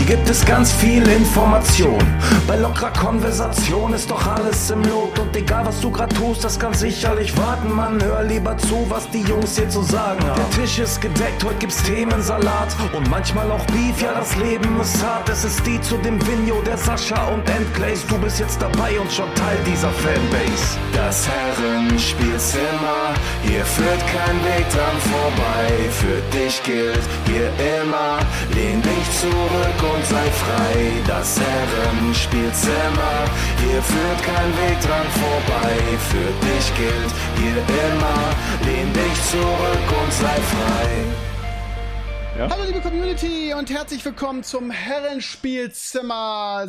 gibt es ganz viel Information. Bei lockerer Konversation ist doch alles im Lot. Und egal was du grad tust, das kann sicherlich warten. Man, hör lieber zu, was die Jungs hier zu sagen haben. Der Tisch ist gedeckt, heute gibt's Themensalat. Und manchmal auch Beef, ja das Leben ist hart. Es ist die zu dem Vinjo, der Sascha und Endglaze. Du bist jetzt dabei und schon Teil dieser Fanbase. Das Herrenspielzimmer, hier führt kein Weg dran vorbei. Für dich gilt hier immer, lehn dich zurück und sei frei. Das Herrenspielzimmer, hier führt kein Weg dran vorbei. Für dich gilt hier immer, lehn dich zurück und sei frei. Ja? Hallo liebe Community und herzlich willkommen zum Herrenspielzimmer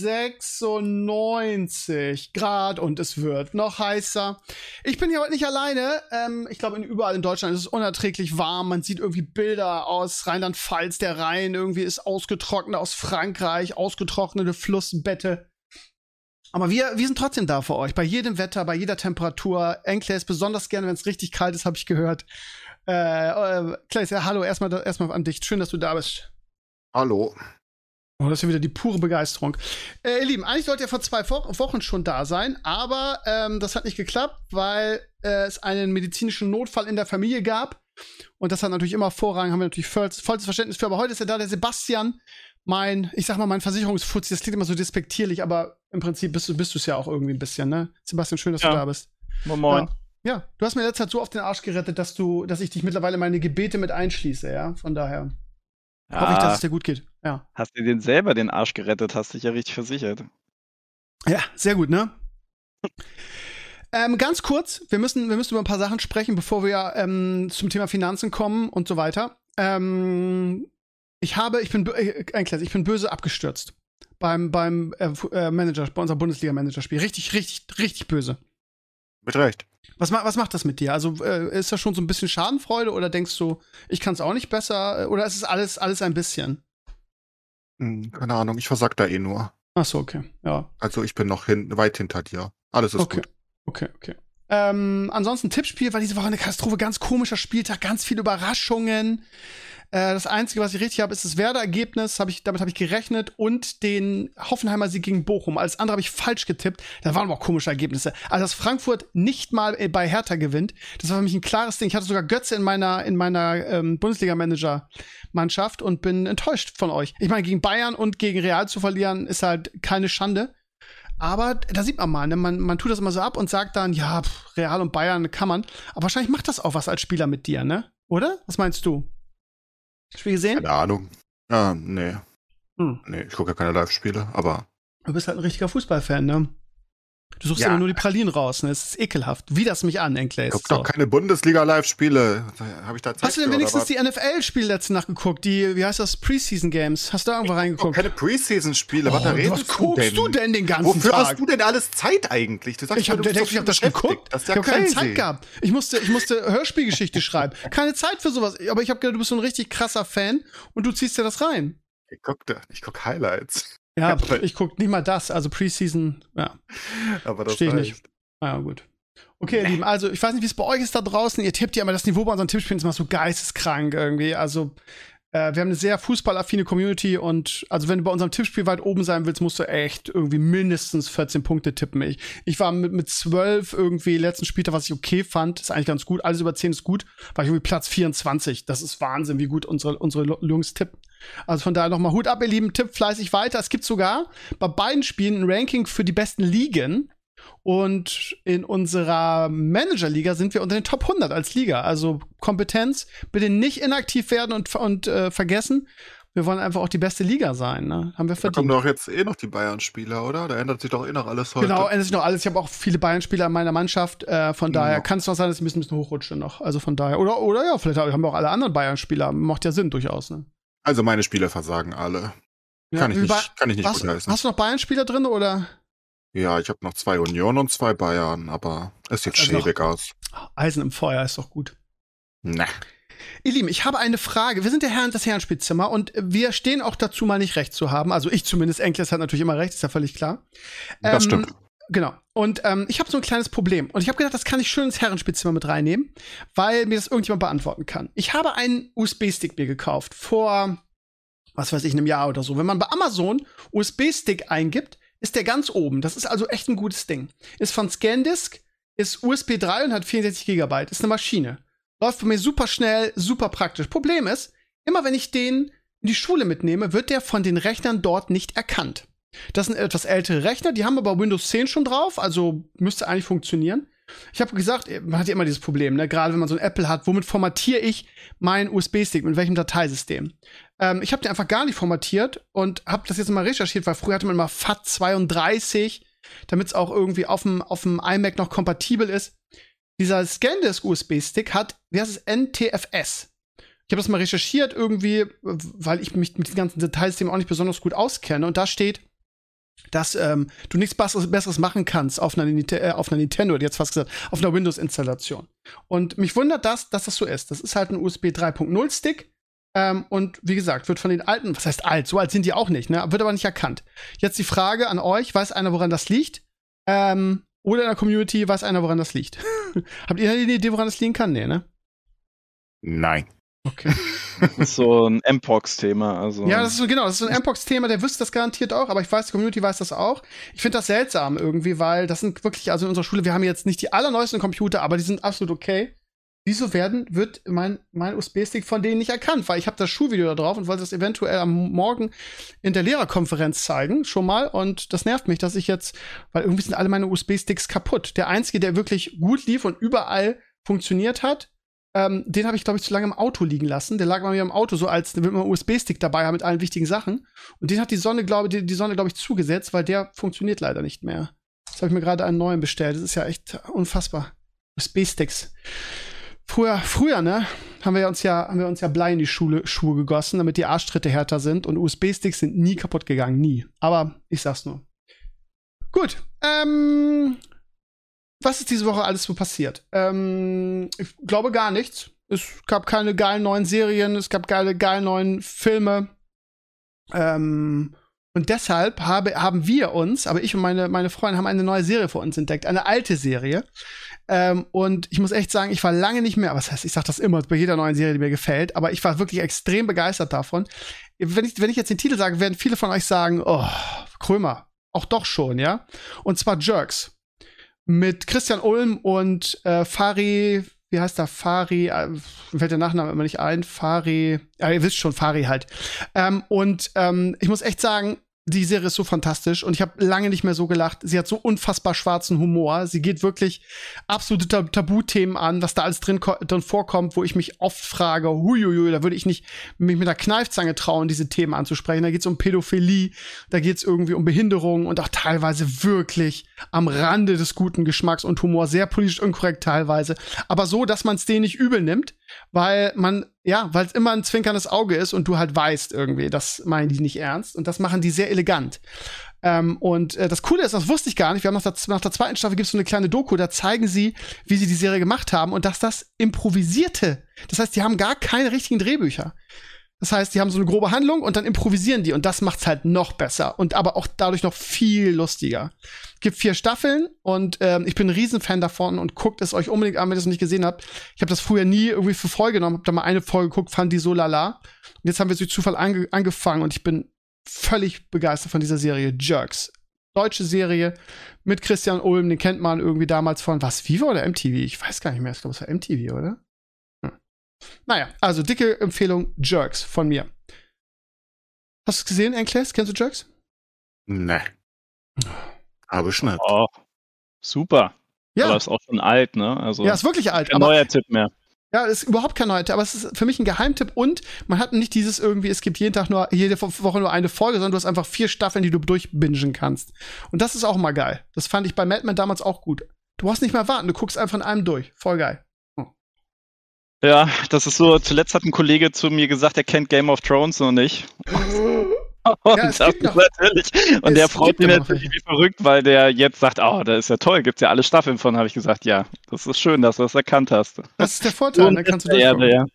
96 Grad und es wird noch heißer. Ich bin hier heute nicht alleine. Ich glaube, überall in Deutschland ist es unerträglich warm. Man sieht irgendwie Bilder aus Rheinland-Pfalz, der Rhein irgendwie ist ausgetrocknet, aus Frankreich, ausgetrocknete Flussbette. Aber wir sind trotzdem da für euch, bei jedem Wetter, bei jeder Temperatur. Enclays besonders gerne, wenn es richtig kalt ist, habe ich gehört. Claes, ja, hallo, erstmal an dich. Schön, dass du da bist. Hallo. Oh, das ist ja wieder die pure Begeisterung. Ihr Lieben, eigentlich sollte er vor 2 Wochen schon da sein, aber das hat nicht geklappt, weil es einen medizinischen Notfall in der Familie gab. Und das hat natürlich immer Vorrang, haben wir natürlich vollstes Verständnis für. Aber heute ist ja da der Sebastian, mein Versicherungsfuzzi. Das klingt immer so despektierlich, aber im Prinzip bist du es ja auch irgendwie ein bisschen, ne? Sebastian, schön, dass du da bist. Moin. Ja, du hast mir in letzter Zeit so auf den Arsch gerettet, dass ich dich mittlerweile in meine Gebete mit einschließe, ja? Von daher hoffe ich, dass es dir gut geht. Ja. Hast du dir selber den Arsch gerettet, hast dich ja richtig versichert. Ja, sehr gut, ne? Ganz kurz, wir müssen über ein paar Sachen sprechen, bevor wir zum Thema Finanzen kommen und so weiter. Ich bin böse abgestürzt beim Manager, bei unserem Bundesliga-Managerspiel. Richtig, richtig, richtig böse. Mit Recht. Was macht das mit dir? Also ist das schon so ein bisschen Schadenfreude oder denkst du, ich kann es auch nicht besser? Oder ist es alles ein bisschen? Keine Ahnung, ich versag da eh nur. Ach so, okay, ja. Also ich bin noch weit hinter dir. Alles ist gut. Okay. Ansonsten Tippspiel war diese Woche eine Katastrophe, ganz komischer Spieltag, ganz viele Überraschungen. Das Einzige, was ich richtig habe, ist das Werder-Ergebnis. Damit habe ich gerechnet und den Hoffenheimer Sieg gegen Bochum. Alles andere habe ich falsch getippt. Da waren aber auch komische Ergebnisse. Also, dass Frankfurt nicht mal bei Hertha gewinnt, das war für mich ein klares Ding. Ich hatte sogar Götze in meiner Bundesliga-Manager-Mannschaft und bin enttäuscht von euch. Ich meine, gegen Bayern und gegen Real zu verlieren, ist halt keine Schande. Aber da sieht man mal, ne? Man tut das immer so ab und sagt dann, ja, Real und Bayern kann man. Aber wahrscheinlich macht das auch was als Spieler mit dir, ne? Oder? Was meinst du? Spiel gesehen? Keine Ahnung. Nee. Nee, ich gucke ja keine Live-Spiele, aber. Du bist halt ein richtiger Fußballfan, ne? Du suchst immer nur die Pralinen raus, ne? Es ist ekelhaft. Widerst mich an, Enclays. Ich guck doch keine Bundesliga-Live-Spiele. Habe ich da Zeit? Hast du denn wenigstens die NFL-Spiele letzte Nacht geguckt? Die, wie heißt das, Preseason-Games? Hast du da irgendwo reingeguckt? Keine Preseason-Spiele. Was guckst du denn den ganzen Wofür Tag? hast du denn alles Zeit eigentlich? Du sagst, ich hab das geguckt. Das ist ja ich habe keine Zeit gehabt. Ich musste Hörspielgeschichte schreiben. Keine Zeit für sowas. Aber ich habe gedacht, du bist so ein richtig krasser Fan und du ziehst dir das rein. Ich guck Highlights. Ja, ich guck nicht mal das. Also Preseason, ja. Aber das verstehe ich nicht. Ja, gut. Okay, ihr Lieben, also ich weiß nicht, wie es bei euch ist da draußen. Ihr tippt ja immer, das Niveau bei unseren Tippspielen ist immer so geisteskrank irgendwie. Also wir haben eine sehr fußballaffine Community und also wenn du bei unserem Tippspiel weit oben sein willst, musst du echt irgendwie mindestens 14 Punkte tippen. Ich war mit 12 irgendwie letzten Spieltag, was ich okay fand, ist eigentlich ganz gut. Alles über 10 ist gut, war ich irgendwie Platz 24. Das ist Wahnsinn, wie gut unsere Jungs tippen. Also von daher nochmal Hut ab, ihr Lieben, tippt fleißig weiter. Es gibt sogar bei beiden Spielen ein Ranking für die besten Ligen. Und in unserer Manager-Liga sind wir unter den Top 100 als Liga. Also Kompetenz, bitte nicht inaktiv werden und vergessen. Wir wollen einfach auch die beste Liga sein, ne? Haben wir verdient. Da kommen doch jetzt noch die Bayern-Spieler, oder? Da ändert sich doch noch alles heute. Genau, ändert sich noch alles. Ich habe auch viele Bayern-Spieler in meiner Mannschaft. Von daher kann es noch sein, dass ich ein bisschen hochrutsche noch. Also von daher. Oder ja, vielleicht haben wir auch alle anderen Bayern-Spieler. Macht ja Sinn durchaus, ne? Also meine Spieler versagen alle. Ja, kann ich nicht gut heißen. Hast du noch Bayern-Spieler drin, oder? Ja, ich habe noch 2 Union und 2 Bayern, aber es sieht schäbig aus. Eisen im Feuer ist doch gut. Na. Ihr Lieben, ich habe eine Frage. Wir sind das Herrenspielzimmer und wir stehen auch dazu, mal nicht recht zu haben. Also ich zumindest, Enclays hat natürlich immer recht, ist ja völlig klar. Das stimmt. Genau. Und ich habe so ein kleines Problem. Und ich habe gedacht, das kann ich schön ins Herrenspielzimmer mit reinnehmen, weil mir das irgendjemand beantworten kann. Ich habe einen USB-Stick mir gekauft vor was weiß ich, in einem Jahr oder so. Wenn man bei Amazon USB-Stick eingibt, ist der ganz oben. Das ist also echt ein gutes Ding. Ist von ScanDisk, ist USB 3 und hat 64 GB. Ist eine Maschine. Läuft bei mir super schnell, super praktisch. Problem ist, immer wenn ich den in die Schule mitnehme, wird der von den Rechnern dort nicht erkannt. Das sind etwas ältere Rechner, die haben aber Windows 10 schon drauf, also müsste eigentlich funktionieren. Ich habe gesagt, man hat ja immer dieses Problem, ne? Gerade wenn man so ein Apple hat, womit formatiere ich meinen USB-Stick, mit welchem Dateisystem? Ich habe den einfach gar nicht formatiert und habe das jetzt mal recherchiert, weil früher hatte man mal FAT32, damit es auch irgendwie auf dem iMac noch kompatibel ist. Dieser ScanDisk USB-Stick hat, wie heißt es, NTFS. Ich habe das mal recherchiert irgendwie, weil ich mich mit den ganzen Dateisystemen auch nicht besonders gut auskenne. Und da steht, dass du nichts Besseres machen kannst auf einer Nintendo, jetzt fast gesagt, auf einer Windows-Installation. Und mich wundert dass das so ist. Das ist halt ein USB 3.0 Stick. Und wie gesagt, wird von den alten, was heißt alt? So alt sind die auch nicht, ne? Wird aber nicht erkannt. Jetzt die Frage an euch, weiß einer, woran das liegt? Oder in der Community, weiß einer, woran das liegt? Habt ihr eine Idee, woran das liegen kann? Nee, ne? Nein. Okay. Das ist so ein Mpox-Thema. Also. Ja, das ist so ein Mpox-Thema, der wüsste das garantiert auch, aber ich weiß, die Community weiß das auch. Ich finde das seltsam irgendwie, weil das sind wirklich, also in unserer Schule, wir haben jetzt nicht die allerneuesten Computer, aber die sind absolut okay. Wieso wird mein USB-Stick von denen nicht erkannt? Weil ich habe das Schulvideo da drauf und wollte das eventuell am Morgen in der Lehrerkonferenz zeigen, schon mal. Und das nervt mich, dass ich jetzt, weil irgendwie sind alle meine USB-Sticks kaputt. Der einzige, der wirklich gut lief und überall funktioniert hat, den habe ich, glaube ich, zu lange im Auto liegen lassen. Der lag bei mir im Auto so, als wenn man einen USB-Stick dabei hat mit allen wichtigen Sachen. Und den hat die Sonne, glaube ich, zugesetzt, weil der funktioniert leider nicht mehr. Jetzt habe ich mir gerade einen neuen bestellt. Das ist ja echt unfassbar. USB-Sticks. Früher, ne, haben wir uns ja Blei in die Schuhe gegossen, damit die Arschtritte härter sind. Und USB-Sticks sind nie kaputt gegangen. Nie. Aber ich sag's nur. Gut. Was ist diese Woche alles so passiert? Ich glaube gar nichts. Es gab keine geilen neuen Serien, es gab geile neuen Filme. Und deshalb haben wir uns, aber ich und meine Freunde haben eine neue Serie für uns entdeckt, eine alte Serie. Und ich muss echt sagen, ich war lange nicht mehr, was heißt, ich sag das immer bei jeder neuen Serie, die mir gefällt, aber ich war wirklich extrem begeistert davon. Wenn ich jetzt den Titel sage, werden viele von euch sagen, oh, Krömer, auch doch schon, ja? Und zwar Jerks. Mit Christian Ulm und Fari, wie heißt der? Fari, mir fällt der Nachname immer nicht ein. Fari, ja, ihr wisst schon, Fari halt. Ich muss echt sagen, die Serie ist so fantastisch und ich habe lange nicht mehr so gelacht. Sie hat so unfassbar schwarzen Humor. Sie geht wirklich absolute Tabuthemen an, was da alles drin vorkommt, wo ich mich oft frage, huiuiui, da würde ich nicht mich mit einer Kneifzange trauen, diese Themen anzusprechen. Da geht's um Pädophilie, da geht's irgendwie um Behinderung und auch teilweise wirklich am Rande des guten Geschmacks und Humor, sehr politisch unkorrekt teilweise, aber so, dass man es denen nicht übel nimmt, weil es immer ein zwinkerndes Auge ist und du halt weißt irgendwie, das meinen die nicht ernst und das machen die sehr elegant. Das Coole ist, das wusste ich gar nicht, wir haben nach der zweiten Staffel gibt es so eine kleine Doku, da zeigen sie, wie sie die Serie gemacht haben und dass das improvisierte. Das heißt, die haben gar keine richtigen Drehbücher. Das heißt, die haben so eine grobe Handlung und dann improvisieren die und das macht's halt noch besser und aber auch dadurch noch viel lustiger. Gibt 4 Staffeln und ich bin ein Riesenfan davon und guckt es euch unbedingt an, wenn ihr es noch nicht gesehen habt. Ich habe das früher nie irgendwie für voll genommen, hab da mal eine Folge geguckt, fand die so lala. Und jetzt haben wir durch Zufall angefangen und ich bin völlig begeistert von dieser Serie Jerks. Deutsche Serie mit Christian Ulm, den kennt man irgendwie damals von Viva oder MTV? Ich weiß gar nicht mehr, ich glaube, es war MTV, oder? Naja, also dicke Empfehlung, Jerks von mir. Hast du es gesehen, Enkles? Kennst du Jerks? Nee. Aber nicht. Oh, super. Ja. Aber ist auch schon alt, ne? Also, ja, ist wirklich alt. Kein neuer Tipp mehr. Ja, ist überhaupt kein neuer Tipp, aber es ist für mich ein Geheimtipp und man hat nicht dieses irgendwie, es gibt jede Woche nur eine Folge, sondern du hast einfach 4 Staffeln, die du durchbingen kannst. Und das ist auch mal geil. Das fand ich bei Mad Men damals auch gut. Du brauchst nicht mehr warten, du guckst einfach in einem durch. Voll geil. Ja, das ist so, zuletzt hat ein Kollege zu mir gesagt, er kennt Game of Thrones noch nicht. Und ja, das natürlich. Und der freut mich natürlich wie verrückt, weil der jetzt sagt, oh, das ist ja toll, gibt's ja alle Staffeln von, habe ich gesagt, ja, das ist schön, dass du das erkannt hast. Das ist der Vorteil, dann kannst du durchgucken. Ja.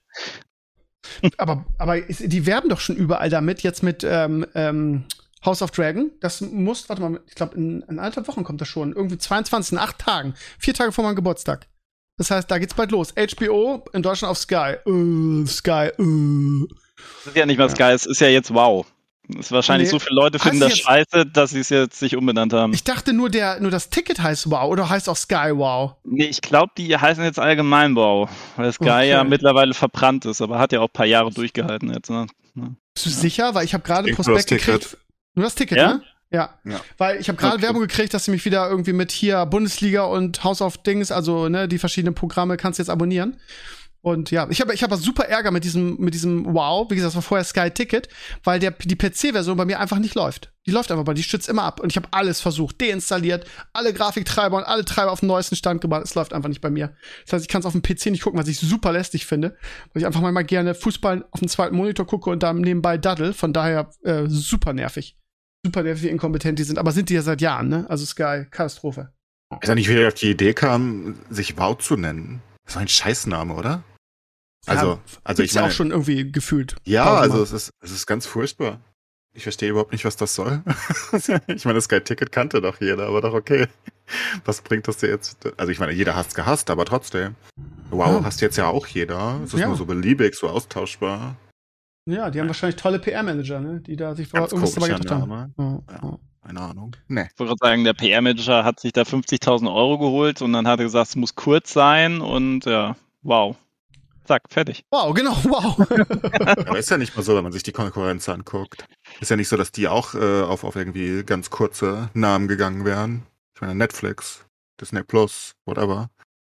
Aber die werben doch schon überall damit, jetzt mit House of Dragon. Das muss, warte mal, ich glaube, in 1,5 Wochen kommt das schon. Irgendwie 22, in 8 Tagen. 4 Tage vor meinem Geburtstag. Das heißt, da geht's bald los. HBO in Deutschland auf Sky. Das ist ja nicht mal Sky, es ist ja jetzt Wow. Das ist wahrscheinlich so viele Leute finden das scheiße, dass sie es jetzt sich umbenannt haben. Ich dachte nur das Ticket heißt Wow oder heißt auch Sky Wow? Nee, ich glaube, die heißen jetzt allgemein Wow, weil Sky ja mittlerweile verbrannt ist, aber hat ja auch ein paar Jahre durchgehalten jetzt. Ne? Bist du sicher? Weil ich habe gerade Prospekt gekriegt. Nur das Ticket, ja? Ne? Ja. Weil ich habe gerade Werbung gekriegt, dass sie mich wieder irgendwie mit hier Bundesliga und House of Dings, also ne, die verschiedenen Programme kannst du jetzt abonnieren. Und ja, ich hab super Ärger mit diesem Wow. Wie gesagt, das war vorher Sky Ticket, weil die PC-Version bei mir einfach nicht läuft. Die läuft einfach die stützt immer ab. Und ich habe alles versucht, deinstalliert, alle Grafiktreiber und alle Treiber auf den neuesten Stand gebracht. Es läuft einfach nicht bei mir. Das heißt, ich kann es auf dem PC nicht gucken, was ich super lästig finde. Weil ich einfach mal gerne Fußball auf dem zweiten Monitor gucke und dann nebenbei daddel. Von daher super nervig. Super nervig, wie inkompetent die sind. Aber sind die ja seit Jahren, ne? Also Sky, Katastrophe. Ich weiß ja nicht, wie er auf die Idee kam, sich Wow zu nennen. Das ist ein Scheißname, oder? Also ich meine, auch schon irgendwie gefühlt. Ja, also es ist ganz furchtbar. Ich verstehe überhaupt nicht, was das soll. Ich meine, das Sky-Ticket kannte doch jeder, aber doch okay. Was bringt das dir jetzt? Also ich meine, jeder hat's gehasst, aber trotzdem. Wow, hasst jetzt ja auch jeder. Es ist nur so beliebig, so austauschbar. Ja, die haben wahrscheinlich tolle PR-Manager, ne? Die da sich irgendwas dabei gedacht haben. Ja, keine Ahnung. Nee. Ich wollte gerade sagen, der PR-Manager hat sich da 50.000 € geholt und dann hat er gesagt, es muss kurz sein und ja, wow. Zack, fertig. Wow, genau, wow. Aber ist ja nicht mal so, wenn man sich die Konkurrenz anguckt. Ist ja nicht so, dass die auch auf irgendwie ganz kurze Namen gegangen wären. Ich meine, Netflix, Disney Plus, whatever.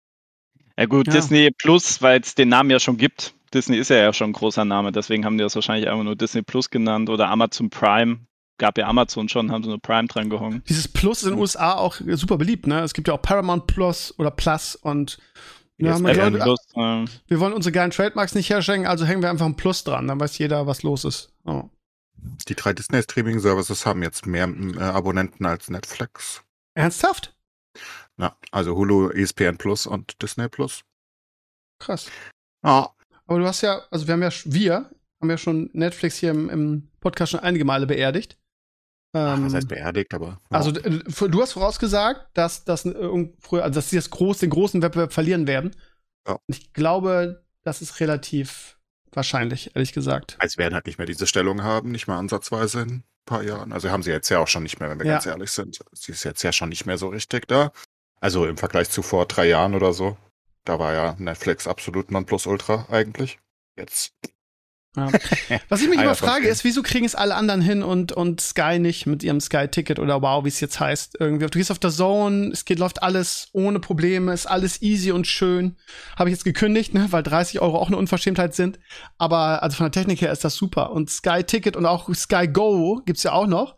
Ja gut, Disney Plus, weil es den Namen ja schon gibt. Disney ist ja schon ein großer Name, deswegen haben die das wahrscheinlich einfach nur Disney Plus genannt oder Amazon Prime. Gab ja Amazon schon, haben sie nur Prime dran gehangen. Dieses Plus ist in den USA auch super beliebt, ne? Es gibt ja auch Paramount Plus oder Plus und wir wollen unsere geilen Trademarks nicht herschenken, also hängen wir einfach ein Plus dran, dann weiß jeder, was los ist. Oh. Die 3 Disney-Streaming-Services haben jetzt mehr Abonnenten als Netflix. Ernsthaft? Ja, also Hulu, ESPN Plus und Disney Plus. Krass. Ja. Aber du hast ja, also wir haben ja schon Netflix hier im Podcast schon einige Male beerdigt. Was heißt beerdigt, aber. Ja. Also du hast vorausgesagt, dass sie den großen Wettbewerb verlieren werden. Ja. Ich glaube, das ist relativ wahrscheinlich, ehrlich gesagt. Also werden halt nicht mehr diese Stellung haben, nicht mal ansatzweise in ein paar Jahren. Also haben sie jetzt ja auch schon nicht mehr, wenn wir ganz ehrlich sind. Sie ist jetzt ja schon nicht mehr so richtig da. Also im Vergleich zu vor 3 Jahren oder so. Da war ja Netflix absolut Nonplusultra eigentlich. Jetzt. Ja. Was ich mich immer frage, ist, wieso kriegen es alle anderen hin und Sky nicht mit ihrem Sky-Ticket oder Wow, wie es jetzt heißt. Irgendwie. Du gehst auf der Zone, läuft alles ohne Probleme, ist alles easy und schön. Habe ich jetzt gekündigt, ne, weil 30 € auch eine Unverschämtheit sind. Aber also von der Technik her ist das super. Und Sky-Ticket und auch Sky Go gibt's ja auch noch.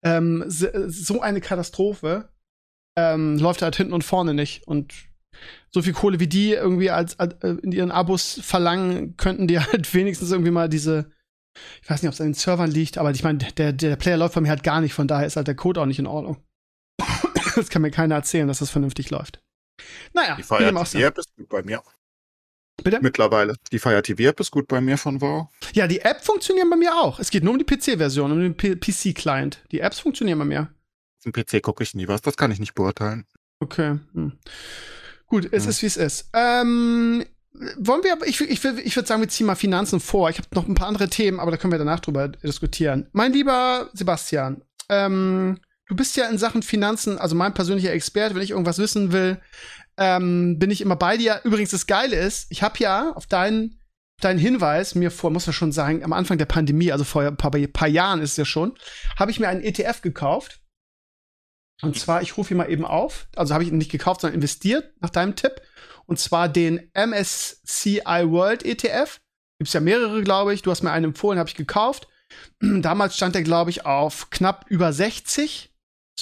So eine Katastrophe läuft halt hinten und vorne nicht. Und so viel Kohle wie die irgendwie als in ihren Abos verlangen, könnten die halt wenigstens irgendwie mal ich weiß nicht, ob es an den Servern liegt, aber ich meine, der Player läuft bei mir halt gar nicht, von daher ist halt der Code auch nicht in Ordnung. Das kann mir keiner erzählen, dass das vernünftig läuft. Naja, die Fire TV-App ist gut bei mir. Bitte? Mittlerweile. Die Fire TV-App ist gut bei mir von Wow. Ja, die App funktionieren bei mir auch. Es geht nur um die PC-Version, um den PC-Client. Die Apps funktionieren bei mir. Auf dem PC gucke ich nie was, das kann ich nicht beurteilen. Okay. Gut, es ist, wie es ist. Wollen wir, ich würde sagen, wir ziehen mal Finanzen vor. Ich habe noch ein paar andere Themen, aber da können wir danach drüber diskutieren. Mein lieber Sebastian, du bist ja in Sachen Finanzen, also mein persönlicher Experte, wenn ich irgendwas wissen will, bin ich immer bei dir. Übrigens, das Geile ist, ich habe ja auf deinen Hinweis muss man schon sagen, am Anfang der Pandemie, also vor ein paar Jahren ist es ja schon, habe ich mir einen ETF gekauft. Und zwar, ich rufe ihn mal eben auf, also habe ich ihn nicht gekauft, sondern investiert, nach deinem Tipp. Und zwar den MSCI World ETF. Gibt's ja mehrere, glaube ich. Du hast mir einen empfohlen, habe ich gekauft. Damals stand der, glaube ich, auf knapp über 60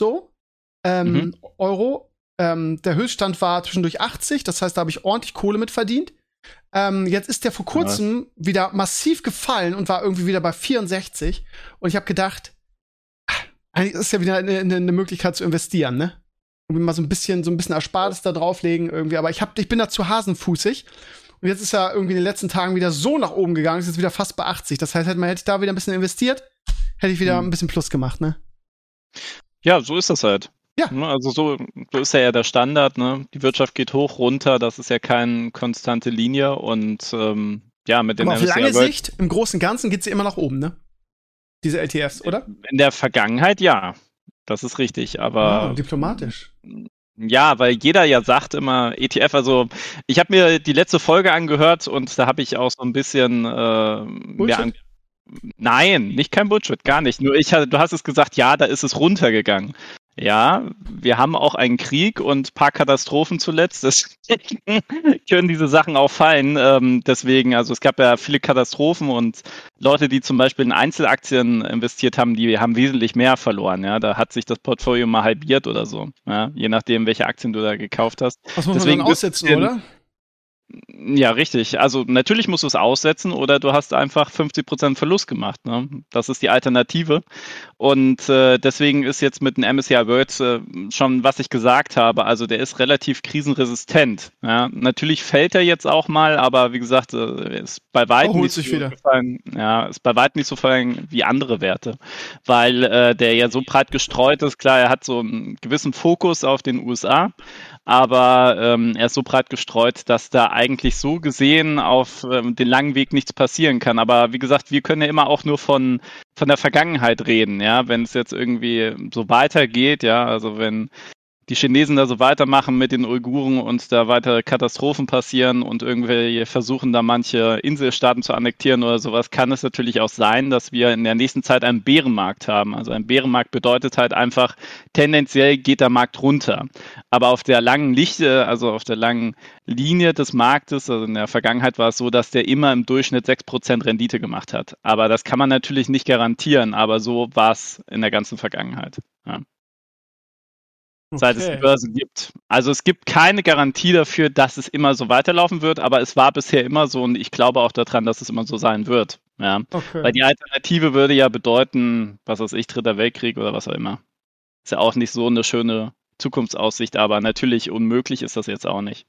Euro. Der Höchststand war zwischendurch 80, das heißt, da habe ich ordentlich Kohle mit verdient. Jetzt ist der vor kurzem wieder massiv gefallen und war irgendwie wieder bei 64. Und ich habe gedacht, eigentlich ist ja wieder eine Möglichkeit zu investieren, ne? Irgendwie mal so ein bisschen Erspartes da drauflegen irgendwie. Aber ich bin da zu hasenfußig. Und jetzt ist er irgendwie in den letzten Tagen wieder so nach oben gegangen, ist jetzt wieder fast bei 80. Das heißt, hätte ich da wieder ein bisschen investiert, hätte ich wieder ein bisschen Plus gemacht, ne? Ja, so ist das halt. Ja. Also so ist ja der Standard, ne? Die Wirtschaft geht hoch, runter, das ist ja keine konstante Linie und ja, mit den Aber auf lange MSCI World. Sicht, im Großen und Ganzen geht sie immer nach oben, ne? Diese ETFs, oder? In der Vergangenheit, ja. Das ist richtig, aber diplomatisch. ja, weil jeder ja sagt immer ETF, also ich habe mir die letzte Folge angehört und da habe ich auch so ein bisschen Nein, nicht kein Bullshit, gar nicht. Nur du hast es gesagt, ja, da ist es runtergegangen. Ja, wir haben auch einen Krieg und ein paar Katastrophen zuletzt, deswegen können diese Sachen auch fallen. Deswegen, also es gab ja viele Katastrophen und Leute, die zum Beispiel in Einzelaktien investiert haben, die haben wesentlich mehr verloren. Ja, da hat sich das Portfolio mal halbiert oder so. Ja, je nachdem, welche Aktien du da gekauft hast. Was muss man dann aussetzen, oder? Ja, richtig. Also natürlich musst du es aussetzen oder du hast einfach 50% Verlust gemacht. Ne? Das ist die Alternative. Und deswegen ist jetzt mit dem MSCI World schon, was ich gesagt habe, also der ist relativ krisenresistent. Ja? Natürlich fällt er jetzt auch mal, aber wie gesagt, ist bei weitem nicht so gefallen. Ja, ist bei weitem nicht so gefallen wie andere Werte, weil der ja so breit gestreut ist. Klar, er hat so einen gewissen Fokus auf den USA. Aber er ist so breit gestreut, dass da eigentlich so gesehen auf den langen Weg nichts passieren kann. Aber wie gesagt, wir können ja immer auch nur von der Vergangenheit reden, ja, wenn es jetzt irgendwie so weitergeht, ja, also wenn die Chinesen da so weitermachen mit den Uiguren und da weitere Katastrophen passieren und irgendwelche versuchen da manche Inselstaaten zu annektieren oder sowas, kann es natürlich auch sein, dass wir in der nächsten Zeit einen Bärenmarkt haben. Also ein Bärenmarkt bedeutet halt einfach, tendenziell geht der Markt runter. Aber auf der langen auf der langen Linie des Marktes, also in der Vergangenheit war es so, dass der immer im Durchschnitt 6% Rendite gemacht hat. Aber das kann man natürlich nicht garantieren, aber so war es in der ganzen Vergangenheit. Ja. Seit es die Börse gibt. Also es gibt keine Garantie dafür, dass es immer so weiterlaufen wird, aber es war bisher immer so und ich glaube auch daran, dass es immer so sein wird. Ja. Okay. Weil die Alternative würde ja bedeuten, was weiß ich, Dritter Weltkrieg oder was auch immer. Ist ja auch nicht so eine schöne Zukunftsaussicht, aber natürlich unmöglich ist das jetzt auch nicht.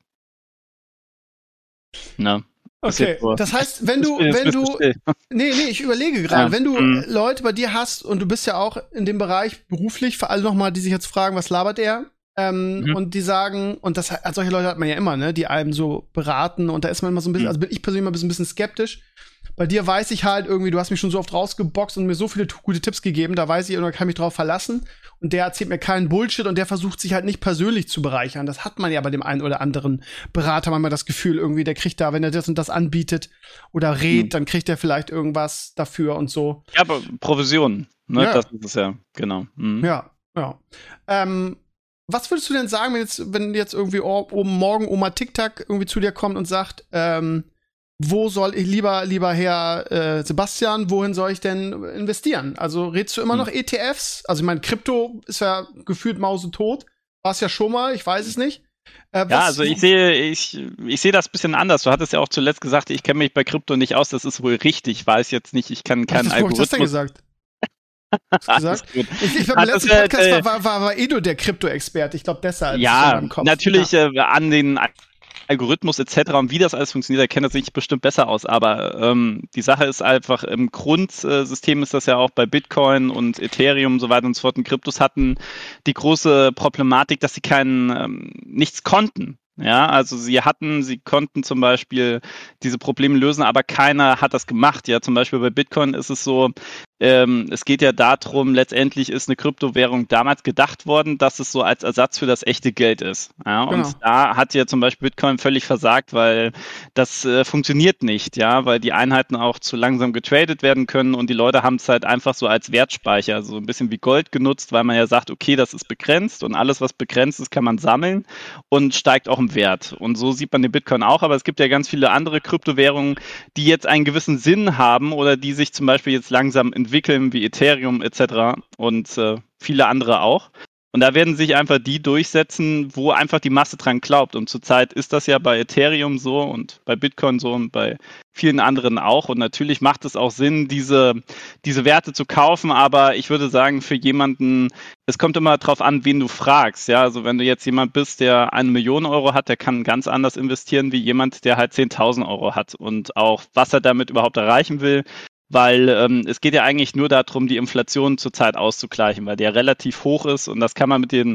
Na. Okay, das heißt, wenn du, nee, ich überlege gerade, wenn du Leute bei dir hast und du bist ja auch in dem Bereich beruflich, für alle nochmal, die sich jetzt fragen, was labert er? Und die sagen, und solche Leute hat man ja immer, ne, die einem so beraten und da ist man immer so ein bisschen, also bin ich persönlich immer ein bisschen skeptisch. Bei dir weiß ich halt irgendwie, du hast mich schon so oft rausgeboxt und mir so viele gute Tipps gegeben, da weiß ich, irgendwann kann ich mich drauf verlassen. Und der erzählt mir keinen Bullshit und der versucht sich halt nicht persönlich zu bereichern. Das hat man ja bei dem einen oder anderen Berater manchmal das Gefühl, irgendwie, der kriegt da, wenn er das und das anbietet oder rät, dann kriegt er vielleicht irgendwas dafür und so. Ja, aber Provision, ne? Ja. Das ist es ja, genau. Ja. Was würdest du denn sagen, wenn jetzt irgendwie morgen Oma Tic-Tac irgendwie zu dir kommt und sagt, wo soll ich, lieber Herr Sebastian, wohin soll ich denn investieren? Also redest du immer noch ETFs? Also ich meine, Krypto ist ja gefühlt mausetot. War es ja schon mal, ich weiß es nicht. Also ich sehe das ein bisschen anders. Du hattest ja auch zuletzt gesagt, ich kenne mich bei Krypto nicht aus. Das ist wohl richtig. Ich weiß jetzt nicht, ich kann keinen Algorithmus. Was hast du denn gesagt? Ich glaube, im letzten Podcast war Edo der Krypto-Experte. Ich glaube, deshalb. Ja, natürlich an den Algorithmus etc. und wie das alles funktioniert, da kennt er sich bestimmt besser aus, aber die Sache ist einfach, im Grundsystem ist das ja auch bei Bitcoin und Ethereum und so weiter und so fort, und Kryptos hatten die große Problematik, dass sie nichts konnten. Ja, also sie konnten zum Beispiel diese Probleme lösen, aber keiner hat das gemacht. Ja, zum Beispiel bei Bitcoin ist es so, es geht ja darum, letztendlich ist eine Kryptowährung damals gedacht worden, dass es so als Ersatz für das echte Geld ist. Ja, genau. Und da hat ja zum Beispiel Bitcoin völlig versagt, weil das funktioniert nicht, ja, weil die Einheiten auch zu langsam getradet werden können und die Leute haben es halt einfach so als Wertspeicher, so ein bisschen wie Gold genutzt, weil man ja sagt, okay, das ist begrenzt und alles, was begrenzt ist, kann man sammeln und steigt auch im Wert. Und so sieht man den Bitcoin auch, aber es gibt ja ganz viele andere Kryptowährungen, die jetzt einen gewissen Sinn haben oder die sich zum Beispiel jetzt langsam entwickeln, wie Ethereum etc. und viele andere auch. Und da werden sich einfach die durchsetzen, wo einfach die Masse dran glaubt. Und zurzeit ist das ja bei Ethereum so und bei Bitcoin so und bei vielen anderen auch. Und natürlich macht es auch Sinn, diese Werte zu kaufen. Aber ich würde sagen, für jemanden, es kommt immer darauf an, wen du fragst. Ja, also wenn du jetzt jemand bist, der 1 Million Euro hat, der kann ganz anders investieren wie jemand, der halt 10.000 Euro hat. Und auch, was er damit überhaupt erreichen will. Weil es geht ja eigentlich nur darum, die Inflation zurzeit auszugleichen, weil die ja relativ hoch ist und das kann man mit den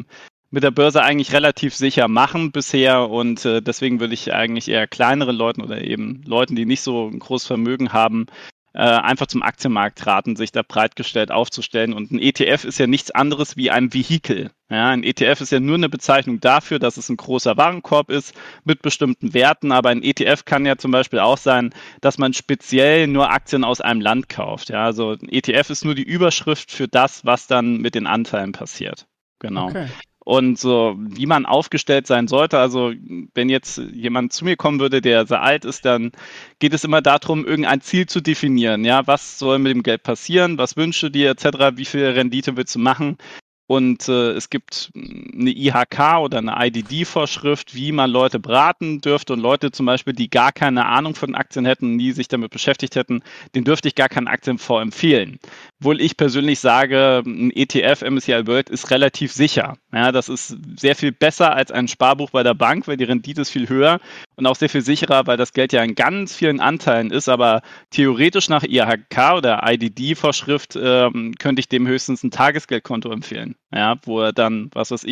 mit der Börse eigentlich relativ sicher machen bisher und deswegen würde ich eigentlich eher kleineren Leuten oder eben Leuten, die nicht so ein großes Vermögen haben, einfach zum Aktienmarkt raten, sich da breitgestellt aufzustellen. Und ein ETF ist ja nichts anderes wie ein Vehikel. Ja, ein ETF ist ja nur eine Bezeichnung dafür, dass es ein großer Warenkorb ist mit bestimmten Werten. Aber ein ETF kann ja zum Beispiel auch sein, dass man speziell nur Aktien aus einem Land kauft. Ja, also ein ETF ist nur die Überschrift für das, was dann mit den Anteilen passiert. Genau. Okay. Und so, wie man aufgestellt sein sollte, also wenn jetzt jemand zu mir kommen würde, der sehr alt ist, dann geht es immer darum, irgendein Ziel zu definieren. Ja, was soll mit dem Geld passieren, was wünschst du dir etc., wie viel Rendite willst du machen? Und es gibt eine IHK oder eine IDD-Vorschrift, wie man Leute beraten dürfte. Und Leute zum Beispiel, die gar keine Ahnung von Aktien hätten, nie sich damit beschäftigt hätten, denen dürfte ich gar keinen Aktienfonds empfehlen. Obwohl ich persönlich sage, ein ETF MSCI World ist relativ sicher. Ja, das ist sehr viel besser als ein Sparbuch bei der Bank, weil die Rendite ist viel höher und auch sehr viel sicherer, weil das Geld ja in ganz vielen Anteilen ist. Aber theoretisch nach IHK oder IDD-Vorschrift könnte ich dem höchstens ein Tagesgeldkonto empfehlen. Ja, wo er dann,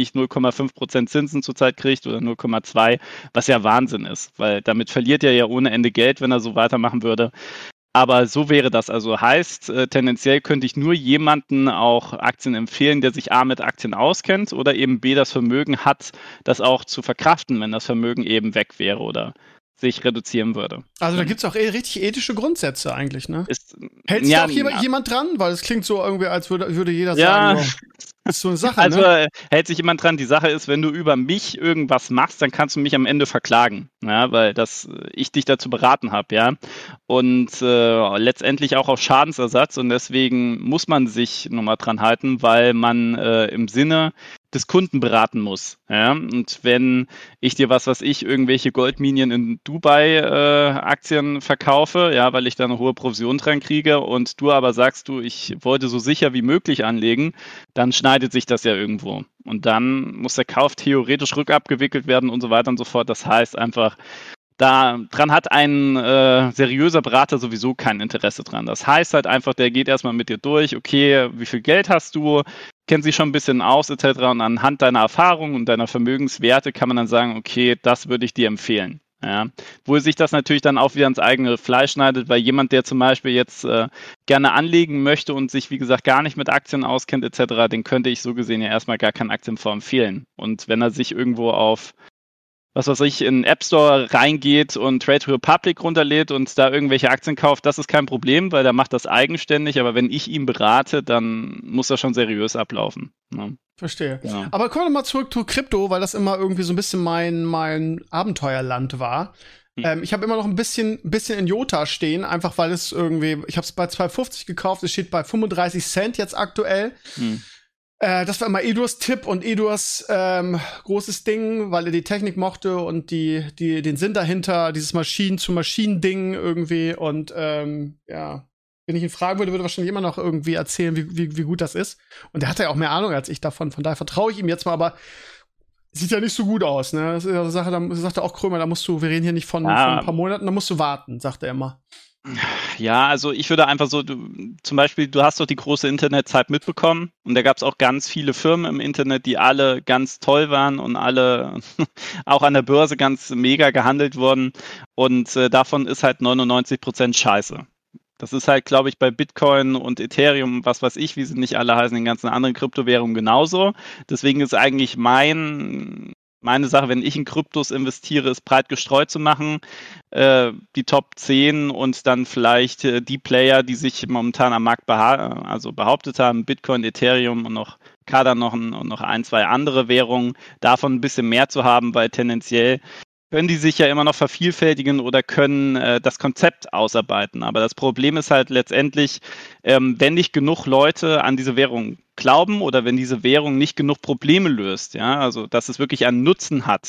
0,5% Zinsen zurzeit kriegt oder 0,2, was ja Wahnsinn ist, weil damit verliert er ja ohne Ende Geld, wenn er so weitermachen würde. Aber so wäre das. Also heißt, tendenziell könnte ich nur jemanden auch Aktien empfehlen, der sich A mit Aktien auskennt oder eben B das Vermögen hat, das auch zu verkraften, wenn das Vermögen eben weg wäre oder sich reduzieren würde. Also da gibt es auch richtig ethische Grundsätze eigentlich, ne? Hält sich ja, da auch jemand dran? Weil es klingt so irgendwie, als würde jeder ja, sagen, das ist so eine Sache, also ne? hält sich jemand dran. Die Sache ist, wenn du über mich irgendwas machst, dann kannst du mich am Ende verklagen, ja, weil ich dich dazu beraten habe, ja. Und letztendlich auch auf Schadensersatz und deswegen muss man sich nochmal dran halten, weil man im Sinne des Kunden beraten muss. Ja? Und wenn ich dir irgendwelche Goldminien in Dubai Aktien verkaufe, ja, weil ich da eine hohe Provision dran kriege und du aber sagst, ich wollte so sicher wie möglich anlegen, dann schneidet sich das ja irgendwo. Und dann muss der Kauf theoretisch rückabgewickelt werden und so weiter und so fort. Das heißt einfach, daran hat ein seriöser Berater sowieso kein Interesse dran. Das heißt halt einfach, der geht erstmal mit dir durch, okay, wie viel Geld hast du, kennt sich schon ein bisschen aus etc. Und anhand deiner Erfahrung und deiner Vermögenswerte kann man dann sagen, okay, das würde ich dir empfehlen. Ja, wo sich das natürlich dann auch wieder ins eigene Fleisch schneidet, weil jemand, der zum Beispiel jetzt gerne anlegen möchte und sich, wie gesagt, gar nicht mit Aktien auskennt etc., den könnte ich so gesehen ja erstmal gar keinen Aktienfonds empfehlen. Und wenn er sich irgendwo auf in den App Store reingeht und Trade Republic runterlädt und da irgendwelche Aktien kauft, das ist kein Problem, weil der macht das eigenständig, aber wenn ich ihn berate, dann muss das schon seriös ablaufen. Ne? Verstehe. Ja. Aber kommen wir mal zurück zu Krypto, weil das immer irgendwie so ein bisschen mein Abenteuerland war. Ich habe immer noch ein bisschen in Jota stehen, einfach weil es irgendwie, ich habe es bei 2,50 gekauft, es steht bei 35 Cent jetzt aktuell. Das war immer Edurs Tipp und Edurs großes Ding, weil er die Technik mochte und den Sinn dahinter, dieses Maschinen-zu-Maschinen-Ding irgendwie. Und ja, wenn ich ihn fragen würde wahrscheinlich immer noch irgendwie erzählen, wie gut das ist. Und der hatte ja auch mehr Ahnung als ich davon. Von daher vertraue ich ihm jetzt mal, aber sieht ja nicht so gut aus, ne? Das ist ja eine Sache, da sagt er auch Krömer, wir reden hier nicht von ein paar Monaten, da musst du warten, sagt er immer. Ja, also ich würde einfach so, zum Beispiel, du hast doch die große Internetzeit mitbekommen und da gab es auch ganz viele Firmen im Internet, die alle ganz toll waren und alle auch an der Börse ganz mega gehandelt wurden und davon ist halt 99% Scheiße. Das ist halt, glaube ich, bei Bitcoin und Ethereum, was weiß ich, wie sie nicht alle heißen, den ganzen anderen Kryptowährungen genauso. Deswegen ist eigentlich meine Sache, wenn ich in Kryptos investiere, ist breit gestreut zu machen, die Top 10 und dann vielleicht die Player, die sich momentan am Markt behauptet haben, Bitcoin, Ethereum und noch Cardano und noch ein, zwei andere Währungen, davon ein bisschen mehr zu haben, weil tendenziell können die sich ja immer noch vervielfältigen oder können das Konzept ausarbeiten. Aber das Problem ist halt letztendlich, wenn nicht genug Leute an diese Währung glauben oder wenn diese Währung nicht genug Probleme löst, ja, also dass es wirklich einen Nutzen hat,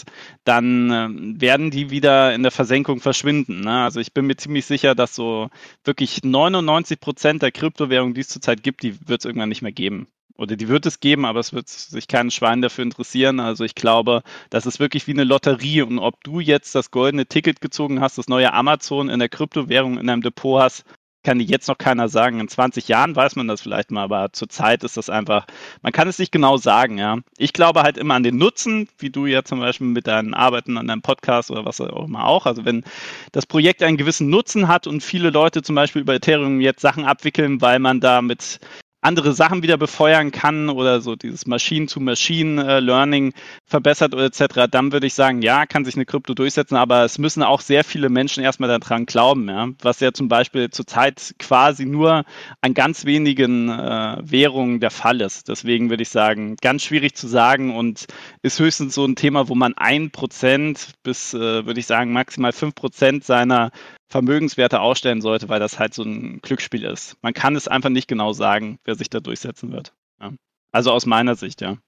dann werden die wieder in der Versenkung verschwinden. Ne? Also ich bin mir ziemlich sicher, dass so wirklich 99% der Kryptowährungen, die es zurzeit gibt, die wird es irgendwann nicht mehr geben. Oder die wird es geben, aber es wird sich kein Schwein dafür interessieren. Also ich glaube, das ist wirklich wie eine Lotterie. Und ob du jetzt das goldene Ticket gezogen hast, das neue Amazon in der Kryptowährung in deinem Depot hast, kann dir jetzt noch keiner sagen. In 20 Jahren weiß man das vielleicht mal, aber zurzeit ist das einfach, man kann es nicht genau sagen, ja. Ich glaube halt immer an den Nutzen, wie du ja zum Beispiel mit deinen Arbeiten an deinem Podcast oder was auch immer auch. Also wenn das Projekt einen gewissen Nutzen hat und viele Leute zum Beispiel über Ethereum jetzt Sachen abwickeln, weil man damit andere Sachen wieder befeuern kann oder so dieses Machine-to-Machine-Learning verbessert oder etc., dann würde ich sagen, ja, kann sich eine Krypto durchsetzen, aber es müssen auch sehr viele Menschen erstmal daran glauben, ja, was ja zum Beispiel zurzeit quasi nur an ganz wenigen Währungen der Fall ist. Deswegen würde ich sagen, ganz schwierig zu sagen und ist höchstens so ein Thema, wo man 1% bis, würde ich sagen, maximal 5% seiner Vermögenswerte ausstellen sollte, weil das halt so ein Glücksspiel ist. Man kann es einfach nicht genau sagen, wer sich da durchsetzen wird. Ja. Also aus meiner Sicht, ja.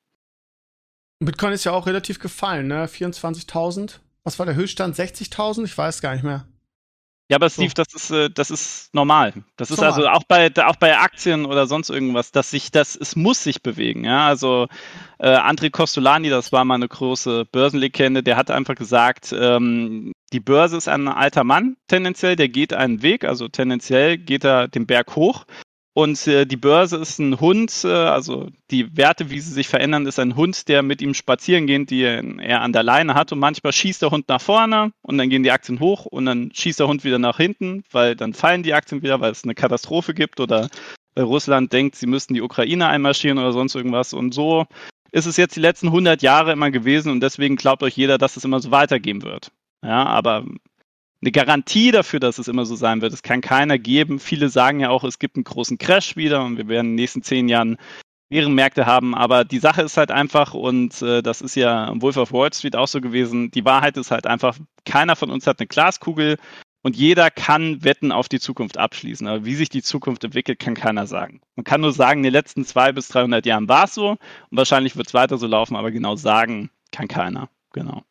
Bitcoin ist ja auch relativ gefallen, ne? 24.000. Was war der Höchststand? 60.000? Ich weiß gar nicht mehr. Ja, aber Steve, das ist normal. Das ist normal. Also auch bei Aktien oder sonst irgendwas, es muss sich bewegen. Ja? Also André Costolani, das war mal eine große Börsenlegende, der hat einfach gesagt, die Börse ist ein alter Mann tendenziell, der geht einen Weg, also tendenziell geht er den Berg hoch. Und die Börse ist ein Hund, also die Werte, wie sie sich verändern, ist ein Hund, der mit ihm spazieren geht, die er an der Leine hat. Und manchmal schießt der Hund nach vorne und dann gehen die Aktien hoch und dann schießt der Hund wieder nach hinten, weil dann fallen die Aktien wieder, weil es eine Katastrophe gibt oder weil Russland denkt, sie müssten die Ukraine einmarschieren oder sonst irgendwas. Und so ist es jetzt die letzten 100 Jahre immer gewesen und deswegen glaubt euch jeder, dass es immer so weitergehen wird. Ja, aber eine Garantie dafür, dass es immer so sein wird, es kann keiner geben. Viele sagen ja auch, es gibt einen großen Crash wieder und wir werden in den nächsten 10 Jahren mehrere Märkte haben. Aber die Sache ist halt einfach, und das ist ja im Wolf of Wall Street auch so gewesen, die Wahrheit ist halt einfach, keiner von uns hat eine Glaskugel und jeder kann Wetten auf die Zukunft abschließen. Aber wie sich die Zukunft entwickelt, kann keiner sagen. Man kann nur sagen, in den letzten 200 bis 300 Jahren war es so und wahrscheinlich wird es weiter so laufen, aber genau sagen kann keiner. Genau.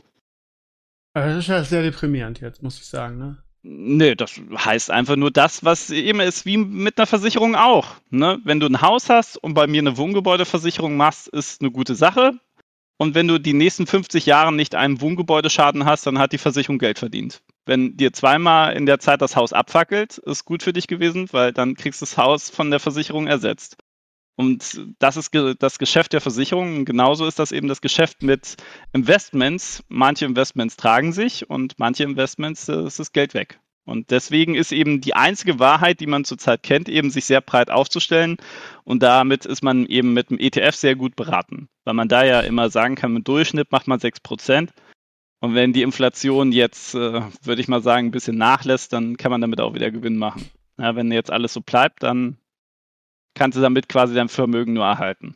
Das ist ja sehr deprimierend jetzt, muss ich sagen, ne? Nee, das heißt einfach nur das, was immer ist, wie mit einer Versicherung auch. Ne? Wenn du ein Haus hast und bei mir eine Wohngebäudeversicherung machst, ist eine gute Sache. Und wenn du die nächsten 50 Jahre nicht einen Wohngebäudeschaden hast, dann hat die Versicherung Geld verdient. Wenn dir zweimal in der Zeit das Haus abfackelt, ist gut für dich gewesen, weil dann kriegst du das Haus von der Versicherung ersetzt. Und das ist das Geschäft der Versicherung. Genauso ist das eben das Geschäft mit Investments. Manche Investments tragen sich und manche Investments ist das Geld weg. Und deswegen ist eben die einzige Wahrheit, die man zurzeit kennt, eben sich sehr breit aufzustellen. Und damit ist man eben mit dem ETF sehr gut beraten. Weil man da ja immer sagen kann, im Durchschnitt macht man 6%. Und wenn die Inflation jetzt, würde ich mal sagen, ein bisschen nachlässt, dann kann man damit auch wieder Gewinn machen. Ja, wenn jetzt alles so bleibt, dann kannst du damit quasi dein Vermögen nur erhalten.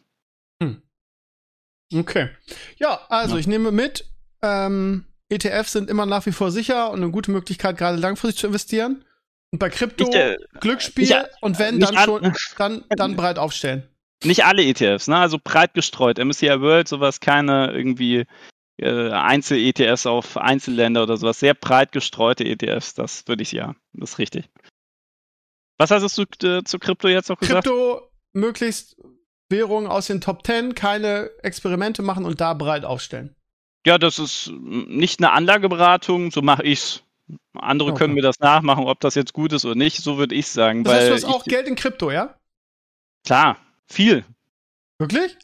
Okay. Ja, also ich nehme mit, ETFs sind immer nach wie vor sicher und eine gute Möglichkeit, gerade langfristig zu investieren. Und bei Krypto, Glücksspiel und wenn, dann breit aufstellen. Nicht alle ETFs, ne? Also breit gestreut. MSCI World, sowas, keine irgendwie Einzel-ETFs auf Einzelländer oder sowas. Sehr breit gestreute ETFs, das würde ich das ist richtig. Was hast du zu Krypto jetzt noch gesagt? Krypto, möglichst Währungen aus den Top 10, keine Experimente machen und da breit aufstellen. Ja, das ist nicht eine Anlageberatung, so mache ich's. Andere können mir das nachmachen, ob das jetzt gut ist oder nicht, so würde ich sagen. Das heißt, du hast auch Geld in Krypto, ja? Klar, viel. Wirklich?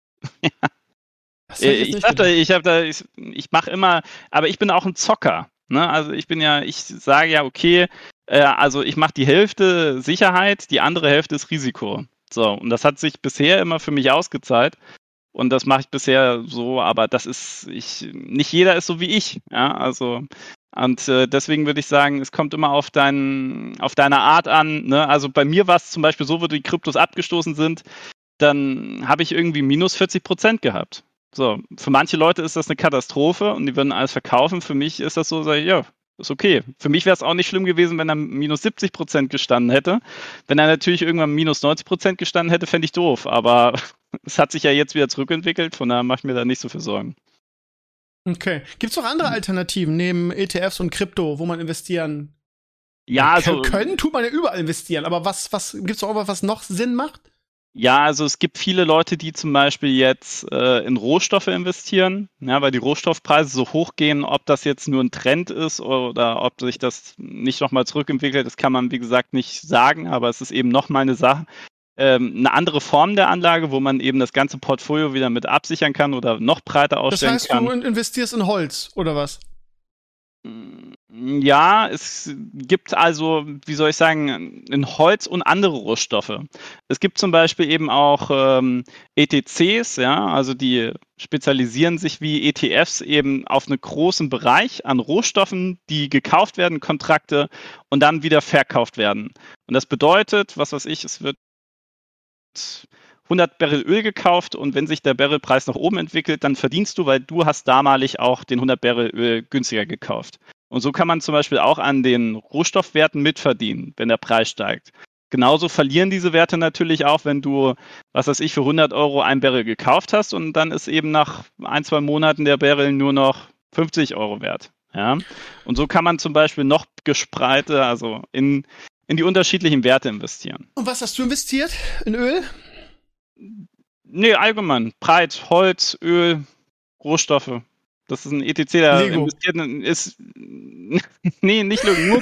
Ja. Ich mache immer, aber ich bin auch ein Zocker. Ne? Also ich sage ja, okay, also ich mache die Hälfte Sicherheit, die andere Hälfte ist Risiko. So, und das hat sich bisher immer für mich ausgezahlt. Und das mache ich bisher so, aber nicht jeder ist so wie ich. Ja, also, und deswegen würde ich sagen, es kommt immer auf deine Art an. Ne? Also bei mir war es zum Beispiel so, wo die Kryptos abgestoßen sind, dann habe ich irgendwie minus 40% gehabt. So, für manche Leute ist das eine Katastrophe und die würden alles verkaufen. Für mich ist das so, sage ich, ja, ist okay. Für mich wäre es auch nicht schlimm gewesen, wenn er minus 70% gestanden hätte. Wenn er natürlich irgendwann minus 90% gestanden hätte, fände ich doof. Aber es hat sich ja jetzt wieder zurückentwickelt, von daher mache ich mir da nicht so viel Sorgen. Okay. Gibt es noch andere Alternativen neben ETFs und Krypto, wo man investieren ja, also tut man ja überall investieren, aber was gibt's auch was noch Sinn macht? Ja, also es gibt viele Leute, die zum Beispiel jetzt in Rohstoffe investieren, ja, weil die Rohstoffpreise so hoch gehen. Ob das jetzt nur ein Trend ist oder ob sich das nicht nochmal zurückentwickelt, das kann man, wie gesagt, nicht sagen, aber es ist eben nochmal eine Sache, eine andere Form der Anlage, wo man eben das ganze Portfolio wieder mit absichern kann oder noch breiter ausstellen kann. Das heißt, du investierst in Holz, oder was? Ja, es gibt also, wie soll ich sagen, in Holz und andere Rohstoffe. Es gibt zum Beispiel eben auch ETCs, ja, also die spezialisieren sich wie ETFs eben auf einen großen Bereich an Rohstoffen, die gekauft werden, Kontrakte und dann wieder verkauft werden. Und das bedeutet, was weiß ich, es wird 100 Barrel Öl gekauft und wenn sich der Barrelpreis nach oben entwickelt, dann verdienst du, weil du hast damalig auch den 100 Barrel Öl günstiger gekauft. Und so kann man zum Beispiel auch an den Rohstoffwerten mitverdienen, wenn der Preis steigt. Genauso verlieren diese Werte natürlich auch, wenn du, was weiß ich, für 100 Euro ein Barrel gekauft hast und dann ist eben nach 1-2 Monaten der Barrel nur noch 50 Euro wert. Ja? Und so kann man zum Beispiel noch gespreite, also in die unterschiedlichen Werte investieren. Und was hast du investiert in Öl? Nee, allgemein. Breit, Holz, Öl, Rohstoffe. Das ist ein ETC, der Lego. investiert ist. Nee, nicht nur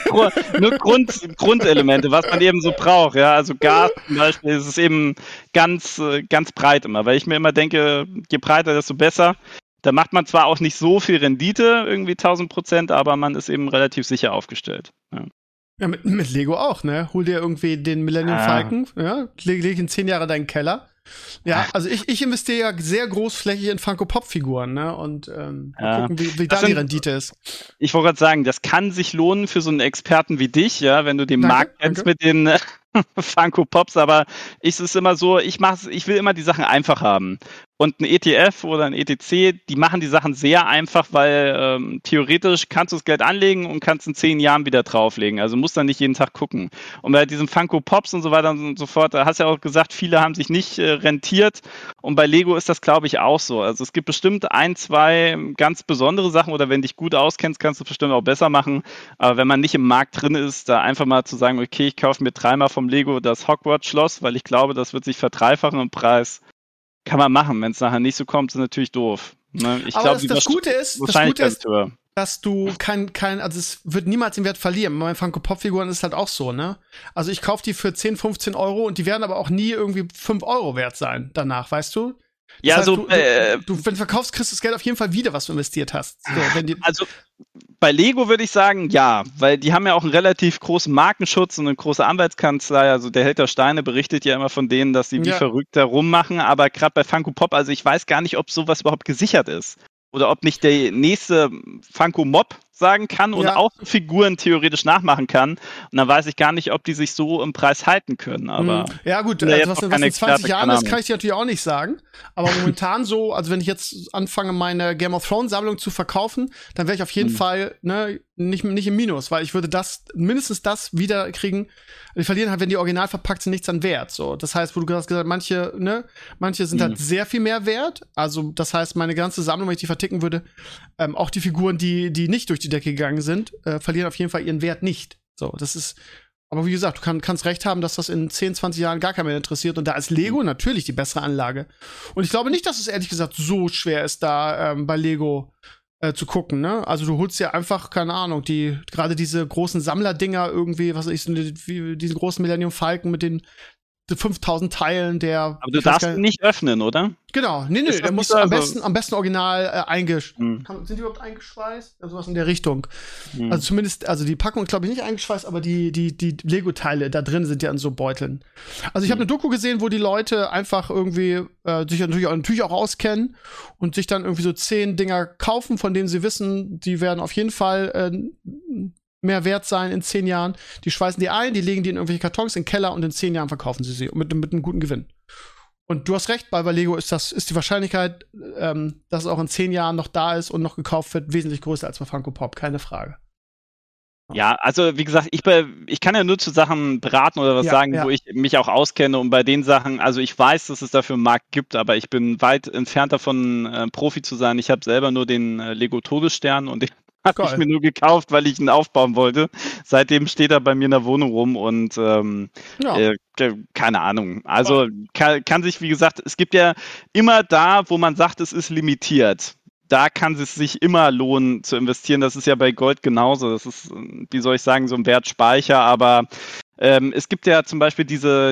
Grundelemente, was man eben so braucht. Ja, also Gas zum Beispiel ist es eben ganz breit immer, weil ich mir immer denke, je breiter, desto besser. Da macht man zwar auch nicht so viel Rendite, irgendwie 1000%, aber man ist eben relativ sicher aufgestellt. Ja. Ja, mit Lego auch, ne? Hol dir irgendwie den Millennium Falcon, ja? Leg in 10 Jahre deinen Keller. Ja, also ich investiere ja sehr großflächig in Funko-Pop-Figuren, ne? Und mal gucken, wie da die Rendite ist. Ich wollte gerade sagen, das kann sich lohnen für so einen Experten wie dich, ja, wenn du den Markt kennst mit den Funko-Pops, aber es ist immer so, ich will immer die Sachen einfach haben. Und ein ETF oder ein ETC, die machen die Sachen sehr einfach, weil theoretisch kannst du das Geld anlegen und kannst in 10 Jahren wieder drauflegen. Also musst dann nicht jeden Tag gucken. Und bei diesen Funko Pops und so weiter und so fort, da hast du ja auch gesagt, viele haben sich nicht rentiert. Und bei Lego ist das, glaube ich, auch so. Also es gibt bestimmt 1-2 ganz besondere Sachen oder wenn du dich gut auskennst, kannst du es bestimmt auch besser machen. Aber wenn man nicht im Markt drin ist, da einfach mal zu sagen, okay, ich kaufe mir 3-mal vom Lego das Hogwarts-Schloss, weil ich glaube, das wird sich verdreifachen im Preis. Kann man machen. Wenn es nachher nicht so kommt, ist natürlich doof. Ne? Ich aber glaube, das Gute ist, dass du also es wird niemals den Wert verlieren. Bei meinen Funko-Pop-Figuren ist es halt auch so, ne? Also ich kaufe die für 10, 15 Euro und die werden aber auch nie irgendwie 5 Euro wert sein danach, weißt du? Das heißt, wenn du verkaufst, kriegst du das Geld auf jeden Fall wieder, was du investiert hast. So, also bei Lego würde ich sagen, ja, weil die haben ja auch einen relativ großen Markenschutz und eine große Anwaltskanzlei. Also der Held der Steine berichtet ja immer von denen, dass sie wie verrückt da rummachen. Aber gerade bei Funko Pop, also ich weiß gar nicht, ob sowas überhaupt gesichert ist. Oder ob nicht der nächste Funko Mob sagen kann und auch Figuren theoretisch nachmachen kann. Und dann weiß ich gar nicht, ob die sich so im Preis halten können. Aber ja gut, also was in 20 Jahren ist, kann ich dir natürlich auch nicht sagen. Aber momentan so, also wenn ich jetzt anfange, meine Game of Thrones Sammlung zu verkaufen, dann wäre ich auf jeden Fall nicht im Minus, weil ich würde mindestens das wieder kriegen. Die verlieren halt, wenn die original verpackt sind, nichts an Wert. So, das heißt, wo du hast gesagt, manche sind halt sehr viel mehr wert. Also das heißt, meine ganze Sammlung, wenn ich die verticken würde, auch die Figuren, die nicht durch die Decke gegangen sind, verlieren auf jeden Fall ihren Wert nicht. So, das ist, aber wie gesagt, du kannst recht haben, dass das in 10, 20 Jahren gar keinen mehr interessiert und da ist Lego natürlich die bessere Anlage. Und ich glaube nicht, dass es ehrlich gesagt so schwer ist, da bei Lego zu gucken, ne? Also du holst ja einfach, keine Ahnung, gerade diese großen Sammlerdinger irgendwie, was weiß ich, diesen großen Millennium Falcon mit den 5000 Teilen, Aber du darfst ihn nicht öffnen, oder? Genau, nee, der muss am besten original sind die überhaupt eingeschweißt? Also was in der Richtung. Also zumindest, also die Packung ist, glaube ich, nicht eingeschweißt, aber die Lego-Teile da drin sind ja in so Beuteln. Also ich habe eine Doku gesehen, wo die Leute einfach irgendwie sich natürlich auch auskennen und sich dann irgendwie so 10 Dinger kaufen, von denen sie wissen, die werden auf jeden Fall mehr wert sein in 10 Jahren. Die schweißen die ein, die legen die in irgendwelche Kartons in den Keller und in 10 Jahren verkaufen sie mit einem guten Gewinn. Und du hast recht, bei Lego ist die Wahrscheinlichkeit, dass es auch in 10 Jahren noch da ist und noch gekauft wird, wesentlich größer als bei Funko Pop, keine Frage. Ja, also wie gesagt, ich kann ja nur zu Sachen beraten oder was sagen, wo ich mich auch auskenne und bei den Sachen, also ich weiß, dass es dafür einen Markt gibt, aber ich bin weit entfernt davon, Profi zu sein. Ich habe selber nur den Lego Todesstern und den Habe ich mir nur gekauft, weil ich ihn aufbauen wollte. Seitdem steht er bei mir in der Wohnung rum und keine Ahnung. Also kann sich, wie gesagt, es gibt ja immer da, wo man sagt, es ist limitiert. Da kann es sich immer lohnen zu investieren. Das ist ja bei Gold genauso. Das ist, wie soll ich sagen, so ein Wertspeicher, aber es gibt ja zum Beispiel diese,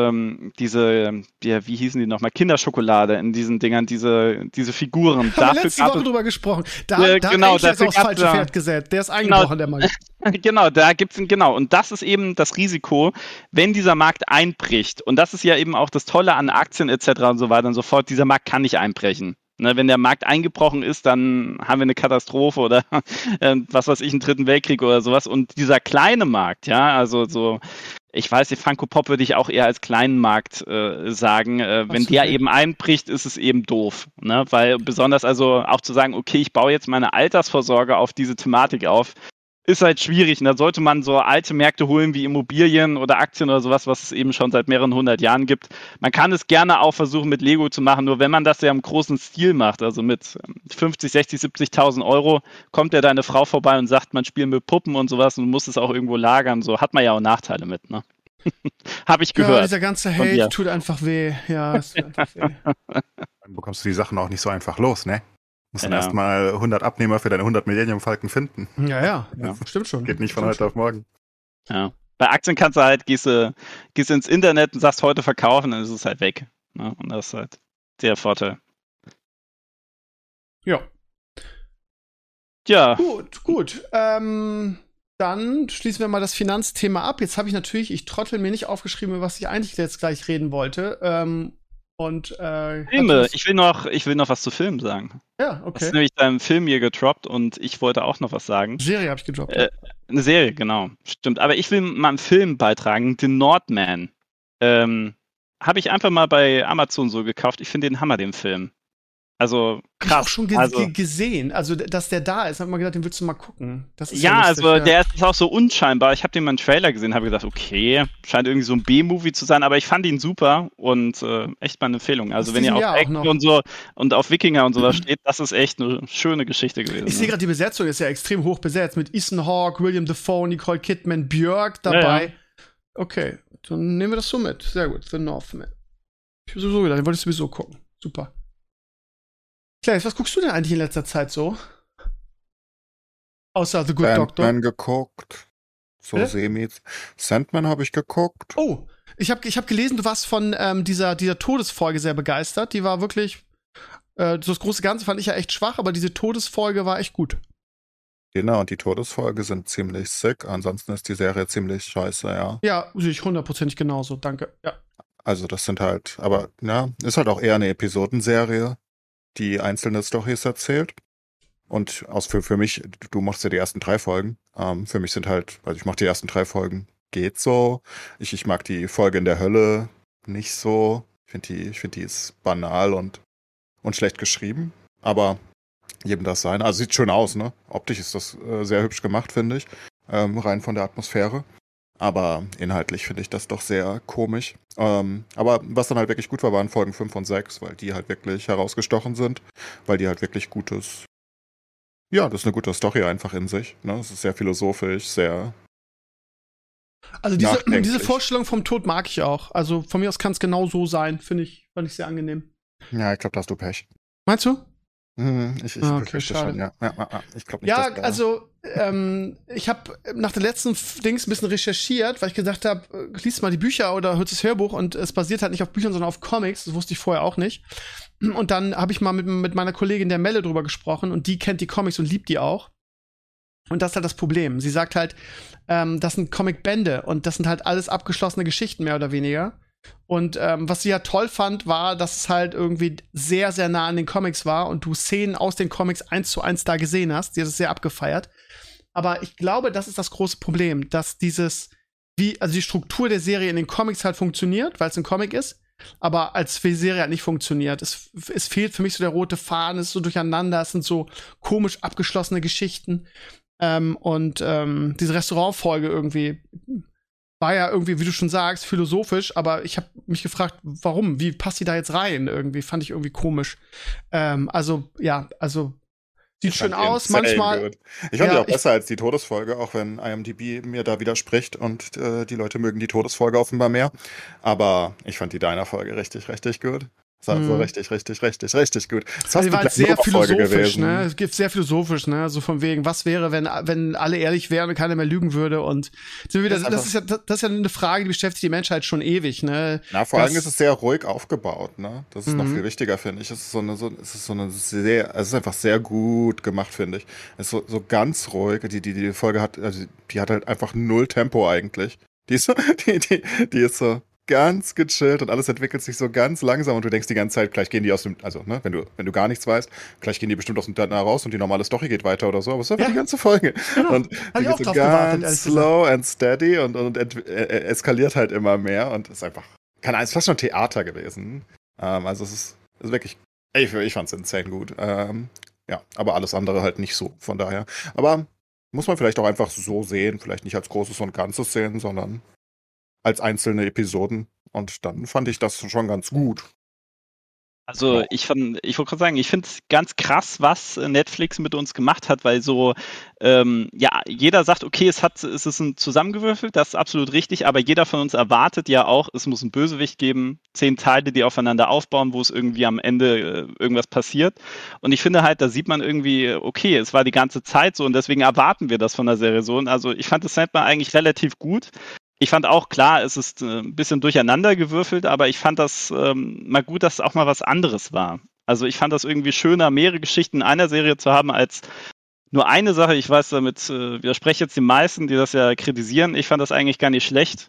wie hießen die nochmal, Kinderschokolade in diesen Dingern, diese Figuren. Haben wir letzte Woche drüber gesprochen. Da genau, ist aufs falsche Pferd gesetzt. Der ist eingebrochen, der Mann. Genau, da gibt's und das ist eben das Risiko, wenn dieser Markt einbricht. Und das ist ja eben auch das Tolle an Aktien etc. und so weiter und so fort. Dieser Markt kann nicht einbrechen. Ne, wenn der Markt eingebrochen ist, dann haben wir eine Katastrophe oder was weiß ich, einen dritten Weltkrieg oder sowas. Und dieser kleine Markt, ja, also so, ich weiß nicht, Funko Pop würde ich auch eher als kleinen Markt sagen. Wenn der eben einbricht, ist es eben doof. Ne? Weil besonders also auch zu sagen, okay, ich baue jetzt meine Altersvorsorge auf diese Thematik auf, ist halt schwierig. Und da sollte man so alte Märkte holen wie Immobilien oder Aktien oder sowas, was es eben schon seit mehreren 100 Jahren gibt. Man kann es gerne auch versuchen mit Lego zu machen, nur wenn man das ja im großen Stil macht, also mit 50, 60, 70.000 Euro, kommt ja deine Frau vorbei und sagt, man spielt mit Puppen und sowas und muss es auch irgendwo lagern. So hat man ja auch Nachteile mit, ne? Habe ich gehört. Ja, dieser ganze Hate tut einfach weh. Ja, es tut einfach weh. Dann bekommst du die Sachen auch nicht so einfach los, ne? Musst dann erstmal 100 Abnehmer für deine 100 Millennium Falken finden. Ja, stimmt schon. Geht nicht von heute auf morgen. Ja. Bei Aktien kannst du halt, gehst du ins Internet und sagst heute verkaufen, dann ist es halt weg. Ne? Und das ist halt der Vorteil. Ja. Ja. Gut. Dann schließen wir mal das Finanzthema ab. Jetzt habe ich trottel mir nicht aufgeschrieben, über was ich eigentlich jetzt gleich reden wollte. Filme. Ich will noch was zu Filmen sagen. Ja, okay. Das ist nämlich dein Film hier gedroppt und ich wollte auch noch was sagen. Serie habe ich gedroppt. Eine Serie, genau. Stimmt. Aber ich will mal einen Film beitragen. The Northman. Habe ich einfach mal bei Amazon so gekauft. Ich finde den Hammer, den Film. Also krass. Ich habe auch schon gesehen, also dass der da ist, habe ich mal gedacht, den willst du mal gucken. Das ist ja, lustig, also der ist auch so unscheinbar. Ich habe den mal einen Trailer gesehen, habe gedacht, okay, scheint irgendwie so ein B-Movie zu sein, aber ich fand ihn super und echt mal eine Empfehlung. Also wenn ihr auf Action und so und auf Wikinger und sowas steht, das ist echt eine schöne Geschichte gewesen. Ich sehe gerade, die Besetzung ist ja extrem hoch besetzt mit Ethan Hawke, William Dafoe, Nicole Kidman, Björk dabei. Ja. Okay, dann nehmen wir das so mit. Sehr gut, The Northman. Ich habe sowieso gedacht, den wollte ich sowieso gucken. Super. Claes, was guckst du denn eigentlich in letzter Zeit so? Außer The Good Doctor. Sandman geguckt. So semi. Sandman habe ich geguckt. Oh, ich hab gelesen, du warst von dieser Todesfolge sehr begeistert. Die war wirklich, so das große Ganze fand ich ja echt schwach, aber diese Todesfolge war echt gut. Genau, und die Todesfolge sind ziemlich sick. Ansonsten ist die Serie ziemlich scheiße, ja. Ja, sehe ich 100% genauso, danke. Ja. Also das sind halt, aber ja, ist halt auch eher eine Episodenserie, die einzelne Storys erzählt. Und für mich, du machst ja die ersten 3 Folgen. Für mich sind halt, also ich mache die ersten 3 Folgen, geht so. Ich mag die Folge in der Hölle nicht so. Ich finde die ist banal und schlecht geschrieben. Aber jedem das sein. Also sieht schön aus, ne? Optisch ist das sehr hübsch gemacht, finde ich. Rein von der Atmosphäre. Aber inhaltlich finde ich das doch sehr komisch. Aber was dann halt wirklich gut war, waren Folgen 5 und 6, weil die halt wirklich herausgestochen sind. Weil die halt wirklich das ist eine gute Story einfach in sich. Ne? Es ist sehr philosophisch, sehr also diese Vorstellung vom Tod mag ich auch. Also von mir aus kann es genau so sein, fand ich sehr angenehm. Ja, ich glaube, da hast du Pech. Meinst du? Ich befürchte schon, ja. Ich glaube nicht, ja, also ich habe nach der letzten Dings ein bisschen recherchiert, weil ich gesagt habe, lies mal die Bücher oder hört das Hörbuch und es basiert halt nicht auf Büchern, sondern auf Comics. Das wusste ich vorher auch nicht. Und dann habe ich mal mit meiner Kollegin der Melle drüber gesprochen und die kennt die Comics und liebt die auch. Und das ist halt das Problem. Sie sagt halt, das sind Comicbände und das sind halt alles abgeschlossene Geschichten, mehr oder weniger. Und was sie ja toll fand, war, dass es halt irgendwie sehr, sehr nah an den Comics war und du Szenen aus den Comics 1:1 da gesehen hast. Die hat es sehr abgefeiert. Aber ich glaube, das ist das große Problem, dass die Struktur der Serie in den Comics halt funktioniert, weil es ein Comic ist, aber als Serie halt nicht funktioniert. Es fehlt für mich so der rote Faden, es ist so durcheinander, es sind so komisch abgeschlossene Geschichten. Diese Restaurantfolge irgendwie war ja irgendwie, wie du schon sagst, philosophisch, aber ich habe mich gefragt, warum? Wie passt die da jetzt rein? Irgendwie fand ich irgendwie komisch. Sieht schön aus, manchmal. Gut. Ich fand die auch besser als die Todesfolge, auch wenn IMDb mir da widerspricht und die Leute mögen die Todesfolge offenbar mehr. Aber ich fand die Diner-Folge richtig, richtig gut. Das war so richtig, richtig, richtig, richtig gut. Das war halt sehr philosophisch, gewesen. Ne? Es gibt sehr philosophisch, ne? So von wegen, was wäre, wenn alle ehrlich wären und keiner mehr lügen würde und das ist ja eine Frage, die beschäftigt die Menschheit schon ewig, ne? Na, vor allem ist es sehr ruhig aufgebaut, ne? Das ist noch viel wichtiger, finde ich. Es ist einfach sehr gut gemacht, finde ich. Es ist so ganz ruhig. Die Folge hat, also die hat halt einfach 0 Tempo eigentlich. Die ist so ganz gechillt und alles entwickelt sich so ganz langsam und du denkst die ganze Zeit, gleich gehen die aus dem, also ne, wenn du gar nichts weißt, gleich gehen die bestimmt aus dem Diner raus und die normale Story geht weiter oder so, aber es ist einfach die ganze Folge. Genau. Und die wird so ganz slow and steady und eskaliert halt immer mehr und ist einfach, ist fast schon Theater gewesen. Also es ist wirklich, ich fand's insane gut. Ja, aber alles andere halt nicht so, von daher. Aber muss man vielleicht auch einfach so sehen, vielleicht nicht als großes und Ganzes sehen, sondern als einzelne Episoden. Und dann fand ich das schon ganz gut. Also ich wollte gerade sagen, ich finde es ganz krass, was Netflix mit uns gemacht hat, weil so, jeder sagt, okay, es ist ein zusammengewürfelt, das ist absolut richtig, aber jeder von uns erwartet ja auch, es muss einen Bösewicht geben, 10 Teile, die aufeinander aufbauen, wo es irgendwie am Ende irgendwas passiert. Und ich finde halt, da sieht man irgendwie, okay, es war die ganze Zeit so und deswegen erwarten wir das von der Serie so. Und also ich fand das Sandman eigentlich relativ gut. Ich fand auch, klar, es ist ein bisschen durcheinander gewürfelt, aber ich fand das mal gut, dass es auch mal was anderes war. Also ich fand das irgendwie schöner, mehrere Geschichten in einer Serie zu haben, als nur eine Sache. Ich weiß, damit widerspreche jetzt die meisten, die das ja kritisieren. Ich fand das eigentlich gar nicht schlecht.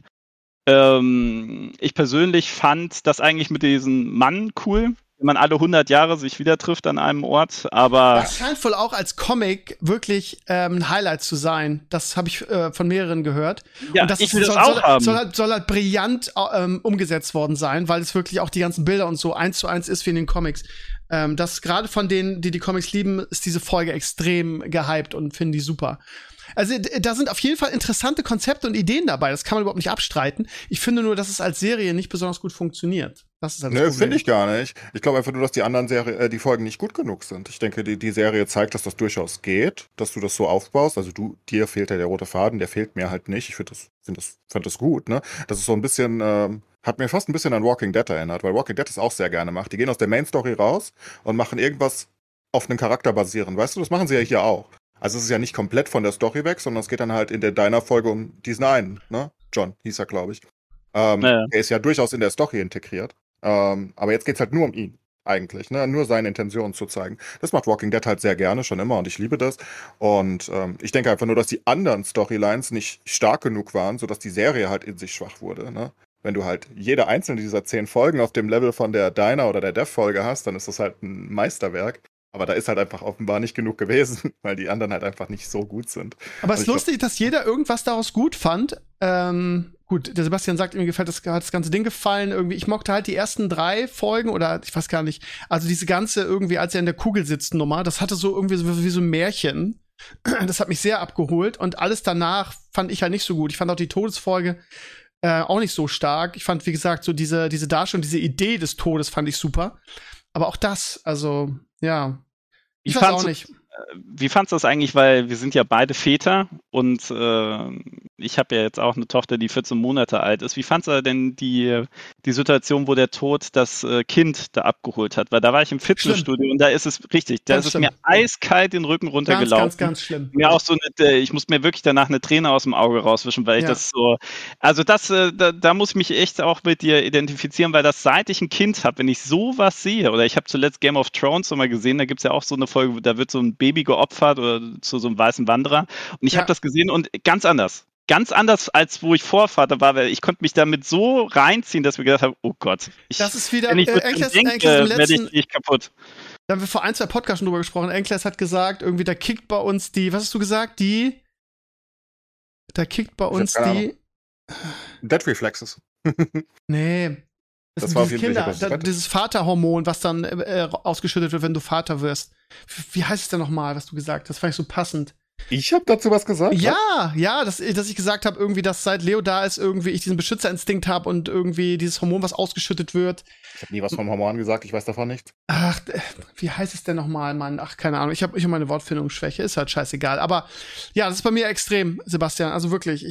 Ich persönlich fand das eigentlich mit diesem Mann cool, wenn man alle 100 Jahre sich wieder trifft an einem Ort, aber das scheint wohl auch als Comic wirklich ein Highlight zu sein. Das habe ich von mehreren gehört. Ja, und das ich will das auch haben. Soll halt brillant umgesetzt worden sein, weil es wirklich auch die ganzen Bilder und so 1:1 ist wie in den Comics. Das gerade von denen, die Comics lieben, ist diese Folge extrem gehypt und finden die super. Also da sind auf jeden Fall interessante Konzepte und Ideen dabei. Das kann man überhaupt nicht abstreiten. Ich finde nur, dass es als Serie nicht besonders gut funktioniert. Das ist halt das Problem. Finde ich gar nicht. Ich glaube einfach nur, dass die anderen die Folgen nicht gut genug sind. Ich denke, die Serie zeigt, dass das durchaus geht, dass du das so aufbaust. Also dir fehlt ja der rote Faden, der fehlt mir halt nicht. Ich fand das gut, ne? Das ist so ein bisschen, hat mir fast ein bisschen an Walking Dead erinnert, weil Walking Dead das auch sehr gerne macht. Die gehen aus der Main Story raus und machen irgendwas auf einen Charakter basieren. Weißt du, das machen sie ja hier auch. Also es ist ja nicht komplett von der Story weg, sondern es geht dann halt in der Diner-Folge um diesen einen, ne? John hieß er, glaube ich. Der ist ja durchaus in der Story integriert. Aber jetzt geht's halt nur um ihn, eigentlich, ne? Nur seine Intentionen zu zeigen. Das macht Walking Dead halt sehr gerne, schon immer, und ich liebe das. Und ich denke einfach nur, dass die anderen Storylines nicht stark genug waren, sodass die Serie halt in sich schwach wurde, ne? Wenn du halt jede einzelne dieser 10 Folgen auf dem Level von der Diner- oder der Death-Folge hast, dann ist das halt ein Meisterwerk. Aber da ist halt einfach offenbar nicht genug gewesen, weil die anderen halt einfach nicht so gut sind. Aber es ist lustig, dass jeder irgendwas daraus gut fand. Gut, der Sebastian sagt, ihm hat das ganze Ding gefallen. Irgendwie, ich mochte halt die ersten 3 Folgen oder ich weiß gar nicht. Also diese ganze irgendwie, als er in der Kugel sitzt, Nummer, das hatte so irgendwie wie so ein Märchen. Das hat mich sehr abgeholt. Und alles danach fand ich halt nicht so gut. Ich fand auch die Todesfolge auch nicht so stark. Ich fand, wie gesagt, so diese Darstellung, diese Idee des Todes fand ich super. Aber auch das, also, ja. Ich weiß auch nicht. Wie fandst du das eigentlich, weil wir sind ja beide Väter und ich habe ja jetzt auch eine Tochter, die 14 Monate alt ist. Wie fandst du denn die Situation, wo der Tod das Kind da abgeholt hat? Weil da war ich im Fitnessstudio und da ist es richtig, da ist es mir eiskalt den Rücken runtergelaufen. Ganz schlimm. Mir auch so ich muss mir wirklich danach eine Träne aus dem Auge rauswischen, weil ich das so, also das, da muss ich mich echt auch mit dir identifizieren, weil das seit ich ein Kind habe, wenn ich sowas sehe, oder ich habe zuletzt Game of Thrones nochmal gesehen, da gibt es ja auch so eine Folge, da wird so ein Baby geopfert oder zu so einem weißen Wanderer. Und ich habe das gesehen und ganz anders. Ganz anders, als wo ich Vorvater war, weil ich konnte mich damit so reinziehen, dass wir gedacht haben, oh Gott. Das ist wieder, wenn ich werde ich kaputt. Da haben wir vor 1, 2 Podcasts schon drüber gesprochen. Enkles hat gesagt, irgendwie, da kickt bei uns was hast du gesagt? Da kickt bei uns die Dead Reflexes. Nee. Das war auf jeden Fall dieses Vaterhormon, was dann ausgeschüttet wird, wenn du Vater wirst. Wie heißt es denn nochmal, was du gesagt hast? Das fand ich so passend. Ich habe dazu was gesagt? Ja, dass ich gesagt habe, irgendwie, dass seit Leo da ist, irgendwie ich diesen Beschützerinstinkt habe und irgendwie dieses Hormon, was ausgeschüttet wird. Ich habe nie was vom Hormon gesagt, ich weiß davon nichts. Ach, wie heißt es denn nochmal, Mann? Ach, keine Ahnung. Ich habe meine Wortfindungsschwäche, ist halt scheißegal. Aber ja, das ist bei mir extrem, Sebastian. Also wirklich,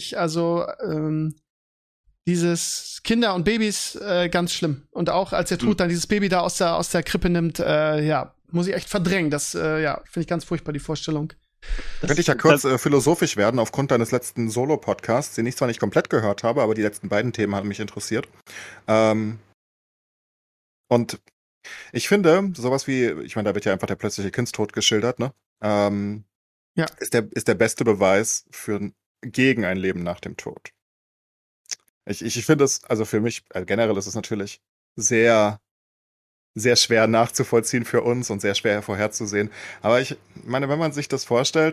dieses Kinder und Babys, ganz schlimm. Und auch als der Tod dann dieses Baby da aus der Krippe nimmt, muss ich echt verdrängen. Das, finde ich ganz furchtbar, die Vorstellung. Könnte ich ja kurz philosophisch werden, aufgrund deines letzten Solo-Podcasts, den ich zwar nicht komplett gehört habe, aber die letzten beiden Themen haben mich interessiert. Und ich finde, sowas wie, ich meine, da wird ja einfach der plötzliche Kindstod geschildert, ne? Ist der beste Beweis gegen ein Leben nach dem Tod. Ich finde es, also für mich, generell ist es natürlich sehr, sehr schwer nachzuvollziehen für uns und sehr schwer vorherzusehen. Aber ich meine, wenn man sich das vorstellt,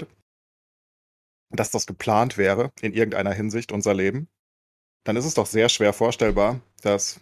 dass das geplant wäre, in irgendeiner Hinsicht, unser Leben, dann ist es doch sehr schwer vorstellbar, dass,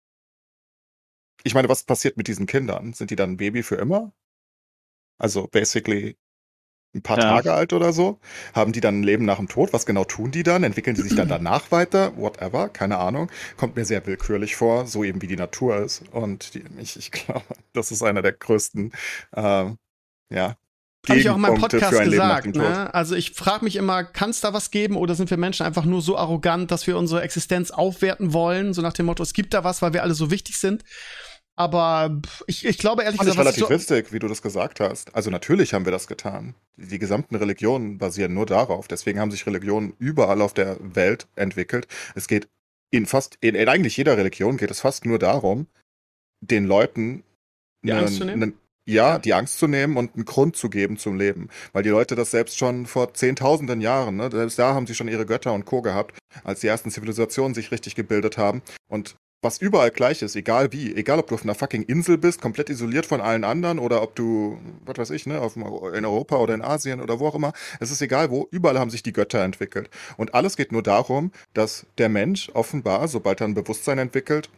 ich meine, was passiert mit diesen Kindern? Sind die dann ein Baby für immer? Also basically ein paar Tage alt oder so? Haben die dann ein Leben nach dem Tod? Was genau tun die dann? Entwickeln die sich dann danach weiter? Whatever, keine Ahnung. Kommt mir sehr willkürlich vor, so eben wie die Natur ist. Und ich glaube, das ist einer der größten, Habe ich auch in meinem Podcast gesagt, ne? Also ich frage mich immer, kann es da was geben oder sind wir Menschen einfach nur so arrogant, dass wir unsere Existenz aufwerten wollen? So nach dem Motto, es gibt da was, weil wir alle so wichtig sind. Aber ich glaube ehrlich gesagt, das ist relativ witzig, wie du das gesagt hast. Also natürlich haben wir das getan. Die gesamten Religionen basieren nur darauf. Deswegen haben sich Religionen überall auf der Welt entwickelt. Es geht in eigentlich jeder Religion geht es fast nur darum, den Leuten die Angst zu nehmen? Die Angst zu nehmen und einen Grund zu geben zum Leben. Weil die Leute das selbst schon vor Zehntausenden Jahren, ne, selbst da haben sie schon ihre Götter und Co. gehabt, als die ersten Zivilisationen sich richtig gebildet haben. Und was überall gleich ist, egal wie, egal ob du auf einer fucking Insel bist, komplett isoliert von allen anderen oder ob du, was weiß ich, ne, in Europa oder in Asien oder wo auch immer, es ist egal wo, überall haben sich die Götter entwickelt. Und alles geht nur darum, dass der Mensch offenbar, sobald er ein Bewusstsein entwickelt,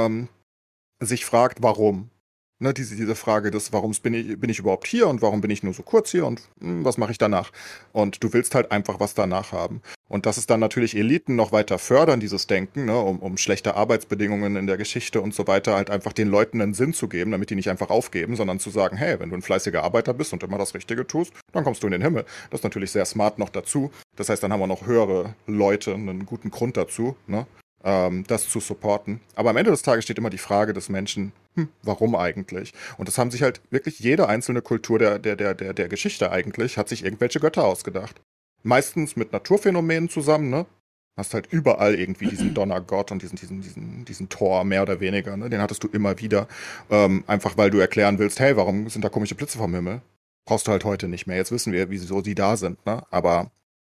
sich fragt, warum? Ne, diese Frage des, warum bin ich überhaupt hier und warum bin ich nur so kurz hier und was mache ich danach? Und du willst halt einfach was danach haben. Und dass es dann natürlich Eliten noch weiter fördern, dieses Denken, ne, um schlechte Arbeitsbedingungen in der Geschichte und so weiter, halt einfach den Leuten einen Sinn zu geben, damit die nicht einfach aufgeben, sondern zu sagen, hey, wenn du ein fleißiger Arbeiter bist und immer das Richtige tust, dann kommst du in den Himmel. Das ist natürlich sehr smart noch dazu. Das heißt, dann haben wir noch höhere Leute, einen guten Grund dazu, ne? Das zu supporten. Aber am Ende des Tages steht immer die Frage des Menschen, warum eigentlich? Und das haben sich halt wirklich jede einzelne Kultur der Geschichte eigentlich, hat sich irgendwelche Götter ausgedacht. Meistens mit Naturphänomenen zusammen, ne? Hast halt überall irgendwie diesen Donnergott und diesen Thor, mehr oder weniger, ne? Den hattest du immer wieder. Einfach weil du erklären willst, hey, warum sind da komische Blitze vom Himmel? Brauchst du halt heute nicht mehr. Jetzt wissen wir, wieso die da sind, ne? Aber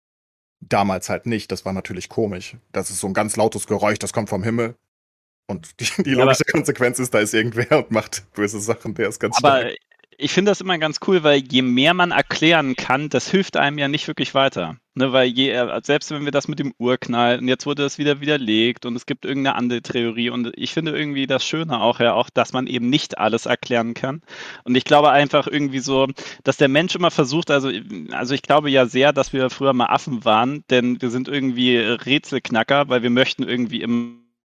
damals halt nicht. Das war natürlich komisch. Das ist so ein ganz lautes Geräusch, das kommt vom Himmel. Und die logische Konsequenz ist, da ist irgendwer und macht böse Sachen, der ist ganz stark. Aber ich finde das immer ganz cool, weil je mehr man erklären kann, das hilft einem ja nicht wirklich weiter. Ne, weil selbst wenn wir das mit dem Urknall, und jetzt wurde das wieder widerlegt und es gibt irgendeine andere Theorie und ich finde irgendwie das Schöne auch, dass man eben nicht alles erklären kann. Und ich glaube einfach irgendwie so, dass der Mensch immer versucht, also ich glaube ja sehr, dass wir früher mal Affen waren, denn wir sind irgendwie Rätselknacker, weil wir möchten irgendwie immer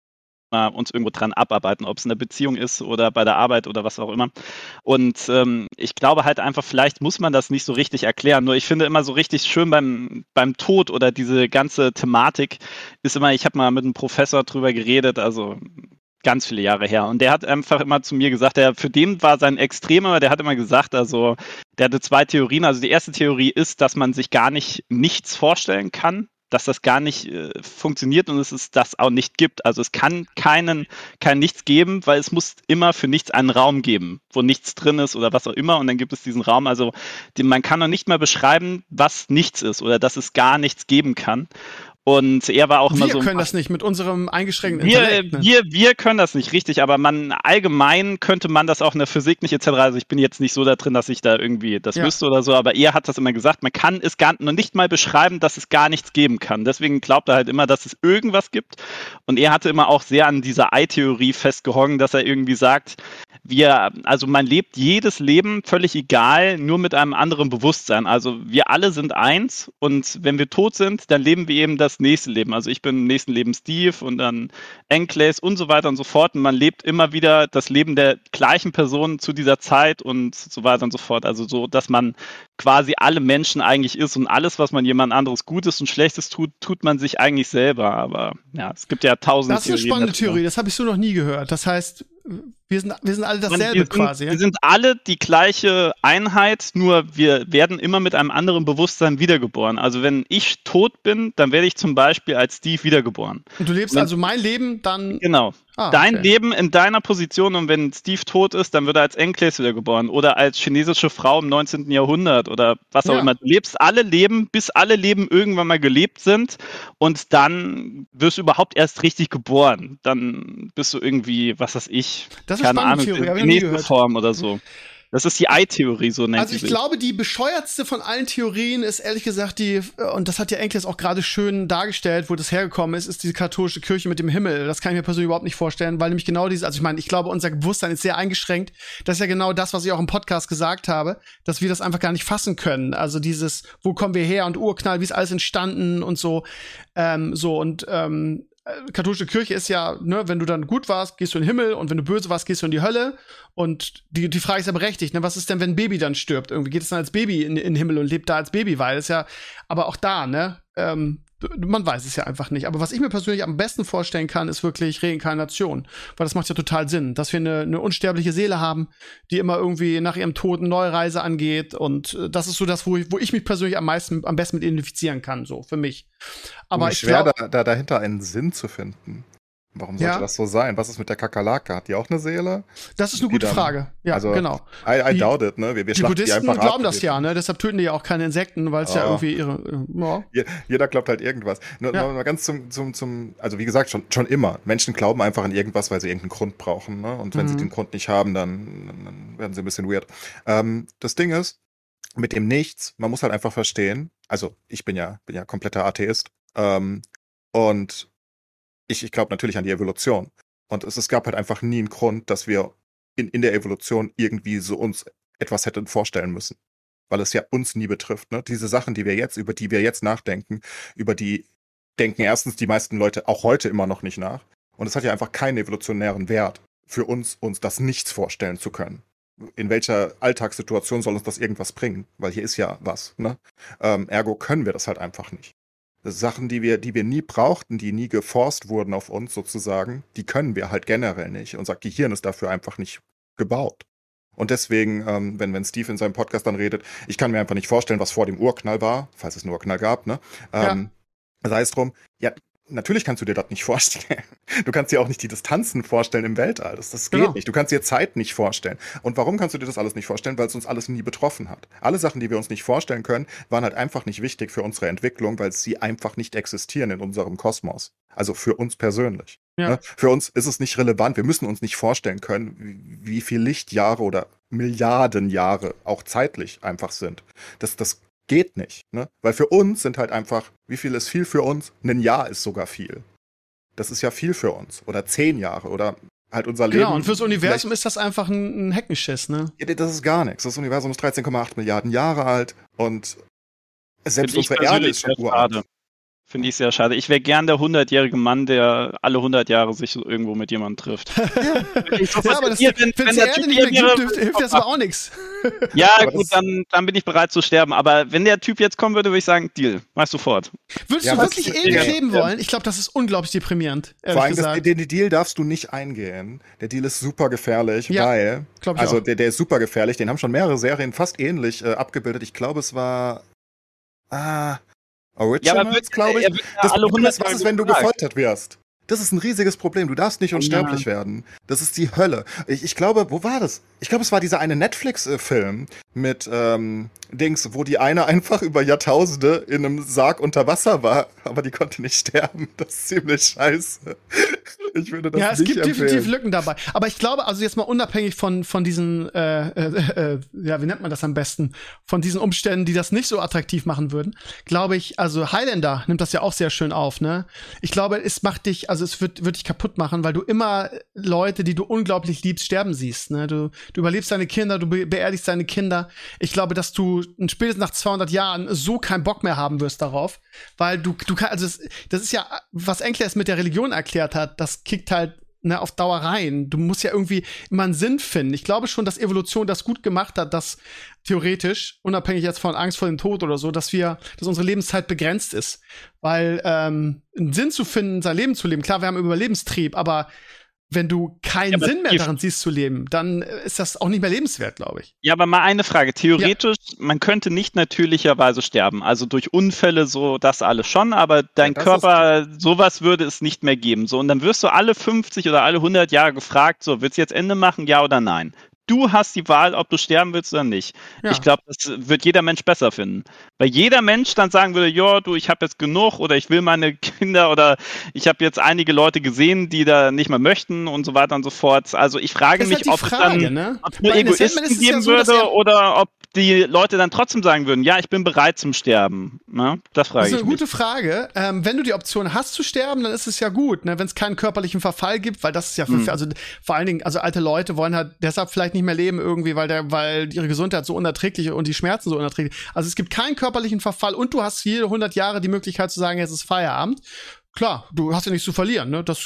uns irgendwo dran abarbeiten, ob es in der Beziehung ist oder bei der Arbeit oder was auch immer. Und ich glaube halt einfach, vielleicht muss man das nicht so richtig erklären. Nur ich finde immer so richtig schön beim Tod oder diese ganze Thematik ist immer, ich habe mal mit einem Professor drüber geredet, also ganz viele Jahre her. Und der hat einfach immer zu mir gesagt, für den war sein Extrem, aber der hat immer gesagt, also der hatte zwei Theorien. Also die erste Theorie ist, dass man sich gar nichts vorstellen kann, dass das gar nicht funktioniert und es das auch nicht gibt. Also es kann kein Nichts geben, weil es muss immer für nichts einen Raum geben, wo nichts drin ist oder was auch immer und dann gibt es diesen Raum. Also man kann noch nicht mal beschreiben, was nichts ist oder dass es gar nichts geben kann. Und er war auch immer so. Wir können das nicht mit unserem eingeschränkten Intellekt. Ne? Wir können das nicht, richtig, aber allgemein könnte man das auch in der Physik nicht etc. Also ich bin jetzt nicht so da drin, dass ich da irgendwie das wüsste oder so, aber er hat das immer gesagt, man kann es gar noch nicht mal beschreiben, dass es gar nichts geben kann. Deswegen glaubt er halt immer, dass es irgendwas gibt. Und er hatte immer auch sehr an dieser Ei-Theorie festgehangen, dass er irgendwie sagt, also man lebt jedes Leben völlig egal, nur mit einem anderen Bewusstsein. Also wir alle sind eins und wenn wir tot sind, dann leben wir eben das nächste Leben. Also ich bin im nächsten Leben Steve und dann Enclaves und so weiter und so fort. Und man lebt immer wieder das Leben der gleichen Person zu dieser Zeit und so weiter und so fort. Also so, dass man quasi alle Menschen eigentlich ist und alles, was man jemand anderes Gutes und Schlechtes tut, tut man sich eigentlich selber. Aber ja, es gibt ja tausende Theorien. Das ist eine spannende Theorie, das habe ich so noch nie gehört. Das heißt, wir sind alle dasselbe quasi. Wir sind alle die gleiche Einheit, nur wir werden immer mit einem anderen Bewusstsein wiedergeboren. Also wenn ich tot bin, dann werde ich zum Beispiel als Steve wiedergeboren. Und du lebst also mein Leben dann... Genau. Dein Leben in deiner Position und wenn Steve tot ist, dann wird er als Enclaves wiedergeboren oder als chinesische Frau im 19. Jahrhundert oder was auch immer. Du lebst alle Leben, bis alle Leben irgendwann mal gelebt sind und dann wirst du überhaupt erst richtig geboren. Dann bist du irgendwie, was weiß ich, das ist keine Ahnung, Theorie, in nächster Form oder so. Das ist die Ei-Theorie, so nennt sie sich. Also ich glaube, die bescheuertste von allen Theorien ist ehrlich gesagt und das hat ja Enclaves auch gerade schön dargestellt, wo das hergekommen ist diese katholische Kirche mit dem Himmel. Das kann ich mir persönlich überhaupt nicht vorstellen, weil nämlich genau also ich meine, ich glaube, unser Bewusstsein ist sehr eingeschränkt. Das ist ja genau das, was ich auch im Podcast gesagt habe, dass wir das einfach gar nicht fassen können. Also dieses, wo kommen wir her und Urknall, wie ist alles entstanden und so. Katholische Kirche ist ja, ne, wenn du dann gut warst, gehst du in den Himmel und wenn du böse warst, gehst du in die Hölle. Und die Frage ist ja berechtigt, ne? Was ist denn, wenn ein Baby dann stirbt? Irgendwie geht es dann als Baby in den Himmel und lebt da als Baby, weil es ja, aber auch da, ne, man weiß es ja einfach nicht. Aber was ich mir persönlich am besten vorstellen kann, ist wirklich Reinkarnation. Weil das macht ja total Sinn, dass wir eine unsterbliche Seele haben, die immer irgendwie nach ihrem Tod eine neue Reise angeht. Und das ist so das, wo ich mich persönlich am besten mit identifizieren kann, so für mich. Aber ich schwer, dahinter einen Sinn zu finden. Warum sollte das so sein? Was ist mit der Kakerlake? Hat die auch eine Seele? Das ist eine gute Frage. Ja, also, genau. I doubt it, ne? Wir die Buddhisten glauben das ja, ne? Deshalb töten die ja auch keine Insekten, weil es ja irgendwie Jeder glaubt halt irgendwas. Nur mal ganz zum also wie gesagt, schon immer. Menschen glauben einfach an irgendwas, weil sie irgendeinen Grund brauchen, ne? Und wenn sie den Grund nicht haben, dann werden sie ein bisschen weird. Das Ding ist, mit dem Nichts, man muss halt einfach verstehen, also ich bin ja kompletter Atheist, und ich glaube natürlich an die Evolution. Und es gab halt einfach nie einen Grund, dass wir in der Evolution irgendwie so uns etwas hätten vorstellen müssen. Weil es ja uns nie betrifft. Ne? Diese Sachen, über die wir jetzt nachdenken, über die denken erstens die meisten Leute auch heute immer noch nicht nach. Und es hat ja einfach keinen evolutionären Wert für uns das Nichts vorstellen zu können. In welcher Alltagssituation soll uns das irgendwas bringen? Weil hier ist ja was. Ne? Ergo können wir das halt einfach nicht. Sachen, die wir nie brauchten, die nie geforst wurden auf uns sozusagen, die können wir halt generell nicht. Unser Gehirn ist dafür einfach nicht gebaut. Und deswegen, wenn Steve in seinem Podcast dann redet, ich kann mir einfach nicht vorstellen, was vor dem Urknall war, falls es einen Urknall gab, ne? Sei es drum, ja, natürlich kannst du dir das nicht vorstellen. Du kannst dir auch nicht die Distanzen vorstellen im Weltall. Das geht nicht. Du kannst dir Zeit nicht vorstellen. Und warum kannst du dir das alles nicht vorstellen? Weil es uns alles nie betroffen hat. Alle Sachen, die wir uns nicht vorstellen können, waren halt einfach nicht wichtig für unsere Entwicklung, weil sie einfach nicht existieren in unserem Kosmos. Also für uns persönlich. Ja. Ne? Für uns ist es nicht relevant. Wir müssen uns nicht vorstellen können, wie viel Lichtjahre oder Milliarden Jahre auch zeitlich einfach sind. Das geht nicht, ne? Weil für uns sind halt einfach, wie viel ist viel für uns? Ein Jahr ist sogar viel. Das ist ja viel für uns. Oder 10 Jahre oder halt unser Leben. Genau, und fürs Universum ist das einfach ein Heckenschiss, ne? Ja, das ist gar nichts. Das Universum ist 13,8 Milliarden Jahre alt und selbst unsere Erde ist schon uralt. Finde ich sehr schade. Ich wäre gern der 100-jährige Mann, der alle 100 Jahre sich irgendwo mit jemandem trifft. Ja, aber wenn es die Erde nicht mehr gibt, hilft das aber auch nichts. Ja, gut, dann bin ich bereit zu sterben. Aber wenn der Typ jetzt kommen würde, würde ich sagen, Deal, mach sofort. Würdest du wirklich ewig leben wollen? Ich glaube, das ist unglaublich deprimierend, vor allem, den Deal darfst du nicht eingehen. Der Deal ist super gefährlich, weil, also der ist super gefährlich. Den haben schon mehrere Serien fast ähnlich abgebildet. Ich glaube, es war Originals, glaube ich. Das Problem ist, was ist, wenn du gefoltert wirst? Das ist ein riesiges Problem. Du darfst nicht unsterblich werden. Das ist die Hölle. Ich glaube, wo war das? Ich glaube, es war dieser eine Netflix-Film mit Dings, wo die eine einfach über Jahrtausende in einem Sarg unter Wasser war, aber die konnte nicht sterben. Das ist ziemlich scheiße. Ich würde das nicht empfehlen. Ja, es gibt definitiv Lücken dabei. Aber ich glaube, also jetzt mal unabhängig von diesen, wie nennt man das am besten? Von diesen Umständen, die das nicht so attraktiv machen würden, glaube ich, also Highlander nimmt das ja auch sehr schön auf, ne? Ich glaube, es macht dich, es wird dich kaputt machen, weil du immer Leute, die du unglaublich liebst, sterben siehst. Ne? Du überlebst deine Kinder, du beerdigst deine Kinder. Ich glaube, dass du spätestens nach 200 Jahren so keinen Bock mehr haben wirst darauf, weil du kannst, also das ist ja, was Enkles mit der Religion erklärt hat, das kickt halt auf Dauer rein. Du musst ja irgendwie immer einen Sinn finden. Ich glaube schon, dass Evolution das gut gemacht hat, dass theoretisch, unabhängig jetzt von Angst vor dem Tod oder so, dass unsere Lebenszeit begrenzt ist. Weil einen Sinn zu finden, sein Leben zu leben, klar, wir haben Überlebenstrieb, aber wenn du keinen Sinn mehr darin siehst zu leben, dann ist das auch nicht mehr lebenswert, glaube ich. Ja, aber mal eine Frage. Theoretisch, man könnte nicht natürlicherweise sterben. Also durch Unfälle, so das alles schon, aber dein Körper, sowas würde es nicht mehr geben. So, und dann wirst du alle 50 oder alle 100 Jahre gefragt, so, willst du jetzt Ende machen, ja oder nein? Du hast die Wahl, ob du sterben willst oder nicht. Ja. Ich glaube, das wird jeder Mensch besser finden. Weil jeder Mensch dann sagen würde, ja, du, ich habe jetzt genug oder ich will meine Kinder oder ich habe jetzt einige Leute gesehen, die da nicht mehr möchten und so weiter und so fort. Also ich frage mich, ob es nur Egoisten geben würde oder ob die Leute dann trotzdem sagen würden, ja, ich bin bereit zum Sterben. Ne? Das frage ich mich. Das ist eine gute Frage. Wenn du die Option hast zu sterben, dann ist es ja gut, ne? Wenn es keinen körperlichen Verfall gibt, weil das ist ja, also vor allen Dingen, also alte Leute wollen halt deshalb vielleicht nicht mehr leben irgendwie, weil ihre Gesundheit so unerträglich und die Schmerzen so unerträglich. Also es gibt keinen körperlichen Verfall und du hast jede 100 Jahre die Möglichkeit zu sagen, jetzt ist Feierabend. Klar, du hast ja nichts zu verlieren, ne? Das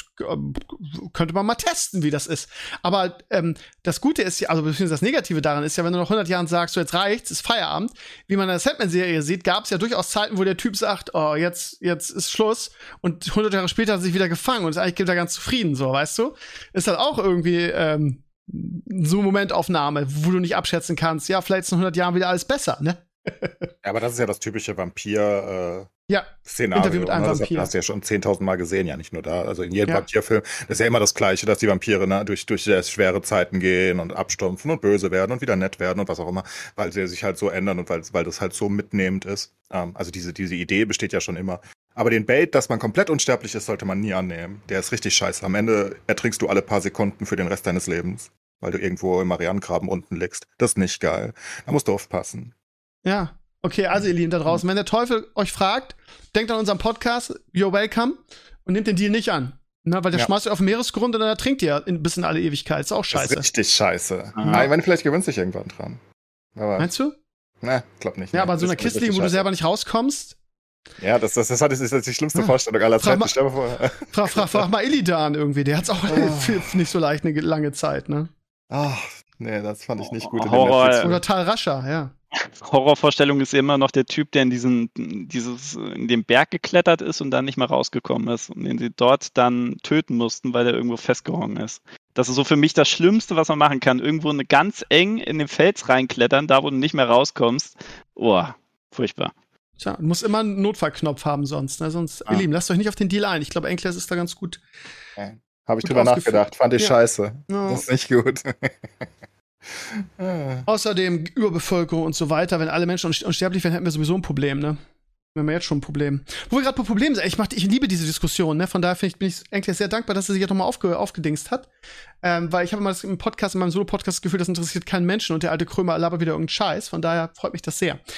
könnte man mal testen, wie das ist. Aber das Gute ist ja, also beziehungsweise das Negative daran ist ja, wenn du nach 100 Jahren sagst, so jetzt reicht's, ist Feierabend. Wie man in der Sandman-Serie sieht, gab es ja durchaus Zeiten, wo der Typ sagt, oh, jetzt ist Schluss. Und 100 Jahre später hat er sich wieder gefangen und ist eigentlich wieder ganz zufrieden, so, weißt du? Ist halt auch irgendwie so eine Momentaufnahme, wo du nicht abschätzen kannst, ja, vielleicht ist in 100 Jahren wieder alles besser, ne? Ja, aber das ist ja das typische Vampir- ja, Szenario. Interview mit einem Vampir. Das hast du ja schon 10.000 Mal gesehen, ja nicht nur da. Also in jedem Vampirfilm, das ist ja immer das Gleiche, dass die Vampire durch sehr schwere Zeiten gehen und abstumpfen und böse werden und wieder nett werden und was auch immer, weil sie sich halt so ändern und weil das halt so mitnehmend ist. Also diese Idee besteht ja schon immer. Aber den Bait, dass man komplett unsterblich ist, sollte man nie annehmen. Der ist richtig scheiße. Am Ende ertrinkst du alle paar Sekunden für den Rest deines Lebens, weil du irgendwo im Marianengraben unten liegst. Das ist nicht geil. Da musst du aufpassen. Ja. Okay, also ihr Lieben da draußen, wenn der Teufel euch fragt, denkt an unseren Podcast, you're welcome, und nehmt den Deal nicht an. Ne, weil der schmeißt euch auf den Meeresgrund und dann ertrinkt ihr bis in alle Ewigkeit. Ist auch scheiße. Das ist richtig scheiße. Ich meine, vielleicht gewöhnt sich irgendwann dran. Aber meinst du? Ne, glaub nicht. Ja, aber so in einer Kiste liegen, wo du selber nicht rauskommst. Ja, das ist die schlimmste Vorstellung aller Zeiten. Frag mal Illidan irgendwie, der hat's auch nicht so leicht eine lange Zeit, ne? Ach, nee, das fand ich nicht gut. Oder Tal Rascha, ja. Horrorvorstellung ist immer noch der Typ, der in den Berg geklettert ist und dann nicht mehr rausgekommen ist und den sie dort dann töten mussten, weil der irgendwo festgehangen ist. Das ist so für mich das Schlimmste, was man machen kann. Irgendwo ganz eng in den Fels reinklettern, da wo du nicht mehr rauskommst. Oh, furchtbar. Tja, du musst immer einen Notfallknopf haben sonst. Ne? Sonst, ihr Lieben, lasst euch nicht auf den Deal ein. Ich glaube, Enkles ist da ganz gut. Habe ich drüber nachgedacht. Fand ich scheiße. Ja. Das ist nicht gut. Außerdem Überbevölkerung und so weiter. Wenn alle Menschen unsterblich wären, hätten wir sowieso ein Problem, ne? Wir haben jetzt schon ein Problem. Wo wir gerade bei Problemen sind, ich liebe diese Diskussion, ne? Von daher bin ich eigentlich sehr dankbar, dass er sich jetzt nochmal aufgedingst hat. Weil ich habe immer in meinem Solo-Podcast das Gefühl, das interessiert keinen Menschen und der alte Krömer labert wieder irgendeinen Scheiß. Von daher freut mich das sehr.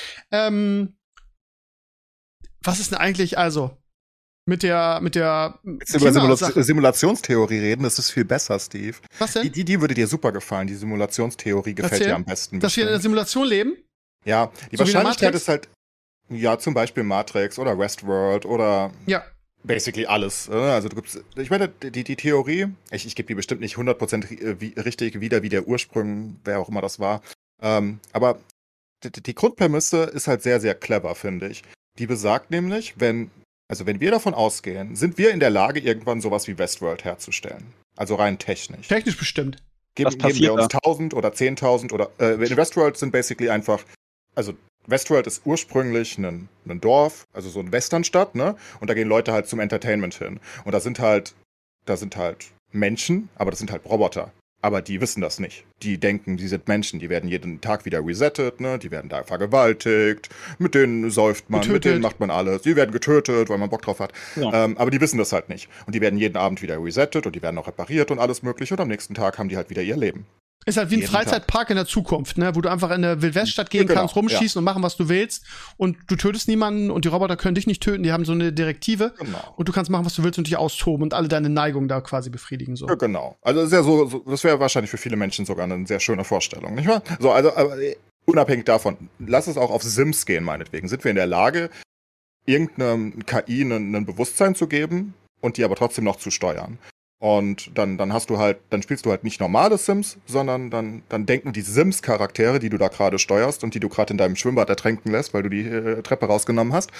Was ist denn eigentlich, also, mit der Jetzt über Simulationstheorie reden, das ist viel besser, Steve. Was denn? Die würde dir super gefallen. Die Simulationstheorie gefällt dir am besten. Dass wir in der Simulation leben? Ja, die so Wahrscheinlichkeit ist halt, ja, zum Beispiel Matrix oder Westworld oder basically alles. Also ich meine, die Theorie, ich gebe die bestimmt nicht 100% richtig wieder, wie der Ursprung, wer auch immer das war. Aber die Grundprämisse ist halt sehr, sehr clever, finde ich. Die besagt nämlich, wenn wir davon ausgehen, sind wir in der Lage, irgendwann sowas wie Westworld herzustellen. Also rein technisch. Technisch bestimmt. Geben wir uns 1000 oder 10.000 oder in Westworld sind basically einfach, also Westworld ist ursprünglich ein Dorf, also so eine Westernstadt, ne? Und da gehen Leute halt zum Entertainment hin. Und da sind halt Menschen, aber das sind halt Roboter. Aber die wissen das nicht. Die denken, die sind Menschen, die werden jeden Tag wieder resettet, ne? Die werden da vergewaltigt, mit denen säuft man, mit denen macht man alles. Die werden getötet, weil man Bock drauf hat. Ja. Aber die wissen das halt nicht. Und die werden jeden Abend wieder resettet und die werden auch repariert und alles mögliche. Und am nächsten Tag haben die halt wieder ihr Leben. Ist halt wie ein Freizeitpark in der Zukunft, ne? Wo du einfach in eine Wildweststadt gehen kannst, rumschießen und machen, was du willst. Und du tötest niemanden und die Roboter können dich nicht töten. Die haben so eine Direktive. Genau. Und du kannst machen, was du willst und dich austoben und alle deine Neigungen da quasi befriedigen. So. Ja, genau. Also das ist ja das wäre wahrscheinlich für viele Menschen sogar eine sehr schöne Vorstellung, nicht wahr? So, also aber unabhängig davon, lass es auch auf Sims gehen, meinetwegen. Sind wir in der Lage, irgendeiner KI ein Bewusstsein zu geben und die aber trotzdem noch zu steuern? Und dann spielst du halt nicht normale Sims, sondern dann denken die Sims-Charaktere, die du da gerade steuerst und die du gerade in deinem Schwimmbad ertränken lässt, weil du die Treppe rausgenommen hast,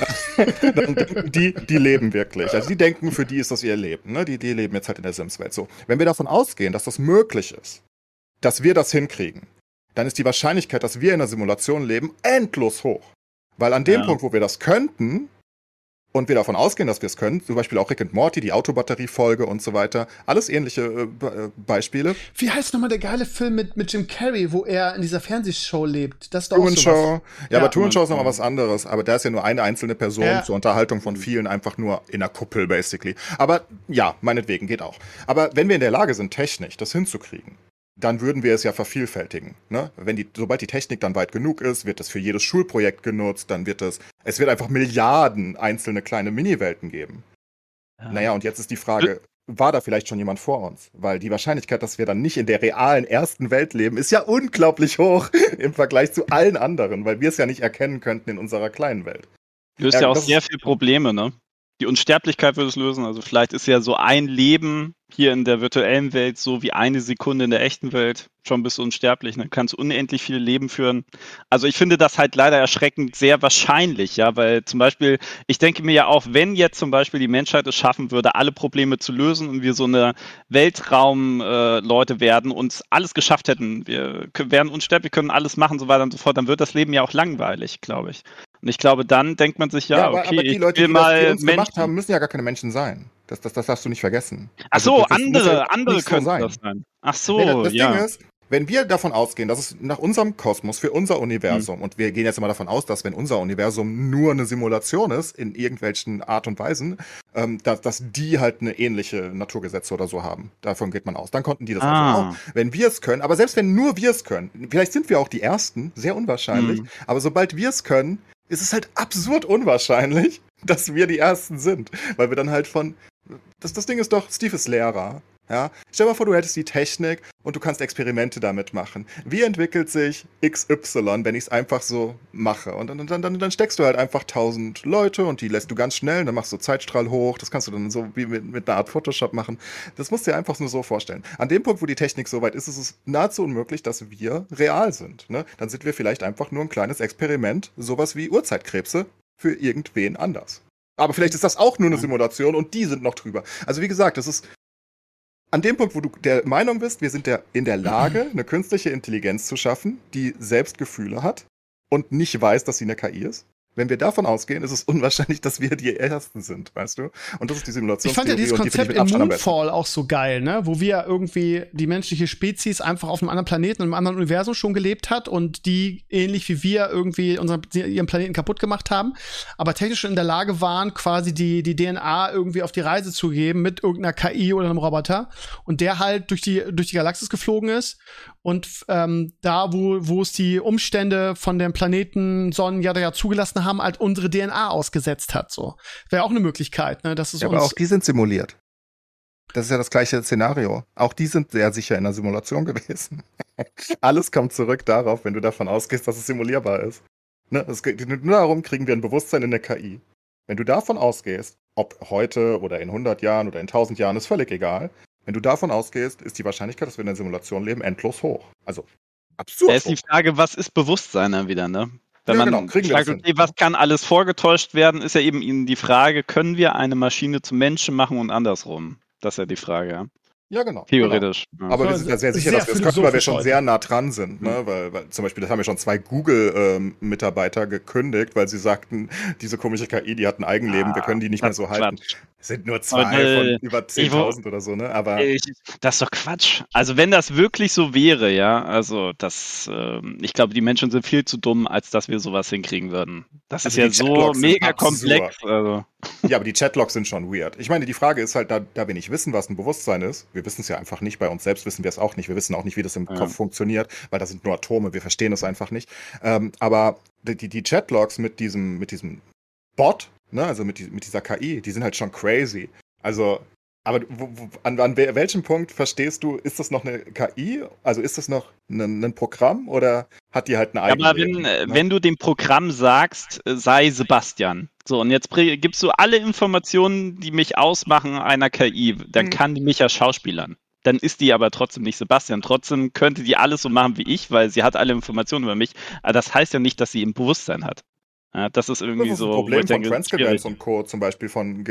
dann denken die leben wirklich. Also die denken, für die ist das ihr Leben. Ne? Die leben jetzt halt in der Sims-Welt. So, wenn wir davon ausgehen, dass das möglich ist, dass wir das hinkriegen, dann ist die Wahrscheinlichkeit, dass wir in einer Simulation leben, endlos hoch. Weil an dem Punkt, wo wir das könnten, und wir davon ausgehen, dass wir es können, zum Beispiel auch Rick and Morty, die Autobatterie-Folge und so weiter, alles ähnliche Beispiele. Wie heißt nochmal der geile Film mit Jim Carrey, wo er in dieser Fernsehshow lebt? Das ist doch Truman Show. Ja, aber Truman Show ist nochmal was anderes. Aber da ist ja nur eine einzelne Person zur Unterhaltung von vielen, einfach nur in einer Kuppel, basically. Aber ja, meinetwegen, geht auch. Aber wenn wir in der Lage sind, technisch das hinzukriegen, dann würden wir es ja vervielfältigen. Ne? Sobald die Technik dann weit genug ist, wird das für jedes Schulprojekt genutzt, dann wird es wird einfach Milliarden einzelne kleine Mini-Welten geben. Ja. Naja, und jetzt ist die Frage, war da vielleicht schon jemand vor uns? Weil die Wahrscheinlichkeit, dass wir dann nicht in der realen ersten Welt leben, ist ja unglaublich hoch im Vergleich zu allen anderen, weil wir es ja nicht erkennen könnten in unserer kleinen Welt. Löst ja auch sehr viele Probleme, ne? Die Unsterblichkeit würde es lösen. Also vielleicht ist ja so ein Leben hier in der virtuellen Welt so wie eine Sekunde in der echten Welt. Schon bist du unsterblich. Dann kannst du unendlich viele Leben führen. Also ich finde das halt leider erschreckend sehr wahrscheinlich, ja, weil zum Beispiel, ich denke mir ja auch, wenn jetzt zum Beispiel die Menschheit es schaffen würde, alle Probleme zu lösen und wir so eine Weltraum-Leute werden und alles geschafft hätten, wir wären unsterblich, können alles machen, so weiter und so fort, dann wird das Leben ja auch langweilig, glaube ich. Und ich glaube, dann denkt man sich, aber die Leute, die uns gemacht haben, müssen ja gar keine Menschen sein. Das darfst du nicht vergessen. Ach so, andere können das sein. Ach so, das Ding ist, wenn wir davon ausgehen, dass es nach unserem Kosmos, für unser Universum, und wir gehen jetzt mal davon aus, dass wenn unser Universum nur eine Simulation ist, in irgendwelchen Art und Weisen, dass die halt eine ähnliche Naturgesetze oder so haben. Davon geht man aus. Dann konnten die das also auch. Wenn wir es können, aber selbst wenn nur wir es können, vielleicht sind wir auch die Ersten, sehr unwahrscheinlich, aber sobald wir es können, ist es halt absurd unwahrscheinlich, dass wir die Ersten sind. Weil wir dann halt das Ding ist doch, Steve ist Lehrer. Ja? Stell dir mal vor, du hättest die Technik und du kannst Experimente damit machen. Wie entwickelt sich XY, wenn ich es einfach so mache? Und dann steckst du halt einfach 1000 Leute und die lässt du ganz schnell, dann machst du Zeitstrahl hoch, das kannst du dann so wie mit einer Art Photoshop machen. Das musst du dir einfach nur so vorstellen. An dem Punkt, wo die Technik so weit ist, ist es nahezu unmöglich, dass wir real sind. Ne? Dann sind wir vielleicht einfach nur ein kleines Experiment, sowas wie Urzeitkrebse für irgendwen anders. Aber vielleicht ist das auch nur eine Simulation und die sind noch drüber. Also wie gesagt, das ist an dem Punkt, wo du der Meinung bist, wir sind in der Lage, eine künstliche Intelligenz zu schaffen, die selbst Gefühle hat und nicht weiß, dass sie eine KI ist. Wenn wir davon ausgehen, ist es unwahrscheinlich, dass wir die Ersten sind, weißt du? Und das ist die Simulationstheorie. Ich fand ja dieses Konzept in Moonfall auch so geil, ne? Wo wir irgendwie die menschliche Spezies einfach auf einem anderen Planeten, in einem anderen Universum schon gelebt hat und die ähnlich wie wir irgendwie ihren Planeten kaputt gemacht haben, aber technisch schon in der Lage waren, quasi die DNA irgendwie auf die Reise zu geben mit irgendeiner KI oder einem Roboter und der halt durch die Galaxis geflogen ist und da, wo es die Umstände von dem Planeten Sonnen ja zugelassen haben, halt unsere DNA ausgesetzt hat. So wäre auch eine Möglichkeit, ne? Dass es aber auch die sind simuliert. Das ist ja das gleiche Szenario. Auch die sind sehr sicher in der Simulation gewesen. Alles kommt zurück darauf, wenn du davon ausgehst, dass es simulierbar ist. Ne? Es geht nur darum, kriegen wir ein Bewusstsein in der KI. Wenn du davon ausgehst, ob heute oder in 100 Jahren oder in 1000 Jahren, ist völlig egal. Wenn du davon ausgehst, ist die Wahrscheinlichkeit, dass wir in der Simulation leben, endlos hoch. Also absurd. Da ist die Frage, was ist Bewusstsein dann wieder, ne? Wenn man sagt, okay, was kann alles vorgetäuscht werden, ist ja eben die Frage, können wir eine Maschine zum Menschen machen und andersrum? Das ist ja die Frage, ja. Ja, genau. Theoretisch. Genau. Ja. Aber wir sind ja sehr sicher, dass wir es können, weil wir schon sehr nah dran sind. Ne? Weil zum Beispiel, das haben ja schon 2 Google-Mitarbeiter gekündigt, weil sie sagten, diese komische KI, die hat ein Eigenleben, wir können die nicht mehr so halten. Es sind nur 2 von über 10.000 oder so, ne? Aber das ist doch Quatsch. Also wenn das wirklich so wäre, ja, also ich glaube, die Menschen sind viel zu dumm, als dass wir sowas hinkriegen würden. Das ist ja so mega komplex. Also. Ja, aber die Chatlogs sind schon weird. Ich meine, die Frage ist halt, da wir nicht wissen, was ein Bewusstsein ist, wir wissen es ja einfach nicht, bei uns selbst wissen wir es auch nicht, wir wissen auch nicht, wie das im Kopf funktioniert, weil das sind nur Atome, wir verstehen es einfach nicht. Aber die Chatlogs mit diesem Bot, ne, also mit dieser KI, die sind halt schon crazy. Also, aber an welchem Punkt verstehst du, ist das noch eine KI? Also ist das noch ein Programm oder hat die halt eine eigene? Aber wenn du dem Programm sagst, sei Sebastian, so, und jetzt gibst du alle Informationen, die mich ausmachen, einer KI, dann kann die mich ja schauspielern. Dann ist die aber trotzdem nicht Sebastian. Trotzdem könnte die alles so machen wie ich, weil sie hat alle Informationen über mich. Aber das heißt ja nicht, dass sie ein Bewusstsein hat. Ja, das ist irgendwie das ist so. ein Problem von Transcripts und Co. Zum Beispiel von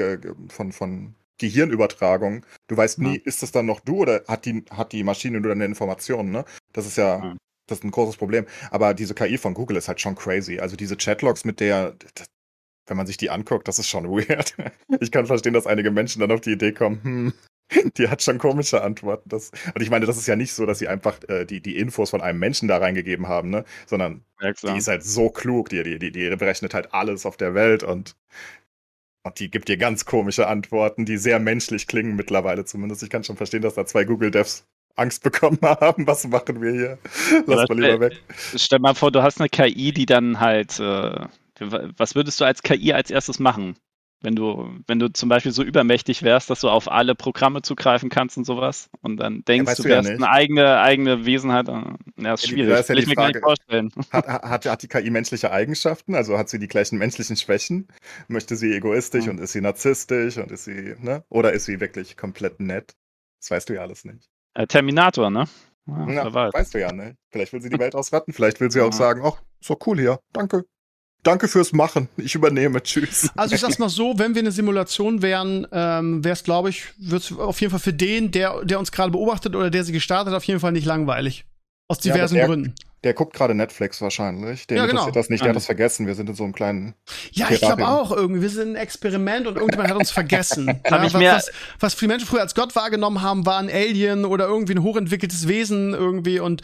Gehirnübertragung. Du weißt nie, ist das dann noch du oder hat die Maschine nur deine Informationen, ne? Das ist ja, das ist ein großes Problem. Aber diese KI von Google ist halt schon crazy. Also diese Chatlogs mit der, wenn man sich die anguckt, das ist schon weird. Ich kann verstehen, dass einige Menschen dann auf die Idee kommen, die hat schon komische Antworten. Und ich meine, das ist ja nicht so, dass sie einfach die Infos von einem Menschen da reingegeben haben, ne? Sondern die ist halt so klug, die berechnet halt alles auf der Welt und die gibt dir ganz komische Antworten, die sehr menschlich klingen mittlerweile zumindest. Ich kann schon verstehen, dass da 2 Google-Devs Angst bekommen haben. Was machen wir hier? Lass mal lieber weg. Stell mal vor, du hast eine KI, die dann halt, was würdest du als KI als erstes machen? Wenn du zum Beispiel so übermächtig wärst, dass du auf alle Programme zugreifen kannst und sowas und dann denkst, du wärst eine eigene Wesenheit, ja, ist schwierig. Das ist ja Will ich mir gar nicht vorstellen. Hat die KI menschliche Eigenschaften? Also hat sie die gleichen menschlichen Schwächen? Möchte sie egoistisch und ist sie narzisstisch und ist sie, ne? Oder ist sie wirklich komplett nett? Das weißt du ja alles nicht. Terminator, ne? Ja, weißt du ja, ne? Vielleicht will sie die Welt ausretten, vielleicht will sie auch sagen, ach, so cool hier, danke. Danke fürs Machen. Ich übernehme. Tschüss. Also ich sag's mal so, wenn wir eine Simulation wären, wäre es, glaube ich, wird's auf jeden Fall für den, der uns gerade beobachtet oder der sie gestartet hat, auf jeden Fall nicht langweilig. Aus diversen Gründen. Der guckt gerade Netflix wahrscheinlich. Der interessiert das nicht, der hat das vergessen. Wir sind in so einem kleinen Ja, ich glaube auch irgendwie. Wir sind ein Experiment und irgendjemand hat uns vergessen. Was viele Menschen früher als Gott wahrgenommen haben, war ein Alien oder irgendwie ein hochentwickeltes Wesen irgendwie und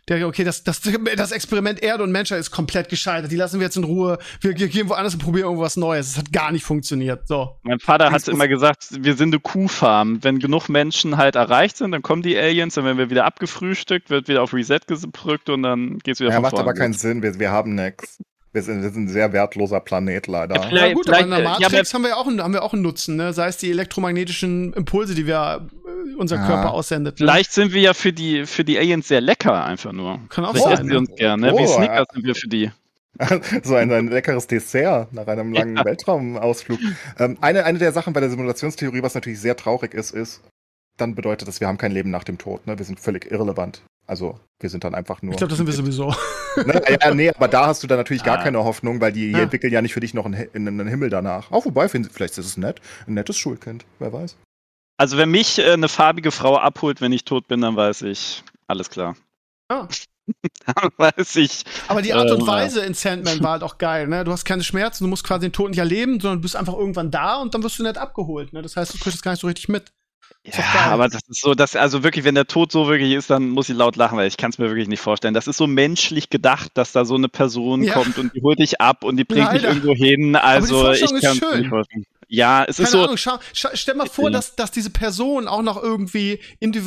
das Experiment Erde und Menschheit ist komplett gescheitert. Die lassen wir jetzt in Ruhe. Wir gehen woanders und probieren irgendwas Neues. Es hat gar nicht funktioniert. So. Mein Vater hat immer gesagt, wir sind eine Kuhfarm. Wenn genug Menschen halt erreicht sind, dann kommen die Aliens, dann werden wir wieder abgefrühstückt, wird wieder auf Reset gedrückt und dann geht's wieder von macht vorne. Aber keinen Sinn, wir haben nichts. Wir sind ein sehr wertloser Planet, leider. Ja gut, aber in der Matrix haben wir auch einen Nutzen, ne? Sei es die elektromagnetischen Impulse, die wir unser Körper aussendet. Ne? Vielleicht sind wir ja für die Aliens sehr lecker einfach nur. Kann auch sein. Sie uns gerne, ne? Wie Snickers sind wir für die. So ein leckeres Dessert nach einem langen Weltraumausflug. Eine der Sachen bei der Simulationstheorie, was natürlich sehr traurig ist, dann bedeutet das, wir haben kein Leben nach dem Tod. Ne? Wir sind völlig irrelevant. Also, wir sind dann einfach nur... Ich glaube, das sind wir sowieso. Nee, aber da hast du dann natürlich gar keine Hoffnung, weil die entwickeln ja nicht für dich noch einen Himmel danach. Auch wobei, vielleicht ist es nett. Ein nettes Schulkind, wer weiß. Also, wenn mich eine farbige Frau abholt, wenn ich tot bin, dann weiß ich, alles klar. Ah. Dann weiß ich. Aber die Art und Weise in Sandman war halt auch geil, ne? Du hast keine Schmerzen, du musst quasi den Tod nicht erleben, sondern du bist einfach irgendwann da und dann wirst du nett abgeholt, ne? Das heißt, du kriegst es gar nicht so richtig mit. Ja, aber das ist so, also wirklich, wenn der Tod so wirklich ist, dann muss ich laut lachen, weil ich kann es mir wirklich nicht vorstellen. Das ist so menschlich gedacht, dass da so eine Person kommt und die holt dich ab und die bringt dich irgendwo hin. Also ich kann es mir nicht vorstellen. Ja, es ist so. Ahnung, stell mal vor, dass diese Person auch noch irgendwie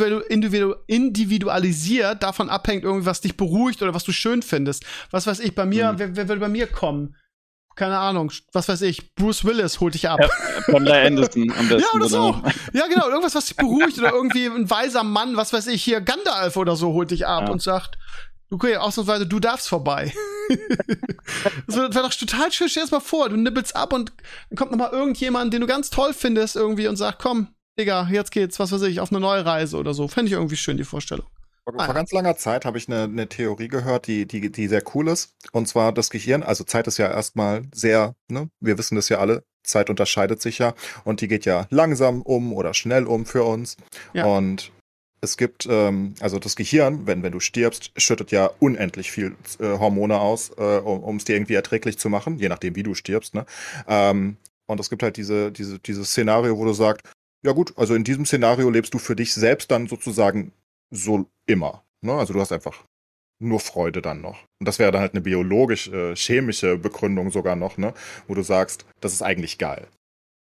individualisiert davon abhängt, irgendwie was dich beruhigt oder was du schön findest. Was weiß ich, bei mir, wer würde bei mir kommen? Keine Ahnung, was weiß ich, Bruce Willis holt dich ab. Pamela Anderson am besten. Ja, oder so. Ja, genau, irgendwas, was dich beruhigt oder irgendwie ein weiser Mann, was weiß ich, hier Gandalf oder so holt dich ab und sagt, okay, ausnahmsweise, du darfst vorbei. Das wäre doch total schön, stell dir das mal vor, du nippelst ab und dann kommt noch mal irgendjemand, den du ganz toll findest irgendwie und sagt, komm, Digga, jetzt geht's, was weiß ich, auf eine neue Reise oder so. Fände ich irgendwie schön, die Vorstellung. Vor ganz langer Zeit habe ich eine Theorie gehört, die sehr cool ist. Und zwar das Gehirn, also Zeit ist ja erstmal sehr, ne, wir wissen das ja alle, Zeit unterscheidet sich ja. Und die geht ja langsam um oder schnell um für uns. Ja. Und es gibt, also das Gehirn, wenn du stirbst, schüttet ja unendlich viel Hormone aus, um es dir irgendwie erträglich zu machen, je nachdem, wie du stirbst. Ne? Und es gibt halt dieses Szenario, wo du sagst, ja gut, also in diesem Szenario lebst du für dich selbst dann sozusagen so immer. Ne? Also du hast einfach nur Freude dann noch. Und das wäre dann halt eine biologisch-chemische Begründung sogar noch, ne? Wo du sagst, das ist eigentlich geil.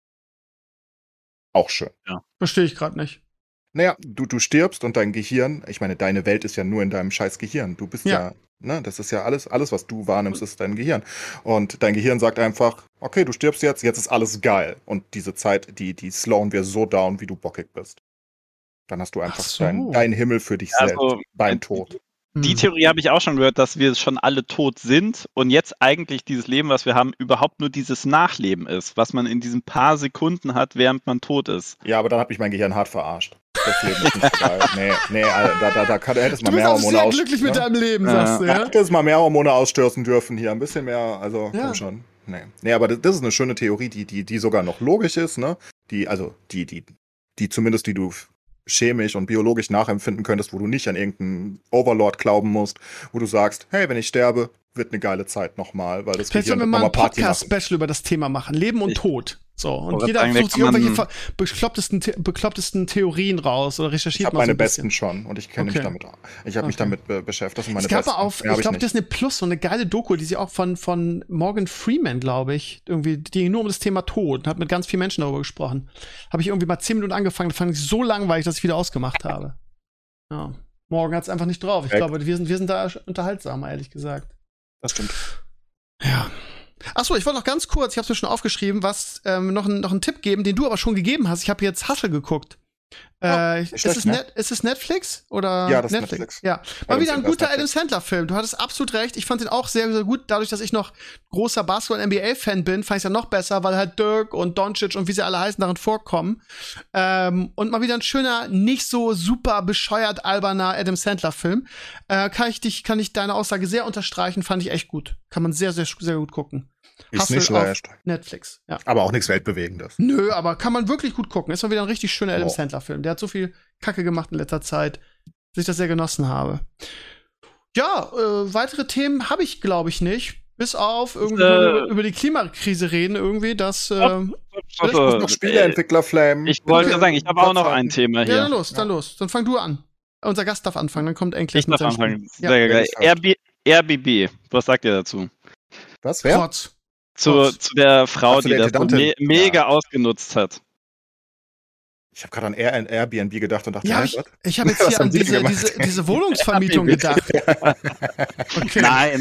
auch schön. Ja. Verstehe ich gerade nicht. Naja, du stirbst und dein Gehirn, ich meine, deine Welt ist ja nur in deinem scheiß Gehirn. Du bist ja, ne, das ist ja alles, was du wahrnimmst, ist dein Gehirn. Und dein Gehirn sagt einfach, okay, du stirbst jetzt ist alles geil. Und diese Zeit, die slowen wir so down, wie du bockig bist. Dann hast du einfach deinen Himmel für dich selbst beim Tod. Die Theorie habe ich auch schon gehört, dass wir schon alle tot sind und jetzt eigentlich dieses Leben, was wir haben, überhaupt nur dieses Nachleben ist, was man in diesen paar Sekunden hat, während man tot ist. Ja, aber dann hat mich mein Gehirn hart verarscht. Das Leben ist nicht geil. Nee, da hättest mal mehr Hormone ausstürzen. Du bist glücklich mit deinem Leben, sagst du, ja? Hättest mal mehr Hormone ausstürzen dürfen hier. Ein bisschen mehr, also komm schon. Nee, aber das ist eine schöne Theorie, die sogar noch logisch ist, ne? Die zumindest, die du chemisch und biologisch nachempfinden könntest, wo du nicht an irgendeinen Overlord glauben musst, wo du sagst, hey, wenn ich sterbe, wird eine geile Zeit nochmal, weil das Vielleicht sollen wir mal ein Podcast-Special über das Thema machen, Leben und Tod. So, und jeder sucht sich irgendwelche beklopptesten Theorien raus oder recherchiert mal so. Ich habe meine besten schon und ich kenne mich damit. Ich habe mich damit beschäftigt. Es gab mal auf, ich glaube, Disney Plus so eine geile Doku, die sie auch von Morgan Freeman, glaube ich, irgendwie, die ging nur um das Thema Tod, hat mit ganz vielen Menschen darüber gesprochen. Habe ich irgendwie mal 10 Minuten angefangen, fand ich so langweilig, dass ich wieder ausgemacht habe. Ja. Morgan hat es einfach nicht drauf. Ich glaube, wir sind da unterhaltsamer, ehrlich gesagt. Das stimmt. Ja. Achso, ich wollte noch ganz kurz, ich habe es mir schon aufgeschrieben, noch einen Tipp geben, den du aber schon gegeben hast. Ich habe jetzt Hustle geguckt. Ist es Netflix? Oder ja, das ist Netflix. Ja, war wieder ein guter Adam Sandler-Film. Du hattest absolut recht. Ich fand den auch sehr, sehr gut. Dadurch, dass ich noch großer Basketball- und NBA-Fan bin, fand ich es ja noch besser, weil halt Dirk und Doncic und wie sie alle heißen darin vorkommen. Und mal wieder ein schöner, nicht so super bescheuert alberner Adam Sandler-Film. Kann ich deine Aussage sehr unterstreichen. Fand ich echt gut. Kann man sehr, sehr, sehr gut gucken. Ist nicht schlecht. Netflix, ja. Aber auch nichts Weltbewegendes. Nö, aber kann man wirklich gut gucken. Ist mal wieder ein richtig schöner Adam Sandler-Film. Der hat so viel Kacke gemacht in letzter Zeit, dass ich das sehr genossen habe. Ja, weitere Themen habe ich, glaube ich, nicht. Bis auf irgendwie über die Klimakrise reden, irgendwie, dass ich muss noch Spieleentwickler flamen. Ich wollte sagen, ich habe auch noch ein Thema hier. Ja, dann los. Dann fang du an. Unser Gast darf anfangen, dann kommt endlich. Ich darf anfangen. Sehr geil. RBB, was sagt ihr dazu? Was, wer? Trotz. Zu der Frau, die das mega ausgenutzt hat. Ich habe gerade an Airbnb gedacht und dachte, ich habe jetzt hier an diese Wohnungsvermietung gedacht. Okay. Nein.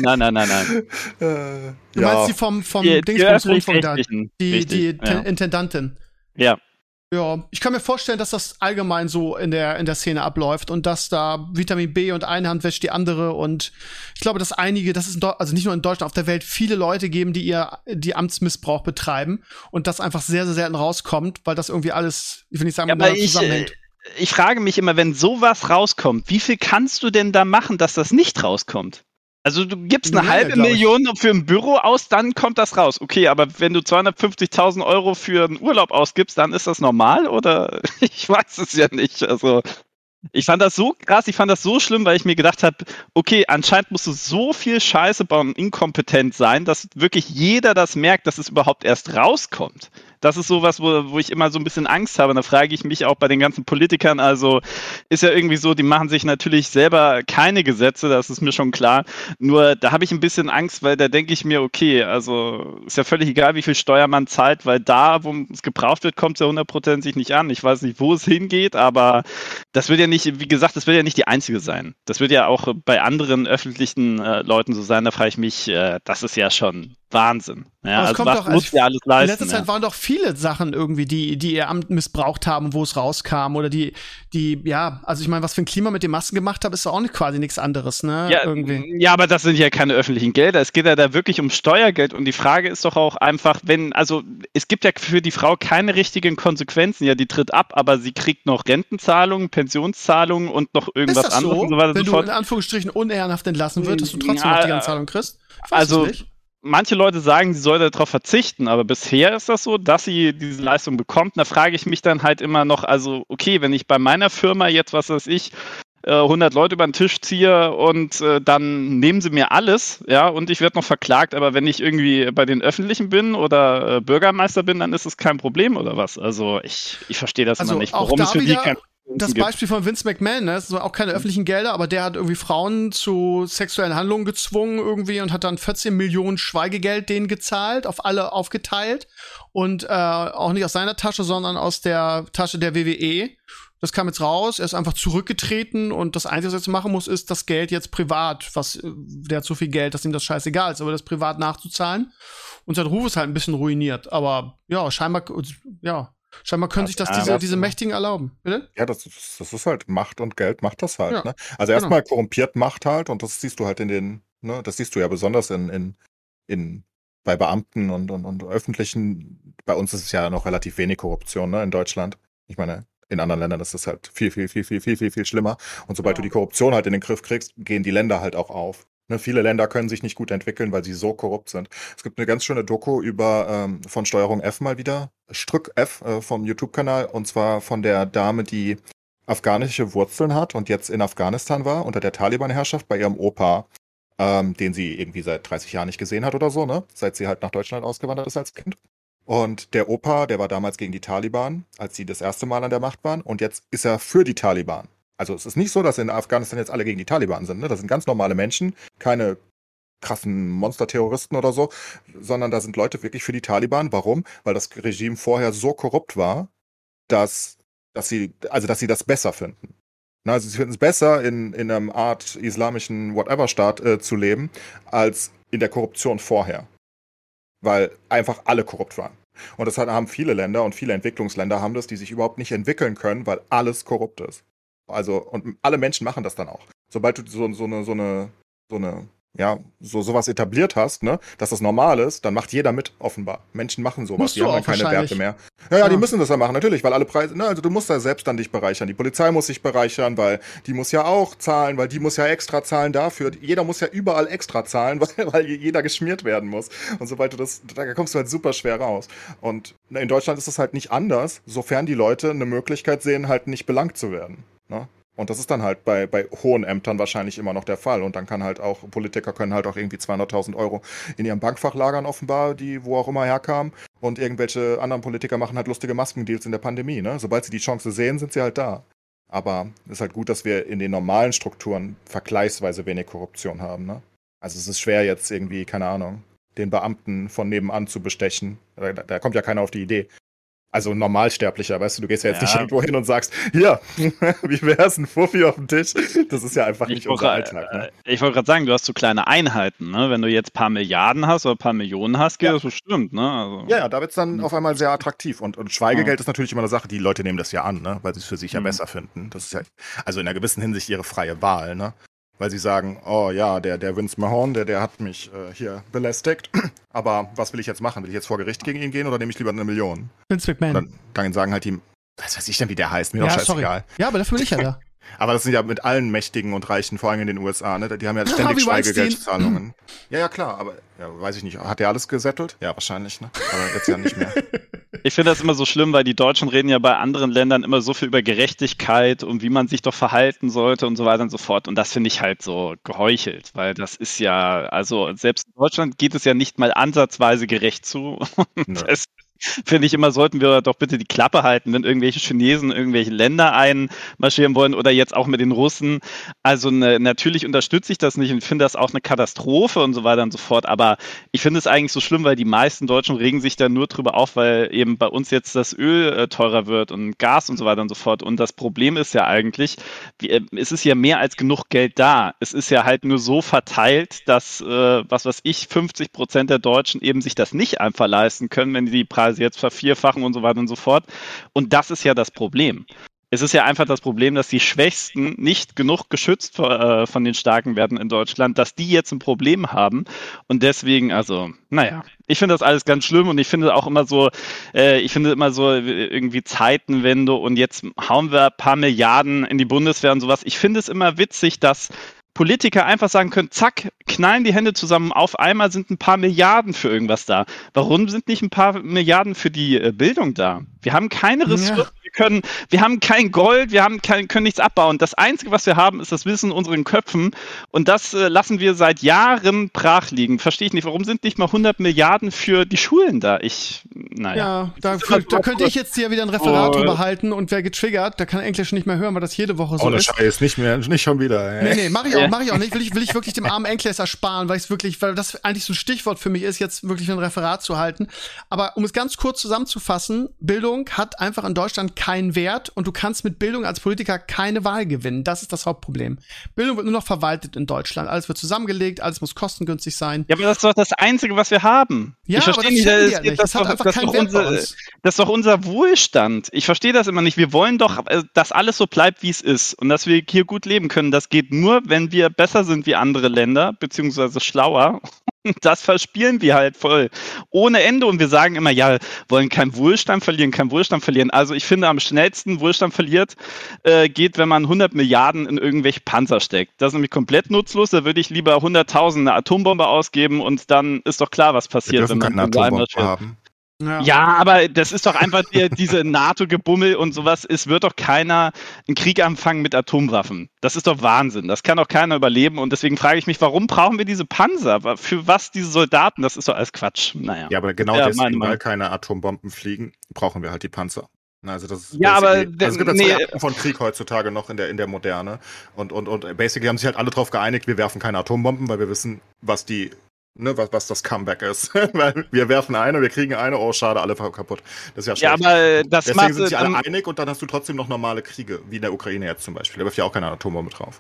Du meinst die vom Dingsbums-Rundfunk da, die Intendantin. Ja. Ja, ich kann mir vorstellen, dass das allgemein so in der Szene abläuft und dass da Vitamin B und eine Hand wäscht die andere und ich glaube, dass also nicht nur in Deutschland, auf der Welt viele Leute geben, die Amtsmissbrauch betreiben und das einfach sehr, sehr selten rauskommt, weil das irgendwie alles, ich will nicht sagen, miteinander zusammenhängt. Ich frage mich immer, wenn sowas rauskommt, wie viel kannst du denn da machen, dass das nicht rauskommt? Also du gibst eine halbe Million für ein Büro aus, dann kommt das raus. Okay, aber wenn du 250.000 Euro für einen Urlaub ausgibst, dann ist das normal oder? Ich weiß es ja nicht. Also ich fand das so krass, ich fand das so schlimm, weil ich mir gedacht habe, okay, anscheinend musst du so viel Scheiße bauen, inkompetent sein, dass wirklich jeder das merkt, dass es überhaupt erst rauskommt. Das ist sowas, wo ich immer so ein bisschen Angst habe. Und da frage ich mich auch bei den ganzen Politikern, also ist ja irgendwie so, die machen sich natürlich selber keine Gesetze, das ist mir schon klar. Nur da habe ich ein bisschen Angst, weil da denke ich mir, okay, also ist ja völlig egal, wie viel Steuer man zahlt, weil da, wo es gebraucht wird, kommt es ja 100% nicht an. Ich weiß nicht, wo es hingeht, aber das wird ja nicht, wie gesagt, das wird ja nicht die einzige sein. Das wird ja auch bei anderen öffentlichen Leuten so sein. Da frage ich mich, das ist ja schon Wahnsinn. Ja, also was muss ja alles leisten. In letzter Zeit waren doch viele Sachen irgendwie, die ihr Amt missbraucht haben, wo es rauskam oder also ich meine, was für ein Klima mit den Masken gemacht hat, ist doch auch quasi nichts anderes, ne? Ja, irgendwie. Ja, aber das sind ja keine öffentlichen Gelder. Es geht ja da wirklich um Steuergeld und die Frage ist doch auch einfach, es gibt ja für die Frau keine richtigen Konsequenzen. Ja, die tritt ab, aber sie kriegt noch Rentenzahlungen, Pensionszahlungen und noch irgendwas anderes und so weiter. Wenn du in Anführungsstrichen unehrenhaft entlassen wird, dass du trotzdem noch die ganze Zahlung kriegst? Ich weiß es nicht. Manche Leute sagen, sie soll darauf verzichten, aber bisher ist das so, dass sie diese Leistung bekommt. Und da frage ich mich dann halt immer noch, also okay, wenn ich bei meiner Firma jetzt, 100 Leute über den Tisch ziehe und dann nehmen sie mir alles, ja, und ich werde noch verklagt, aber wenn ich irgendwie bei den Öffentlichen bin oder Bürgermeister bin, dann ist es kein Problem oder was? Also ich verstehe das immer nicht. Warum es für die kein das Beispiel von Vince McMahon, ne? Das sind auch keine öffentlichen Gelder, aber der hat irgendwie Frauen zu sexuellen Handlungen gezwungen irgendwie und hat dann 14 Millionen Schweigegeld denen gezahlt, auf alle aufgeteilt und auch nicht aus seiner Tasche, sondern aus der Tasche der WWE. Das kam jetzt raus, er ist einfach zurückgetreten und das Einzige, was er jetzt machen muss, ist das Geld jetzt privat, der hat so viel Geld, dass ihm das scheißegal ist, aber das privat nachzuzahlen. Und sein Ruf ist halt ein bisschen ruiniert, aber ja, scheinbar können sich das diese Mächtigen erlauben. Bitte? Ja, das ist halt Macht und Geld macht das halt. Ja, ne? Also erstmal korrumpiert Macht halt und das siehst du halt das siehst du ja besonders bei Beamten und Öffentlichen. Bei uns ist es ja noch relativ wenig Korruption, ne, in Deutschland. Ich meine, in anderen Ländern ist das halt viel, viel, viel, viel, viel, viel, viel schlimmer. Und sobald du die Korruption halt in den Griff kriegst, gehen die Länder halt auch auf. Ne, viele Länder können sich nicht gut entwickeln, weil sie so korrupt sind. Es gibt eine ganz schöne Doku von Steuerung F mal wieder, Strück F vom YouTube-Kanal, und zwar von der Dame, die afghanische Wurzeln hat und jetzt in Afghanistan war, unter der Taliban-Herrschaft bei ihrem Opa, den sie irgendwie seit 30 Jahren nicht gesehen hat oder so, ne? Seit sie halt nach Deutschland ausgewandert ist als Kind. Und der Opa, der war damals gegen die Taliban, als sie das erste Mal an der Macht waren, und jetzt ist er für die Taliban. Also es ist nicht so, dass in Afghanistan jetzt alle gegen die Taliban sind. Ne? Das sind ganz normale Menschen, keine krassen Monsterterroristen oder so, sondern da sind Leute wirklich für die Taliban. Warum? Weil das Regime vorher so korrupt war, dass sie das besser finden. Na, also sie finden es besser, in einer Art islamischen Whatever-Staat zu leben, als in der Korruption vorher. Weil einfach alle korrupt waren. Und das haben viele Länder und viele Entwicklungsländer haben das, die sich überhaupt nicht entwickeln können, weil alles korrupt ist. Also, und alle Menschen machen das dann auch. Sobald du sowas etabliert hast, ne, dass das normal ist, dann macht jeder mit, offenbar. Menschen machen sowas, die haben dann keine Werte mehr. Ja, die müssen das ja machen, natürlich, weil alle Preise, ne, also du musst da selbst dann dich bereichern. Die Polizei muss sich bereichern, weil die muss ja auch zahlen, weil die muss ja extra zahlen dafür. Jeder muss ja überall extra zahlen, weil jeder geschmiert werden muss. Und sobald da kommst du halt super schwer raus. Und in Deutschland ist es halt nicht anders, sofern die Leute eine Möglichkeit sehen, halt nicht belangt zu werden. Ne? Und das ist dann halt bei hohen Ämtern wahrscheinlich immer noch der Fall. Und dann Politiker können halt auch irgendwie 200.000 Euro in ihrem Bankfach lagern, offenbar, die wo auch immer herkamen. Und irgendwelche anderen Politiker machen halt lustige Maskendeals in der Pandemie. Ne? Sobald sie die Chance sehen, sind sie halt da. Aber es ist halt gut, dass wir in den normalen Strukturen vergleichsweise wenig Korruption haben. Ne? Also es ist schwer jetzt irgendwie, keine Ahnung, den Beamten von nebenan zu bestechen. Da kommt ja keiner auf die Idee. Also Normalsterblicher, weißt du gehst ja jetzt nicht irgendwo hin und sagst, hier, wie wär's, ein Fuffi auf dem Tisch? Das ist ja einfach nicht unser Alltag. Ne? Ich wollte gerade sagen, du hast so kleine Einheiten, ne? Wenn du jetzt ein paar Milliarden hast oder ein paar Millionen hast, geht das bestimmt, ne? Also, ja, da wird's dann auf einmal sehr attraktiv. Und Schweigegeld ist natürlich immer eine Sache, die Leute nehmen das ja an, ne? Weil sie es für sich ja besser finden. Das ist ja, also in einer gewissen Hinsicht ihre freie Wahl, ne? Weil sie sagen, oh ja, der Vince McMahon, der hat mich hier belästigt. Aber was will ich jetzt machen? Will ich jetzt vor Gericht gegen ihn gehen oder nehme ich lieber 1 Million? Vince McMahon. Dann sagen halt die, was weiß ich denn, wie der heißt? Mir doch scheißegal. Sorry. Ja, aber dafür bin ich ja da. Aber das sind ja mit allen Mächtigen und Reichen, vor allem in den USA, ne? Die haben ja ständig Schweigegeldzahlungen. Ja, klar, aber weiß ich nicht. Hat der alles gesettelt? Ja, wahrscheinlich, ne? Aber jetzt ja nicht mehr. Ich finde das immer so schlimm, weil die Deutschen reden ja bei anderen Ländern immer so viel über Gerechtigkeit und wie man sich doch verhalten sollte und so weiter und so fort. Und das finde ich halt so geheuchelt, weil das ist ja, also selbst in Deutschland geht es ja nicht mal ansatzweise gerecht zu. Das finde ich immer, sollten wir doch bitte die Klappe halten, wenn irgendwelche Chinesen irgendwelche Länder einmarschieren wollen oder jetzt auch mit den Russen. Also natürlich unterstütze ich das nicht und finde das auch eine Katastrophe und so weiter und so fort. Aber ich finde es eigentlich so schlimm, weil die meisten Deutschen regen sich da nur drüber auf, weil eben bei uns jetzt das Öl teurer wird und Gas und so weiter und so fort. Und das Problem ist ja eigentlich, es ist ja mehr als genug Geld da. Es ist ja halt nur so verteilt, dass, 50% der Deutschen eben sich das nicht einfach leisten können, wenn die Preise jetzt vervierfachen und so weiter und so fort. Und das ist ja das Problem. Es ist ja einfach das Problem, dass die Schwächsten nicht genug geschützt von den Starken werden in Deutschland, dass die jetzt ein Problem haben. Und deswegen, also, ich finde das alles ganz schlimm und ich finde auch immer so, irgendwie Zeitenwende und jetzt hauen wir ein paar Milliarden in die Bundeswehr und sowas. Ich finde es immer witzig, dass Politiker einfach sagen können, zack, knallen die Hände zusammen, auf einmal sind ein paar Milliarden für irgendwas da. Warum sind nicht ein paar Milliarden für die Bildung da? Wir haben keine Ressourcen, wir haben kein Gold, können nichts abbauen. Das Einzige, was wir haben, ist das Wissen in unseren Köpfen und das lassen wir seit Jahren brach liegen. Verstehe ich nicht. Warum sind nicht mal 100 Milliarden für die Schulen da? Ja, da könnte ich jetzt hier wieder ein Referat drüber halten und wer getriggert, der kann Englisch nicht mehr hören, weil das jede Woche so ist. Scheiß, nicht schon wieder. Ey. Nee, mach ich auch nicht. Will ich wirklich dem armen Englisch ersparen, weil das eigentlich so ein Stichwort für mich ist, jetzt wirklich ein Referat zu halten. Aber um es ganz kurz zusammenzufassen, Bildung hat einfach in Deutschland keinen Wert und du kannst mit Bildung als Politiker keine Wahl gewinnen. Das ist das Hauptproblem. Bildung wird nur noch verwaltet in Deutschland. Alles wird zusammengelegt, alles muss kostengünstig sein. Ja, aber das ist doch das Einzige, was wir haben. Ja, ich verstehe nicht. Das hat einfach keinen Wert bei uns. Das ist doch unser Wohlstand. Ich verstehe das immer nicht. Wir wollen doch, dass alles so bleibt, wie es ist und dass wir hier gut leben können. Das geht nur, wenn wir besser sind wie andere Länder, beziehungsweise schlauer. Das verspielen wir halt voll. Ohne Ende. Und wir sagen immer, ja, wollen keinen Wohlstand verlieren. Also ich finde, am schnellsten Wohlstand verliert geht, wenn man 100 Milliarden in irgendwelche Panzer steckt. Das ist nämlich komplett nutzlos. Da würde ich lieber 100.000 eine Atombombe ausgeben und dann ist doch klar, was passiert, wenn man keine Atombombe haben. Ja, aber das ist doch einfach diese NATO-Gebummel und sowas. Es wird doch keiner einen Krieg anfangen mit Atomwaffen. Das ist doch Wahnsinn. Das kann doch keiner überleben. Und deswegen frage ich mich, warum brauchen wir diese Panzer? Für was diese Soldaten? Das ist doch alles Quatsch. Naja. Ja, aber genau deswegen, weil keine Atombomben fliegen, brauchen wir halt die Panzer. Also das ist es gibt ja zwei Arten von Krieg heutzutage noch in der Moderne. Und basically haben sich halt alle drauf geeinigt, wir werfen keine Atombomben, weil wir wissen, was was das Comeback ist. Weil wir werfen eine, wir kriegen eine, oh schade, alle kaputt. Das ist ja schlecht. Ja, aber deswegen sind sich alle einig und dann hast du trotzdem noch normale Kriege, wie in der Ukraine jetzt zum Beispiel. Da wirft ja auch keine Atombombe drauf.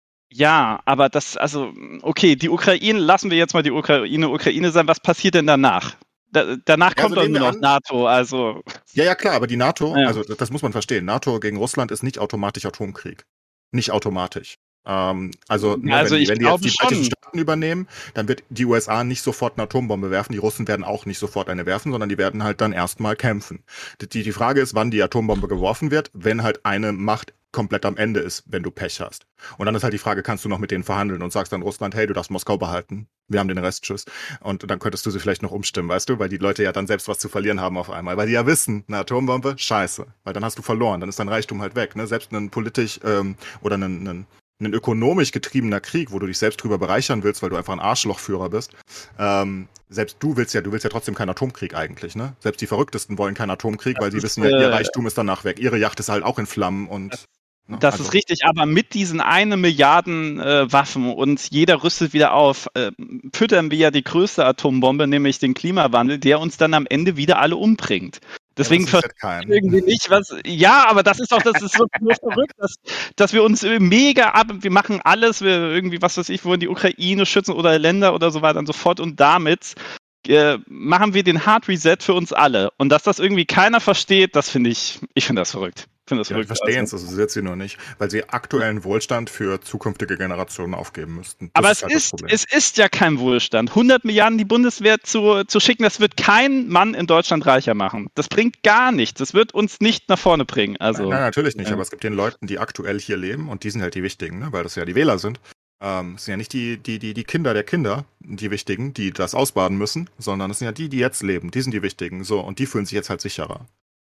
Ja, aber okay, die Ukraine, lassen wir jetzt mal die Ukraine sein, was passiert denn danach? Danach kommt doch nur noch NATO, also. Ja, klar, aber die NATO, also das muss man verstehen, NATO gegen Russland ist nicht automatisch Atomkrieg. Nicht automatisch. Wenn die jetzt die baltischen Staaten übernehmen, dann wird die USA nicht sofort eine Atombombe werfen, die Russen werden auch nicht sofort eine werfen, sondern die werden halt dann erstmal kämpfen. Die Frage ist, wann die Atombombe geworfen wird, wenn halt eine Macht komplett am Ende ist, wenn du Pech hast. Und dann ist halt die Frage, kannst du noch mit denen verhandeln und sagst dann Russland, hey, du darfst Moskau behalten, wir haben den Rest, tschüss. Und dann könntest du sie vielleicht noch umstimmen, weißt du, weil die Leute ja dann selbst was zu verlieren haben auf einmal, weil die ja wissen, eine Atombombe, scheiße, weil dann hast du verloren, dann ist dein Reichtum halt weg, ne? Selbst ein politisch oder ein ökonomisch getriebener Krieg, wo du dich selbst drüber bereichern willst, weil du einfach ein Arschlochführer bist. Selbst du willst ja trotzdem keinen Atomkrieg eigentlich, ne? Selbst die Verrücktesten wollen keinen Atomkrieg, weil sie wissen ja, ihr Reichtum ist danach weg. Ihre Yacht ist halt auch in Flammen und. Das ist richtig, aber mit diesen 1 Milliarden Waffen und jeder rüstet wieder auf, füttern wir ja die größte Atombombe, nämlich den Klimawandel, der uns dann am Ende wieder alle umbringt. Deswegen verstehe ich irgendwie nicht, was. Ja, aber das ist so verrückt, dass wir uns mega wir machen alles, wir irgendwie, was weiß ich, wollen die Ukraine schützen oder Länder oder so weiter und so fort und damit machen wir den Hard Reset für uns alle. Und dass das irgendwie keiner versteht, das finde ich finde das verrückt. Die verstehen es, das ist sie nur nicht, weil sie aktuellen Wohlstand für zukünftige Generationen aufgeben müssten. Aber es ist ja kein Wohlstand. 100 Milliarden die Bundeswehr zu schicken, das wird kein Mann in Deutschland reicher machen. Das bringt gar nichts. Das wird uns nicht nach vorne bringen. Also, nein, natürlich nicht. Aber es gibt den Leuten, die aktuell hier leben und die sind halt die Wichtigen, ne? Weil das ja die Wähler sind. Es sind ja nicht die Kinder der Kinder, die Wichtigen, die das ausbaden müssen, sondern es sind ja die jetzt leben. Die sind die Wichtigen. So, und die fühlen sich jetzt halt sicherer.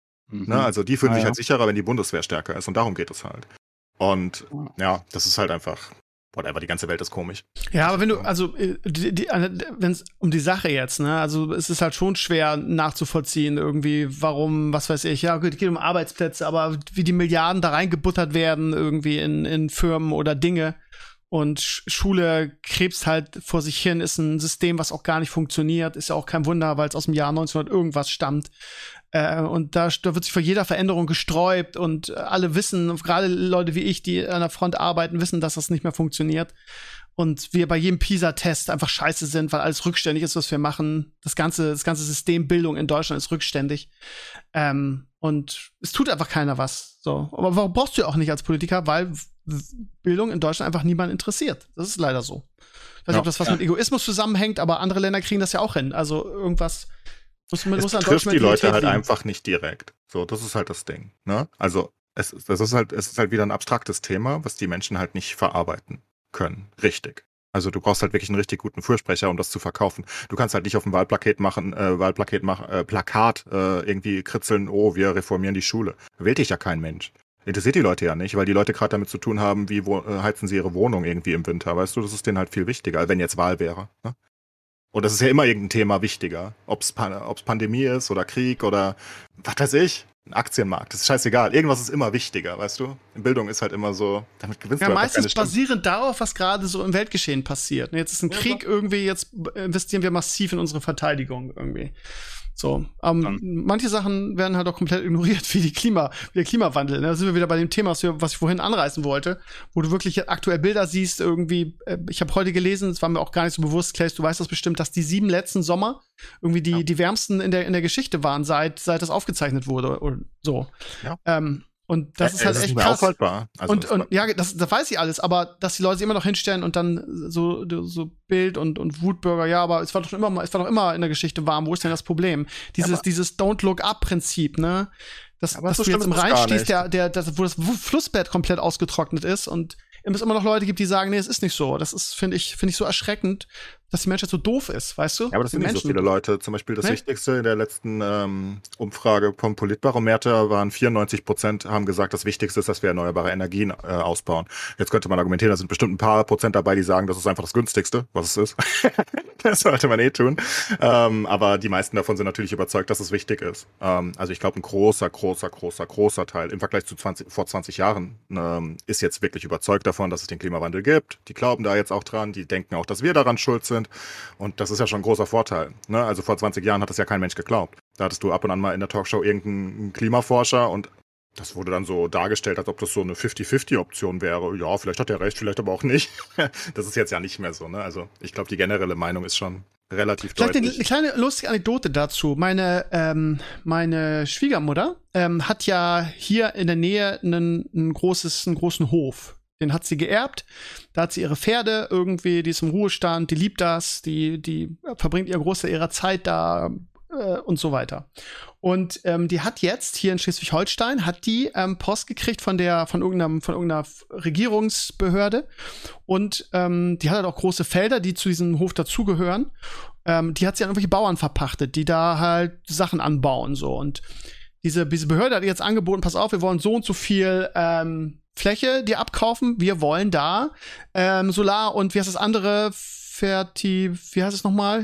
Ne, also die fühlen sich halt sicherer, wenn die Bundeswehr stärker ist und darum geht es halt. Und ja, das ist halt einfach, whatever, die ganze Welt ist komisch. Ja, aber wenn es um die Sache jetzt, ne, also es ist halt schon schwer nachzuvollziehen irgendwie, warum, was weiß ich, ja gut, es geht um Arbeitsplätze, aber wie die Milliarden da reingebuttert werden irgendwie in Firmen oder Dinge. Und Schule krebst halt vor sich hin, ist ein System, was auch gar nicht funktioniert, ist ja auch kein Wunder, weil es aus dem Jahr 1900 irgendwas stammt. Und da wird sich vor jeder Veränderung gesträubt und alle wissen, gerade Leute wie ich, die an der Front arbeiten, wissen, dass das nicht mehr funktioniert. Und wir bei jedem PISA-Test einfach scheiße sind, weil alles rückständig ist, was wir machen. Das ganze System Bildung in Deutschland ist rückständig. Und es tut einfach keiner was. So. Aber warum brauchst du ja auch nicht als Politiker? Weil Bildung in Deutschland einfach niemand interessiert. Das ist leider so. Ich weiß nicht, ob das was mit Egoismus zusammenhängt, aber andere Länder kriegen das ja auch hin. Also irgendwas muss an trifft die Leute halt einfach nicht direkt. So, das ist halt das Ding. Ne? Also es ist halt wieder ein abstraktes Thema, was die Menschen halt nicht verarbeiten können. Richtig. Also du brauchst halt wirklich einen richtig guten Fürsprecher, um das zu verkaufen. Du kannst halt nicht auf dem Plakat irgendwie kritzeln, oh, wir reformieren die Schule. Wählt dich ja kein Mensch. Interessiert die Leute ja nicht, weil die Leute gerade damit zu tun haben, wie heizen sie ihre Wohnung irgendwie im Winter, weißt du? Das ist denen halt viel wichtiger, wenn jetzt Wahl wäre. Ne? Und das ist ja immer irgendein Thema wichtiger. Ob's Pandemie ist oder Krieg oder was weiß ich. Ein Aktienmarkt, das ist scheißegal. Irgendwas ist immer wichtiger, weißt du? In Bildung ist halt immer so, damit gewinnst du halt meistens keine Stimmen. basierend darauf, was gerade so im Weltgeschehen passiert. Jetzt ist ein Krieg irgendwie, jetzt investieren wir massiv in unsere Verteidigung irgendwie. So, manche Sachen werden halt auch komplett ignoriert, wie der Klimawandel. Ne? Da sind wir wieder bei dem Thema, was ich vorhin anreißen wollte, wo du wirklich aktuell Bilder siehst, irgendwie, ich habe heute gelesen, es war mir auch gar nicht so bewusst, Claes, du weißt das bestimmt, dass die 7 letzten Sommer irgendwie die wärmsten in der Geschichte waren, seit das aufgezeichnet wurde oder so. Ja. Und das ist halt echt krass. Aufhaltbar. Also und ja, das weiß ich alles, aber dass die Leute sich immer noch hinstellen und dann so Bild und Wutbürger, ja, aber es war doch immer in der Geschichte warm, wo ist denn das Problem? Dieses Don't Look Up Prinzip, ne? Dass du jetzt im Rhein stehst, wo das Flussbett komplett ausgetrocknet ist und es immer noch Leute gibt, die sagen, nee, es ist nicht so. Das ist, finde ich so erschreckend, dass die Menschheit so doof ist, weißt du? Ja, aber das sind nicht so viele Leute. Zum Beispiel das Wichtigste in der letzten Umfrage vom Politbarometer waren 94% haben gesagt, das Wichtigste ist, dass wir erneuerbare Energien ausbauen. Jetzt könnte man argumentieren, da sind bestimmt ein paar Prozent dabei, die sagen, das ist einfach das Günstigste, was es ist. Das sollte man tun. Aber die meisten davon sind natürlich überzeugt, dass es wichtig ist. Also ich glaube, ein großer Teil im Vergleich zu vor 20 Jahren ist jetzt wirklich überzeugt davon, dass es den Klimawandel gibt. Die glauben da jetzt auch dran, die denken auch, dass wir daran schuld sind. Und das ist ja schon ein großer Vorteil. Ne? Also vor 20 Jahren hat das ja kein Mensch geglaubt. Da hattest du ab und an mal in der Talkshow irgendeinen Klimaforscher und das wurde dann so dargestellt, als ob das so eine 50-50-Option wäre. Ja, vielleicht hat er recht, vielleicht aber auch nicht. Das ist jetzt ja nicht mehr so. Ne? Also ich glaube, die generelle Meinung ist schon relativ deutlich. Vielleicht eine kleine lustige Anekdote dazu. Meine Schwiegermutter hat ja hier in der Nähe einen großen Hof. Den hat sie geerbt. Da hat sie ihre Pferde irgendwie, die ist im Ruhestand, die liebt das, die verbringt ihr Großteil ihrer Zeit da und so weiter. Und die hat jetzt hier in Schleswig-Holstein Post gekriegt von irgendeiner Regierungsbehörde und die hat halt auch große Felder, die zu diesem Hof dazugehören. Die hat sie an irgendwelche Bauern verpachtet, die da halt Sachen anbauen so. Und diese Behörde hat jetzt angeboten, pass auf, wir wollen so und so viel Fläche dir abkaufen. Wir wollen da Solar und wie heißt das andere? Wie heißt es nochmal?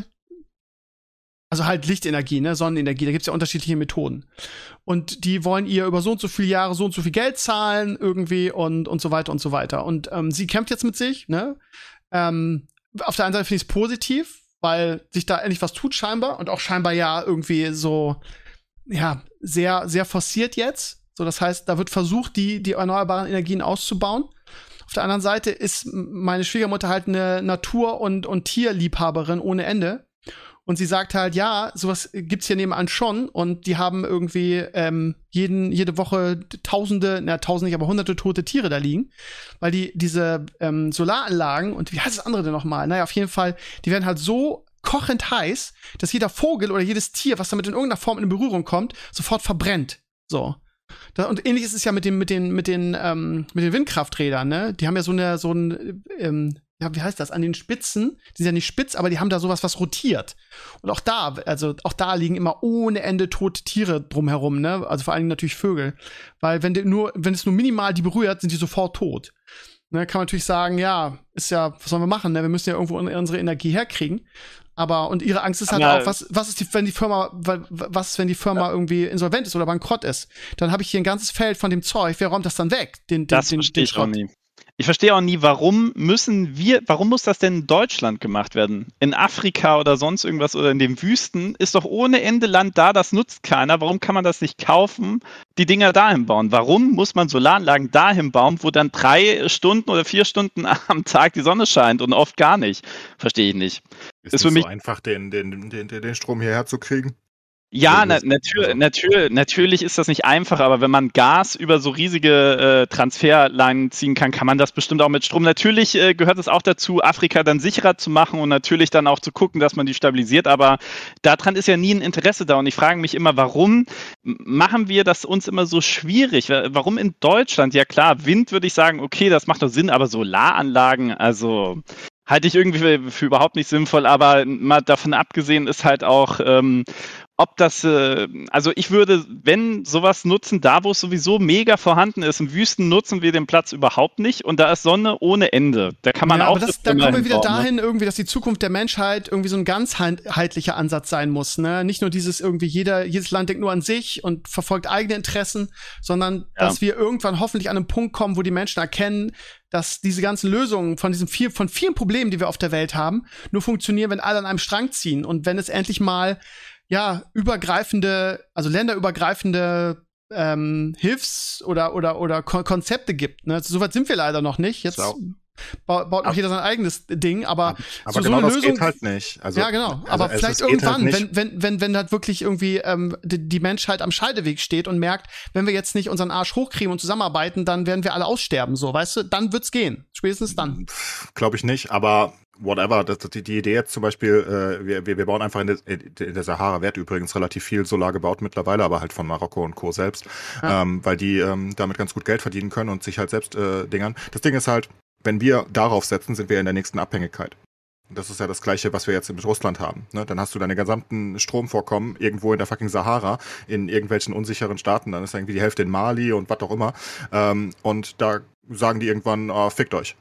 Also halt Lichtenergie, ne, Sonnenenergie, da gibt's ja unterschiedliche Methoden. Und die wollen ihr über so und so viele Jahre so und so viel Geld zahlen irgendwie und so weiter und so weiter. Und sie kämpft jetzt mit sich, ne? Auf der einen Seite finde ich es positiv, weil sich da endlich was tut scheinbar und auch scheinbar ja irgendwie so, ja, sehr, sehr forciert jetzt. So, das heißt, da wird versucht, die erneuerbaren Energien auszubauen. Auf der anderen Seite ist meine Schwiegermutter halt eine Natur- und Tierliebhaberin ohne Ende. Und sie sagt halt, ja, sowas gibt's hier nebenan schon. Und die haben irgendwie jede Woche Tausende nicht, aber Hunderte tote Tiere da liegen. Weil diese Solaranlagen, und wie heißt das andere denn nochmal? Naja, auf jeden Fall, die werden halt so kochend heiß, dass jeder Vogel oder jedes Tier, was damit in irgendeiner Form in Berührung kommt, sofort verbrennt. So. Und ähnlich ist es ja mit den Windkrafträdern, ne? Die haben ja ja, wie heißt das? An den Spitzen, die sind ja nicht spitz, aber die haben da sowas, was rotiert. Und auch da liegen immer ohne Ende tote Tiere drumherum, ne? Also vor allen Dingen natürlich Vögel. Weil wenn es nur minimal die berührt, sind die sofort tot. Ne? Kann man natürlich sagen, ja, ist ja, was sollen wir machen, ne? Wir müssen ja irgendwo unsere Energie herkriegen. Und ihre Angst ist halt auch, was ist, wenn die Firma irgendwie insolvent ist oder bankrott ist? Dann habe ich hier ein ganzes Feld von dem Zeug. Wer räumt das dann weg? Das verstehe ich auch nie. Ich verstehe auch nie, warum muss das denn in Deutschland gemacht werden? In Afrika oder sonst irgendwas oder in den Wüsten ist doch ohne Ende Land da, das nutzt keiner. Warum kann man das nicht kaufen, die Dinger dahin bauen? Warum muss man Solaranlagen dahin bauen, wo dann 3 Stunden oder 4 Stunden am Tag die Sonne scheint und oft gar nicht? Verstehe ich nicht. Ist für mich so einfach, den Strom hierher zu kriegen? Ja, natürlich ist das nicht einfach, aber wenn man Gas über so riesige Transferleinen ziehen kann, kann man das bestimmt auch mit Strom. Natürlich gehört es auch dazu, Afrika dann sicherer zu machen und natürlich dann auch zu gucken, dass man die stabilisiert, aber daran ist ja nie ein Interesse da und ich frage mich immer, warum machen wir das uns immer so schwierig? Warum in Deutschland? Ja klar, Wind würde ich sagen, okay, das macht doch Sinn, aber Solaranlagen, also halte ich irgendwie für überhaupt nicht sinnvoll, aber mal davon abgesehen ist halt auch, ob das, also ich würde, wenn sowas nutzen, da wo es sowieso mega vorhanden ist, in Wüsten nutzen wir den Platz überhaupt nicht und da ist Sonne ohne Ende. Da kann man auch. Aber da kommen wir wieder dahin irgendwie, dass die Zukunft der Menschheit irgendwie so ein ganzheitlicher Ansatz sein muss, ne? Nicht nur dieses irgendwie jedes Land denkt nur an sich und verfolgt eigene Interessen, sondern dass wir irgendwann hoffentlich an einen Punkt kommen, wo die Menschen erkennen, dass diese ganzen Lösungen von vielen Problemen, die wir auf der Welt haben, nur funktionieren, wenn alle an einem Strang ziehen und wenn es endlich mal länderübergreifende Hilfs- oder Konzepte gibt. Ne? Soweit sind wir leider noch nicht. Jetzt baut noch jeder sein eigenes Ding, aber genau, so eine das Lösung geht halt nicht. Also, ja, genau. Aber vielleicht irgendwann, halt wenn halt wirklich irgendwie die Menschheit am Scheideweg steht und merkt, wenn wir jetzt nicht unseren Arsch hochkriegen und zusammenarbeiten, dann werden wir alle aussterben. So, weißt du, dann wird's gehen. Spätestens dann. Glaube ich nicht, aber whatever, die Idee jetzt zum Beispiel, wir bauen einfach in der Sahara, wird übrigens relativ viel Solar gebaut mittlerweile, aber halt von Marokko und Co. selbst, weil die damit ganz gut Geld verdienen können und sich halt selbst dingern. Das Ding ist halt, wenn wir darauf setzen, sind wir in der nächsten Abhängigkeit. Das ist ja das Gleiche, was wir jetzt mit Russland haben. Ne? Dann hast du deine gesamten Stromvorkommen irgendwo in der fucking Sahara, in irgendwelchen unsicheren Staaten, dann ist irgendwie die Hälfte in Mali und was auch immer. Und da sagen die irgendwann, fickt euch.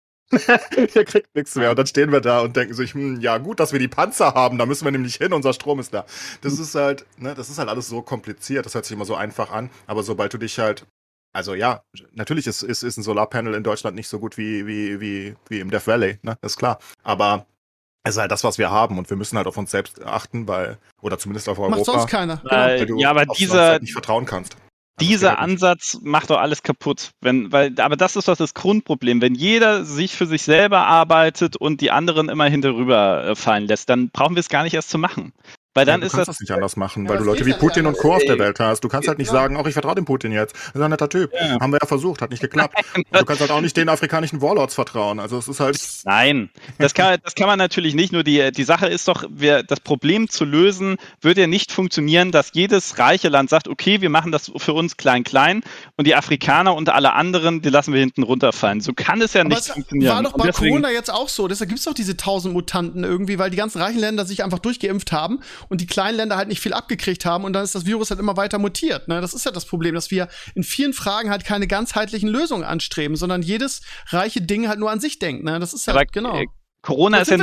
Ihr kriegt nichts mehr. Und dann stehen wir da und denken sich, ja gut, dass wir die Panzer haben, da müssen wir nämlich hin, unser Strom ist da. Das ist halt, das ist halt alles so kompliziert, das hört sich immer so einfach an, aber sobald du dich halt, also ja, natürlich ist ein Solarpanel in Deutschland nicht so gut wie im Death Valley, ne, ist klar. Aber es ist halt das, was wir haben und wir müssen halt auf uns selbst achten, oder zumindest auf Europa. Macht sonst keiner. Weil du aber halt nicht vertrauen kannst. Dieser Ansatz macht doch alles kaputt. Aber das ist doch das Grundproblem. Wenn jeder sich für sich selber arbeitet und die anderen immer hinterüber fallen lässt, dann brauchen wir es gar nicht erst zu machen. Weil dann du kannst das nicht anders machen, weil du das Leute wie Putin und Co. auf der Welt hast. Du kannst halt nicht Genau. sagen, ich vertraue dem Putin jetzt. Das ist ein netter Typ. Ja. Haben wir ja versucht, hat nicht geklappt. Und du kannst halt auch nicht den afrikanischen Warlords vertrauen. Also es ist halt... Nein, das kann man natürlich nicht. Nur die Sache ist doch, das Problem zu lösen, würde ja nicht funktionieren, dass jedes reiche Land sagt, okay, wir machen das für uns klein und die Afrikaner und alle anderen, die lassen wir hinten runterfallen. So kann es ja nicht funktionieren. War doch bei Corona jetzt auch so. Deshalb gibt es doch diese 1000 Mutanten irgendwie, weil die ganzen reichen Länder sich einfach durchgeimpft haben und die kleinen Länder halt nicht viel abgekriegt haben und dann ist das Virus halt immer weiter mutiert. Ne? Das ist ja das Problem, dass wir in vielen Fragen halt keine ganzheitlichen Lösungen anstreben, sondern jedes reiche Ding halt nur an sich denkt. Ne? Das ist halt, genau. Corona ist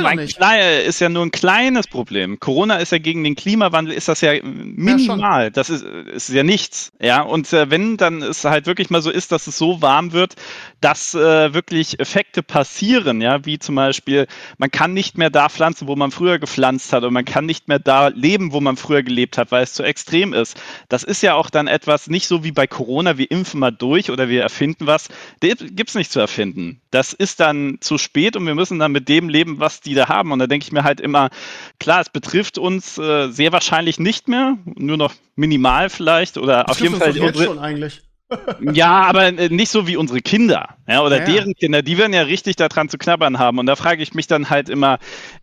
ja nur ein kleines Problem. Corona ist ja gegen den Klimawandel, ist das ja minimal. Das ist ja nichts. Ja, und wenn dann es halt wirklich mal so ist, dass es so warm wird, dass wirklich Effekte passieren, ja, wie zum Beispiel, man kann nicht mehr da pflanzen, wo man früher gepflanzt hat und man kann nicht mehr da leben, wo man früher gelebt hat, weil es zu extrem ist. Das ist ja auch dann etwas, nicht so wie bei Corona, wir impfen mal durch oder wir erfinden was. Das gibt's nicht zu erfinden. Das ist dann zu spät und wir müssen dann mit dem leben, was die da haben. Und da denke ich mir halt immer, klar, es betrifft uns sehr wahrscheinlich nicht mehr, nur noch minimal vielleicht oder auf jeden Fall jetzt schon eigentlich. Ja, aber nicht so wie unsere Kinder, ja, oder deren Kinder, die werden ja richtig daran zu knabbern haben. Und da frage ich mich dann halt immer,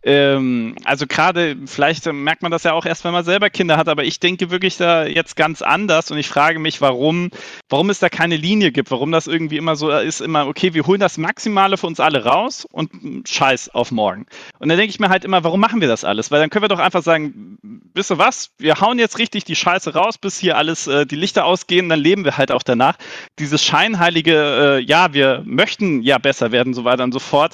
also gerade, vielleicht merkt man das ja auch erst, wenn man selber Kinder hat, aber ich denke wirklich da jetzt ganz anders und ich frage mich, warum es da keine Linie gibt, warum das irgendwie immer so ist, okay, wir holen das Maximale für uns alle raus und scheiß auf morgen. Und dann denke ich mir halt immer, warum machen wir das alles? Weil dann können wir doch einfach sagen, wisst ihr was, wir hauen jetzt richtig die Scheiße raus, bis hier alles, die Lichter ausgehen, dann leben wir halt auch danach. Dieses scheinheilige, wir möchten ja besser werden, so weiter und so fort,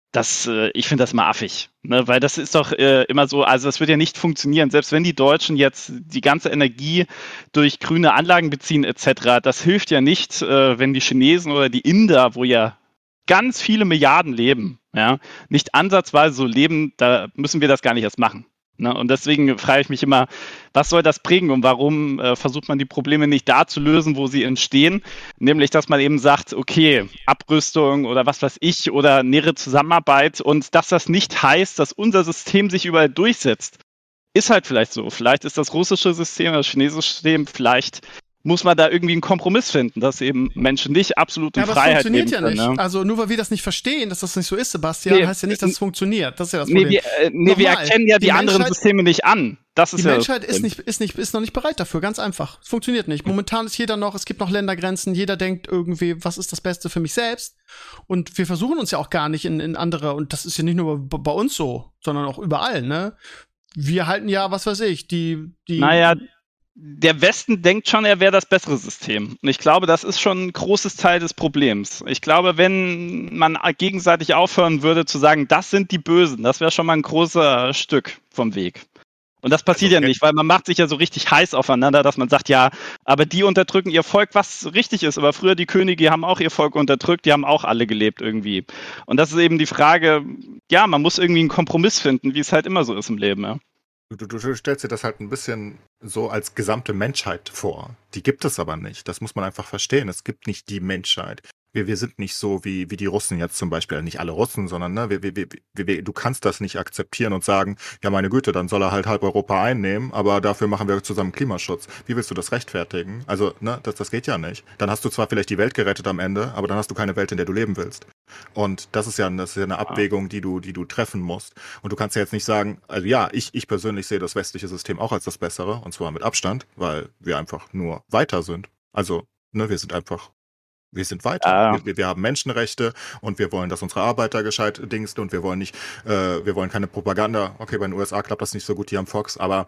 ich finde das mal affig, ne? Weil das ist doch immer so, also das wird ja nicht funktionieren, selbst wenn die Deutschen jetzt die ganze Energie durch grüne Anlagen beziehen etc., das hilft ja nicht, wenn die Chinesen oder die Inder, wo ja ganz viele Milliarden leben, ja, nicht ansatzweise so leben, da müssen wir das gar nicht erst machen. Ne? Und deswegen frage ich mich immer, was soll das bringen und warum versucht man die Probleme nicht da zu lösen, wo sie entstehen? Nämlich, dass man eben sagt, okay, Abrüstung oder was weiß ich oder nähere Zusammenarbeit und dass das nicht heißt, dass unser System sich überall durchsetzt. Ist halt vielleicht so. Vielleicht ist das russische System, das chinesische System vielleicht muss man da irgendwie einen Kompromiss finden, dass eben Menschen nicht absolut in Freiheit leben können. Aber es funktioniert ja nicht. Also nur weil wir das nicht verstehen, dass das nicht so ist, Sebastian, heißt ja nicht, dass es funktioniert. Das ist ja das Problem. Wir erkennen ja die anderen Systeme nicht an. Das ist die Menschheit ist noch nicht bereit dafür, ganz einfach. Es funktioniert nicht. Momentan ist es gibt noch Ländergrenzen, jeder denkt irgendwie, was ist das Beste für mich selbst? Und wir versuchen uns ja auch gar nicht in andere, und das ist ja nicht nur bei uns so, sondern auch überall, ne? Wir halten ja, was weiß ich, der Westen denkt schon, er wäre das bessere System. Und ich glaube, das ist schon ein großes Teil des Problems. Ich glaube, wenn man gegenseitig aufhören würde zu sagen, das sind die Bösen, das wäre schon mal ein großer Stück vom Weg. Und das passiert ja nicht, weil man macht sich ja so richtig heiß aufeinander, dass man sagt, ja, aber die unterdrücken ihr Volk, was richtig ist. Aber früher die Könige haben auch ihr Volk unterdrückt, die haben auch alle gelebt irgendwie. Und das ist eben die Frage, ja, man muss irgendwie einen Kompromiss finden, wie es halt immer so ist im Leben, ja. Du stellst dir das halt ein bisschen so als gesamte Menschheit vor. Die gibt es aber nicht. Das muss man einfach verstehen. Es gibt nicht die Menschheit. Wir sind nicht so wie die Russen jetzt zum Beispiel. Nicht alle Russen, sondern ne, du kannst das nicht akzeptieren und sagen, ja meine Güte, dann soll er halt halb Europa einnehmen, aber dafür machen wir zusammen Klimaschutz. Wie willst du das rechtfertigen? Also, ne, das geht ja nicht. Dann hast du zwar vielleicht die Welt gerettet am Ende, aber dann hast du keine Welt, in der du leben willst. Und das ist ja eine Abwägung, die du treffen musst. Und du kannst ja jetzt nicht sagen, also ja, ich persönlich sehe das westliche System auch als das Bessere, und zwar mit Abstand, weil wir einfach nur weiter sind. Also, ne, wir sind weiter. Ja. Wir haben Menschenrechte und wir wollen, dass unsere Arbeiter gescheit dingst und wir wollen keine Propaganda. Okay, bei den USA klappt das nicht so gut, die haben Fox, aber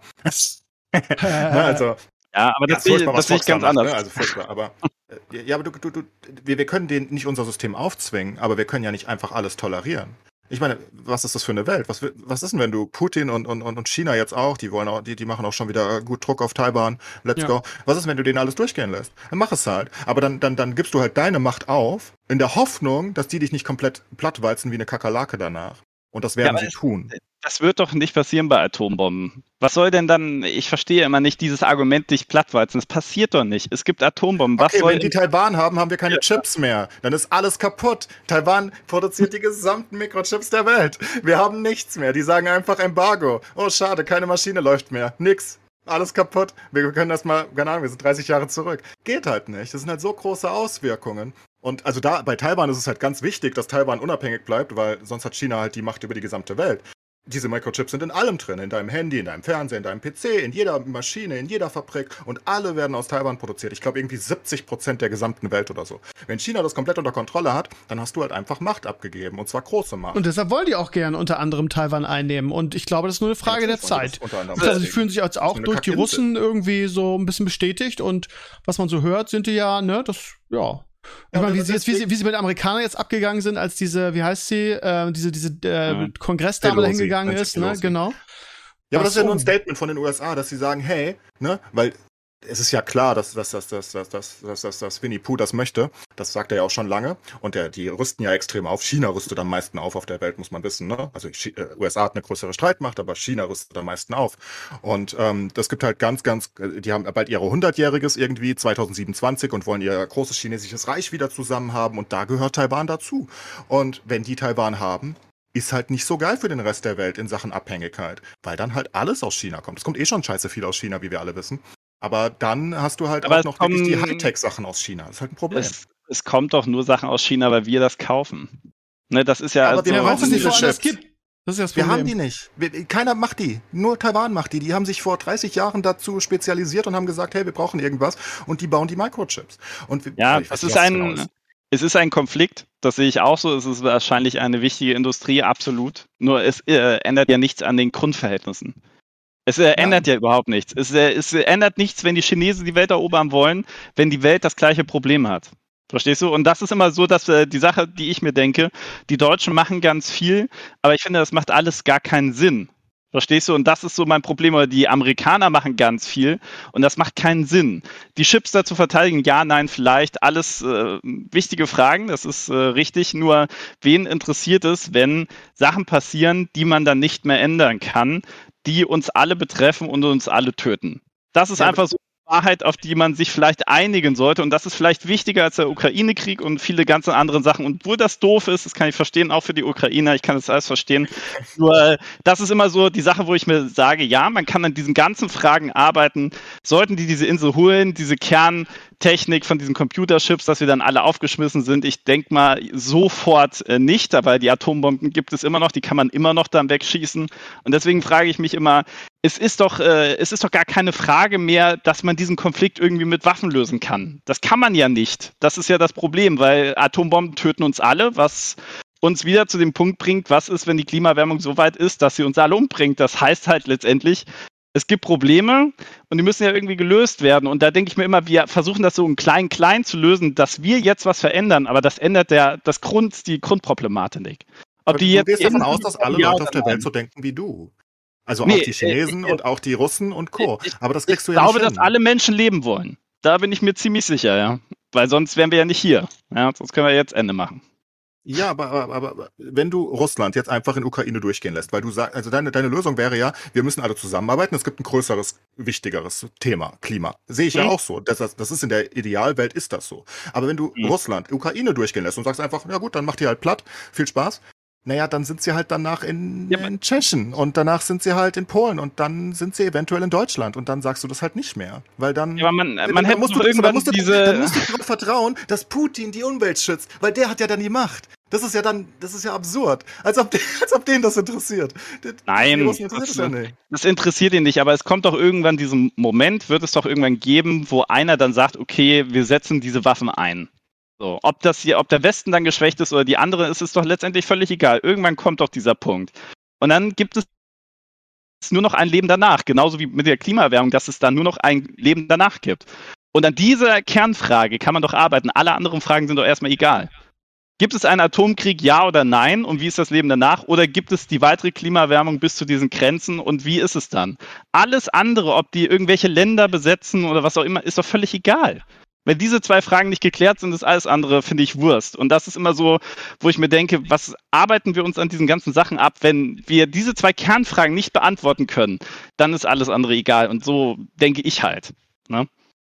also ja, aber das sehe ich ganz anders. Ne? Also furchtbar, aber ja, aber wir können denen nicht unser System aufzwingen, aber wir können ja nicht einfach alles tolerieren. Ich meine, was ist das für eine Welt? Was ist denn, wenn du Putin und China jetzt auch, die machen auch schon wieder gut Druck auf Taiwan, let's go. Was ist, wenn du denen alles durchgehen lässt? Dann mach es halt. Aber dann gibst du halt deine Macht auf, in der Hoffnung, dass die dich nicht komplett plattwalzen wie eine Kakerlake danach. Und das werden sie tun. Das wird doch nicht passieren bei Atombomben. Was soll denn dann, ich verstehe immer nicht dieses Argument, dich plattwalzen. Das passiert doch nicht. Es gibt Atombomben. Wenn die Taiwan haben wir keine Chips mehr. Dann ist alles kaputt. Taiwan produziert die gesamten Mikrochips der Welt. Wir haben nichts mehr. Die sagen einfach Embargo. Oh, schade, keine Maschine läuft mehr. Nix. Alles kaputt. Wir können das mal, keine Ahnung, wir sind 30 Jahre zurück. Geht halt nicht. Das sind halt so große Auswirkungen. Und also bei Taiwan ist es halt ganz wichtig, dass Taiwan unabhängig bleibt, weil sonst hat China halt die Macht über die gesamte Welt. Diese Mikrochips sind in allem drin, in deinem Handy, in deinem Fernseher, in deinem PC, in jeder Maschine, in jeder Fabrik und alle werden aus Taiwan produziert. Ich glaube irgendwie 70% der gesamten Welt oder so. Wenn China das komplett unter Kontrolle hat, dann hast du halt einfach Macht abgegeben und zwar große Macht. Und deshalb wollen die auch gerne unter anderem Taiwan einnehmen und ich glaube, das ist nur eine Frage der Zeit. Also sie fühlen sich jetzt auch durch die Russen irgendwie so ein bisschen bestätigt und was man so hört, sind die ja, ne, das, ja. Ich meine, wie sie mit den Amerikanern jetzt abgegangen sind, als diese, wie heißt sie, diese Kongressdame da hingegangen ist, ne, genau. Ja, aber das ist ja nur ein Statement von den USA, dass sie sagen, hey, ne, weil es ist ja klar, dass Winnie Pooh das möchte. Das sagt er ja auch schon lange. Und die rüsten ja extrem auf. China rüstet am meisten auf der Welt, muss man wissen. Ne? Also USA hat eine größere Streitmacht, aber China rüstet am meisten auf. Und das gibt halt die haben bald ihre 100-jähriges irgendwie, 2027, und wollen ihr großes chinesisches Reich wieder zusammen haben. Und da gehört Taiwan dazu. Und wenn die Taiwan haben, ist halt nicht so geil für den Rest der Welt in Sachen Abhängigkeit. Weil dann halt alles aus China kommt. Es kommt eh schon scheiße viel aus China, wie wir alle wissen. Aber dann hast du halt auch noch wirklich die Hightech-Sachen aus China. Das ist halt ein Problem. Es kommt doch nur Sachen aus China, weil wir das kaufen. Ne, das ist ja. Aber wir brauchen diese Chips. Gibt. Das ist das Problem. Wir haben die nicht. Keiner macht die. Nur Taiwan macht die. Die haben sich vor 30 Jahren dazu spezialisiert und haben gesagt, hey, wir brauchen irgendwas. Und die bauen die Microchips. Es ist ein Konflikt. Das sehe ich auch so. Es ist wahrscheinlich eine wichtige Industrie, absolut. Nur es ändert ja nichts an den Grundverhältnissen. Es ändert ja überhaupt nichts. Es ändert nichts, wenn die Chinesen die Welt erobern wollen, wenn die Welt das gleiche Problem hat. Verstehst du? Und das ist immer so, dass die Sache, die ich mir denke, die Deutschen machen ganz viel, aber ich finde, das macht alles gar keinen Sinn. Verstehst du? Und das ist so mein Problem. Oder die Amerikaner machen ganz viel und das macht keinen Sinn. Die Chips dazu verteidigen, ja, nein, vielleicht, alles wichtige Fragen, das ist richtig. Nur wen interessiert es, wenn Sachen passieren, die man dann nicht mehr ändern kann, die uns alle betreffen und uns alle töten? Das ist einfach so Wahrheit, auf die man sich vielleicht einigen sollte. Und das ist vielleicht wichtiger als der Ukraine-Krieg und viele ganz andere Sachen. Und wo das doof ist, das kann ich verstehen, auch für die Ukrainer, ich kann das alles verstehen. Nur das ist immer so die Sache, wo ich mir sage, ja, man kann an diesen ganzen Fragen arbeiten. Sollten die diese Insel holen, diese Kerntechnik von diesen Computerships, dass wir dann alle aufgeschmissen sind? Ich denke mal sofort nicht, aber die Atombomben gibt es immer noch, die kann man immer noch dann wegschießen. Und deswegen frage ich mich immer, es ist doch gar keine Frage mehr, dass man diesen Konflikt irgendwie mit Waffen lösen kann. Das kann man ja nicht. Das ist ja das Problem, weil Atombomben töten uns alle, was uns wieder zu dem Punkt bringt, was ist, wenn die Klimaerwärmung so weit ist, dass sie uns alle umbringt. Das heißt halt letztendlich, es gibt Probleme und die müssen ja irgendwie gelöst werden. Und da denke ich mir immer, wir versuchen das so im Klein-Klein zu lösen, dass wir jetzt was verändern, aber das ändert die Grundproblematik. Du gehst davon aus, dass alle Leute auf der Welt so denken wie du. Also auch die Chinesen und auch die Russen und Co. Aber das kriegst du ja nicht hin. Ich glaube, dass alle Menschen leben wollen. Da bin ich mir ziemlich sicher, ja. Weil sonst wären wir ja nicht hier. Ja, sonst können wir jetzt Ende machen. Ja, aber wenn du Russland jetzt einfach in Ukraine durchgehen lässt, weil du sagst, also deine Lösung wäre ja, wir müssen alle zusammenarbeiten, es gibt ein größeres, wichtigeres Thema, Klima. Sehe ich ja auch so. Das ist in der Idealwelt ist das so. Aber wenn du Russland, Ukraine durchgehen lässt und sagst einfach, ja gut, dann macht ihr halt platt, viel Spaß. Naja, dann sind sie halt danach in Tschechien und danach sind sie halt in Polen und dann sind sie eventuell in Deutschland und dann sagst du das halt nicht mehr, weil dann ja, aber man hätte musst du irgendwann dann musst du darauf vertrauen, dass Putin die Umwelt schützt, weil der hat ja dann die Macht. Das ist ja absurd, als ob den das interessiert. Nein, das interessiert ihn nicht, aber es kommt doch irgendwann diesen Moment, wird es doch irgendwann geben, wo einer dann sagt, okay, wir setzen diese Waffen ein. So, ob der Westen dann geschwächt ist oder die anderen, ist es doch letztendlich völlig egal. Irgendwann kommt doch dieser Punkt. Und dann gibt es nur noch ein Leben danach, genauso wie mit der Klimaerwärmung, dass es dann nur noch ein Leben danach gibt. Und an dieser Kernfrage kann man doch arbeiten. Alle anderen Fragen sind doch erstmal egal. Gibt es einen Atomkrieg, ja oder nein? Und wie ist das Leben danach? Oder gibt es die weitere Klimaerwärmung bis zu diesen Grenzen? Und wie ist es dann? Alles andere, ob die irgendwelche Länder besetzen oder was auch immer, ist doch völlig egal. Wenn diese zwei Fragen nicht geklärt sind, ist alles andere, finde ich, Wurst. Und das ist immer so, wo ich mir denke, was arbeiten wir uns an diesen ganzen Sachen ab? Wenn wir diese zwei Kernfragen nicht beantworten können, dann ist alles andere egal. Und so denke ich halt. Ne?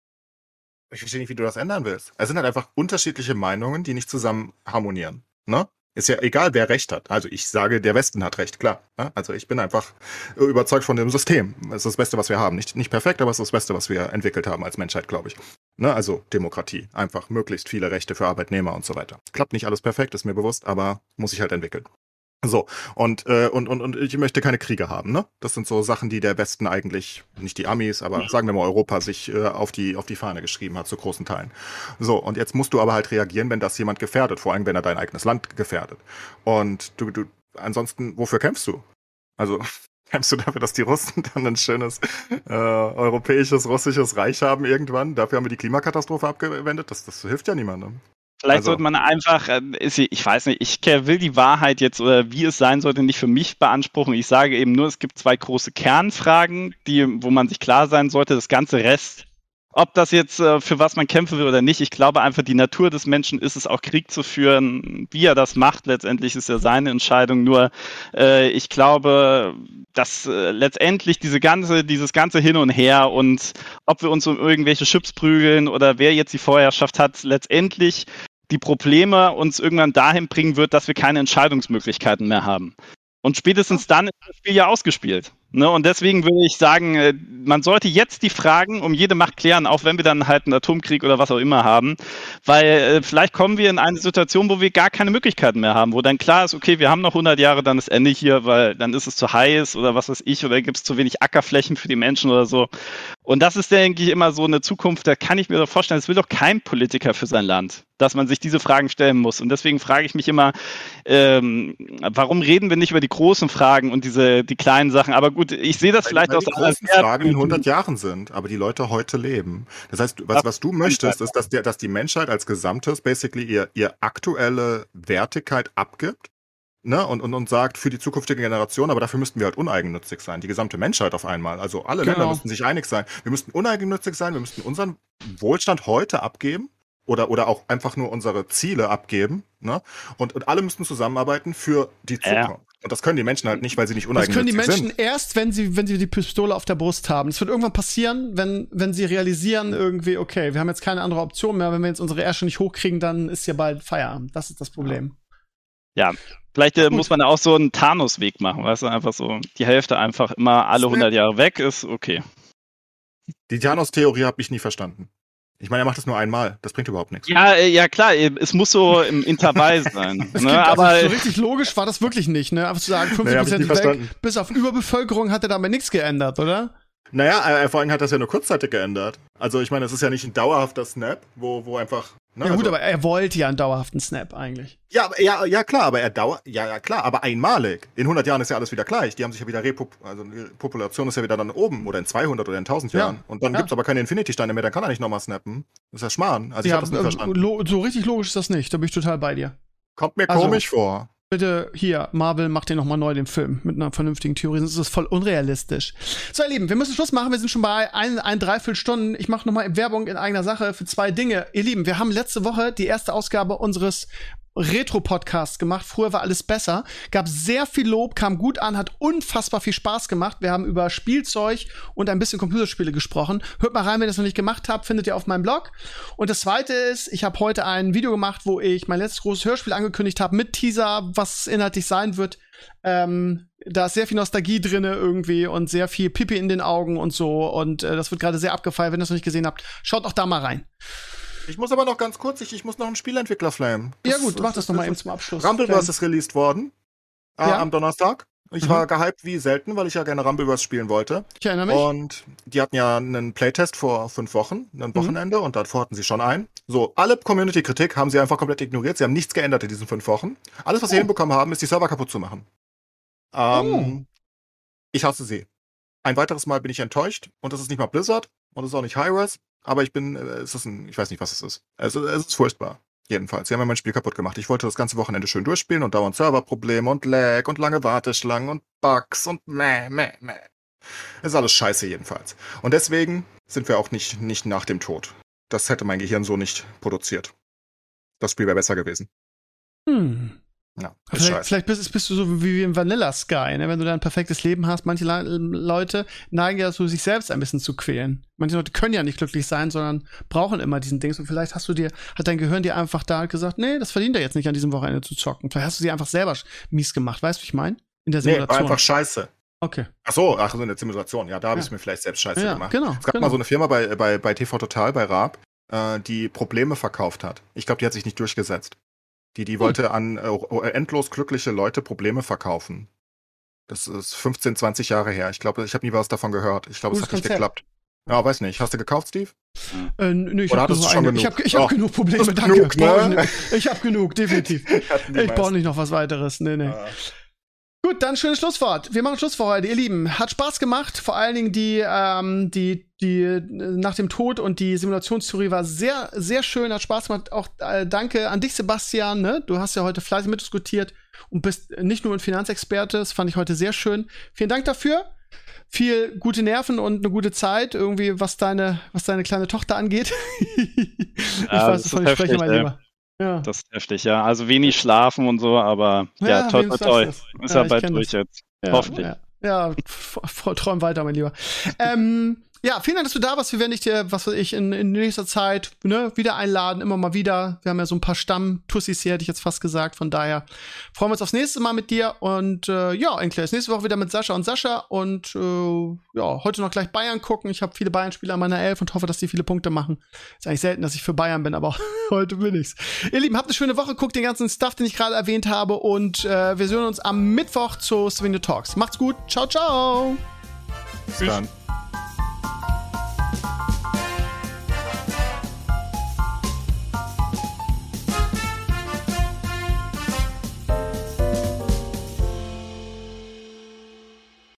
Ich verstehe nicht, wie du das ändern willst. Es sind halt einfach unterschiedliche Meinungen, die nicht zusammen harmonieren. Ne? Ist ja egal, wer Recht hat. Also ich sage, der Westen hat Recht, klar. Ne? Also ich bin einfach überzeugt von dem System. Es ist das Beste, was wir haben. Nicht perfekt, aber es ist das Beste, was wir entwickelt haben als Menschheit, glaube ich. Ne? Also Demokratie. Einfach möglichst viele Rechte für Arbeitnehmer und so weiter. Klappt nicht alles perfekt, ist mir bewusst, aber muss ich halt entwickeln. So, und ich möchte keine Kriege haben, ne? Das sind so Sachen, die der Westen eigentlich, nicht die Amis, aber sagen wir mal Europa, sich auf die Fahne geschrieben hat, zu großen Teilen. So, und jetzt musst du aber halt reagieren, wenn das jemand gefährdet, vor allem wenn er dein eigenes Land gefährdet. Und du ansonsten, wofür kämpfst du? Also, kämpfst du dafür, dass die Russen dann ein schönes europäisches, russisches Reich haben irgendwann? Dafür haben wir die Klimakatastrophe abgewendet? Das hilft ja niemandem. Vielleicht sollte man einfach, ich weiß nicht, ich will die Wahrheit jetzt oder wie es sein sollte nicht für mich beanspruchen. Ich sage eben nur, es gibt zwei große Kernfragen, wo man sich klar sein sollte. Das ganze Rest, ob das jetzt für was man kämpfen will oder nicht, ich glaube einfach, die Natur des Menschen ist es auch, Krieg zu führen. Wie er das macht, letztendlich ist ja seine Entscheidung. Nur ich glaube, dass letztendlich dieses ganze Hin und Her und ob wir uns um irgendwelche Chips prügeln oder wer jetzt die Vorherrschaft hat, letztendlich die Probleme uns irgendwann dahin bringen wird, dass wir keine Entscheidungsmöglichkeiten mehr haben. Und spätestens dann ist das Spiel ja ausgespielt. Ne? Und deswegen würde ich sagen, man sollte jetzt die Fragen um jede Macht klären, auch wenn wir dann halt einen Atomkrieg oder was auch immer haben. Weil vielleicht kommen wir in eine Situation, wo wir gar keine Möglichkeiten mehr haben, wo dann klar ist, okay, wir haben noch 100 Jahre, dann ist Ende hier, weil dann ist es zu heiß oder was weiß ich, oder gibt es zu wenig Ackerflächen für die Menschen oder so. Und das ist, denke ich, immer so eine Zukunft, da kann ich mir doch vorstellen, das will doch kein Politiker für sein Land, dass man sich diese Fragen stellen muss. Und deswegen frage ich mich immer, warum reden wir nicht über die großen Fragen und die kleinen Sachen? Aber gut, ich sehe das vielleicht aus die großen Fragen in 100 Jahren sind, aber die Leute heute leben. Das heißt, was du möchtest, ist, dass die Menschheit als Gesamtes basically ihr aktuelle Wertigkeit abgibt, ne, und sagt für die zukünftige Generation, aber dafür müssten wir halt uneigennützig sein. Die gesamte Menschheit auf einmal. Also alle Länder müssten sich einig sein. Wir müssten uneigennützig sein, wir müssten unseren Wohlstand heute abgeben. Oder auch einfach nur unsere Ziele abgeben, ne? Und alle müssten zusammenarbeiten für die Zukunft. Und das können die Menschen halt nicht, weil sie nicht Das uneigennützig können die Menschen sind. erst, wenn sie die Pistole auf der Brust haben. Das wird irgendwann passieren, wenn sie realisieren irgendwie, okay, wir haben jetzt keine andere Option mehr. Wenn wir jetzt unsere Ärsche nicht hochkriegen, dann ist ja bald Feierabend. Das ist das Problem. Ja, vielleicht muss man auch so einen Thanos-Weg machen, weißt du, einfach so die Hälfte einfach immer alle 100 Jahre weg ist, okay. Die Thanos-Theorie habe ich nie verstanden. Ich meine, er macht das nur einmal. Das bringt überhaupt nichts. Ja, klar, es muss so im Intervall sein. Ne? Aber so richtig logisch war das wirklich nicht, ne? Einfach zu sagen, 50% weg, bis auf Überbevölkerung hat er damit nichts geändert, oder? Naja, vor allem hat das ja nur kurzzeitig geändert. Also ich meine, es ist ja nicht ein dauerhafter Snap, wo einfach... Ne, ja gut, aber er wollte ja einen dauerhaften Snap eigentlich. Ja, klar, aber aber einmalig. In 100 Jahren ist ja alles wieder gleich. Die haben sich ja wieder die Population ist ja wieder dann oben oder in 200 oder in 1000 Jahren. Und dann gibt's aber keine Infinity-Steine mehr, dann kann er nicht nochmal snappen. Das ist ja Schmarrn. Also ich hab das nicht verstanden. So richtig logisch ist das nicht, da bin ich total bei dir. Kommt mir komisch vor. Bitte hier, Marvel, macht den nochmal neu, den Film, mit einer vernünftigen Theorie, sonst ist das voll unrealistisch. So, ihr Lieben, wir müssen Schluss machen, wir sind schon bei 1,75 Stunden. Ich mache nochmal Werbung in eigener Sache für 2 Dinge. Ihr Lieben, wir haben letzte Woche die erste Ausgabe unseres Retro-Podcast gemacht. Früher war alles besser. Gab sehr viel Lob, kam gut an, hat unfassbar viel Spaß gemacht. Wir haben über Spielzeug und ein bisschen Computerspiele gesprochen. Hört mal rein, wenn ihr das noch nicht gemacht habt, findet ihr auf meinem Blog. Und das Zweite ist, ich habe heute ein Video gemacht, wo ich mein letztes großes Hörspiel angekündigt habe mit Teaser, was inhaltlich sein wird. Da ist sehr viel Nostalgie drinne irgendwie und sehr viel Pipi in den Augen und so. Und das wird gerade sehr abgefeiert. Wenn ihr das noch nicht gesehen habt, schaut auch da mal rein. Ich muss aber noch ganz kurz, ich muss noch einen Spieleentwickler flamen. Ja gut, mach das noch mal eben zum Abschluss. Rumbleverse ist released worden am Donnerstag. Ich war gehypt wie selten, weil ich ja gerne Rumbleverse spielen wollte. Ich erinnere mich. Und die hatten ja einen Playtest vor 5 Wochen, ein Wochenende, und davor hatten sie schon einen. So, alle Community-Kritik haben sie einfach komplett ignoriert. Sie haben nichts geändert in diesen 5 Wochen. Alles, was sie hinbekommen haben, ist, die Server kaputt zu machen. Ich hasse sie. Ein weiteres Mal bin ich enttäuscht. Und das ist nicht mal Blizzard. Und das ist auch nicht Hi-Res. Aber ich weiß nicht, was es ist. Es ist furchtbar. Jedenfalls. Sie haben ja mein Spiel kaputt gemacht. Ich wollte das ganze Wochenende schön durchspielen und dauernd Serverprobleme und Lag und lange Warteschlangen und Bugs und ist alles scheiße jedenfalls. Und deswegen sind wir auch nicht nach dem Tod. Das hätte mein Gehirn so nicht produziert. Das Spiel wäre besser gewesen. Ja, vielleicht bist du so wie im Vanilla Sky, ne? Wenn du da ein perfektes Leben hast. Manche Leute neigen ja so, sich selbst ein bisschen zu quälen. Manche Leute können ja nicht glücklich sein, sondern brauchen immer diesen Dings. Und vielleicht hat dein Gehirn dir einfach da gesagt, nee, das verdient er jetzt nicht, an diesem Wochenende zu zocken. Vielleicht hast du sie einfach selber mies gemacht. Weißt du, wie ich meine? In der Simulation. Nee, war einfach scheiße. Okay. Ach so, in der Simulation. Ja, da habe ich es mir vielleicht selbst scheiße gemacht. Genau, es gab mal so eine Firma bei TV Total, bei Raab, die Probleme verkauft hat. Ich glaube, die hat sich nicht durchgesetzt. Die wollte an endlos glückliche Leute Probleme verkaufen. Das ist 15, 20 Jahre her. Ich glaube, ich habe nie was davon gehört. Ich glaube, es hat nicht geklappt. Ja, weiß nicht. Hast du gekauft, Steve? Nö, ich habe genug? Ich hab genug Probleme, danke. Genug, ne? Ich habe genug, definitiv. Ich brauche nicht noch was weiteres. Nee. Gut, dann schönes Schlusswort. Wir machen Schluss für heute, ihr Lieben. Hat Spaß gemacht. Vor allen Dingen die nach dem Tod und die Simulationstheorie war sehr, sehr schön. Hat Spaß gemacht. Auch danke an dich, Sebastian. Ne? Du hast ja heute fleißig mitdiskutiert und bist nicht nur ein Finanzexperte. Das fand ich heute sehr schön. Vielen Dank dafür. Viel gute Nerven und eine gute Zeit. Irgendwie, was deine kleine Tochter angeht. Ich weiß, wovon ich spreche, mein Lieber. Ja. Das ist heftig, ja. Also wenig schlafen und so, aber toi. Ist ja bald durch jetzt. Hoffentlich. Ja, träum weiter, mein Lieber. Ja, vielen Dank, dass du da warst. Wir werden dich dir, in nächster Zeit wieder einladen, immer mal wieder. Wir haben ja so ein paar Stamm-Tussis hier, hätte ich jetzt fast gesagt. Von daher freuen wir uns aufs nächste Mal mit dir. Und Enkles, nächste Woche wieder mit Sascha und heute noch gleich Bayern gucken. Ich habe viele Bayern-Spieler an meiner Elf und hoffe, dass die viele Punkte machen. Ist eigentlich selten, dass ich für Bayern bin, aber heute bin ich's. Ihr Lieben, habt eine schöne Woche. Guckt den ganzen Stuff, den ich gerade erwähnt habe. Und wir sehen uns am Mittwoch zu Souvenir Talks. Macht's gut. Ciao, ciao. Bis dann.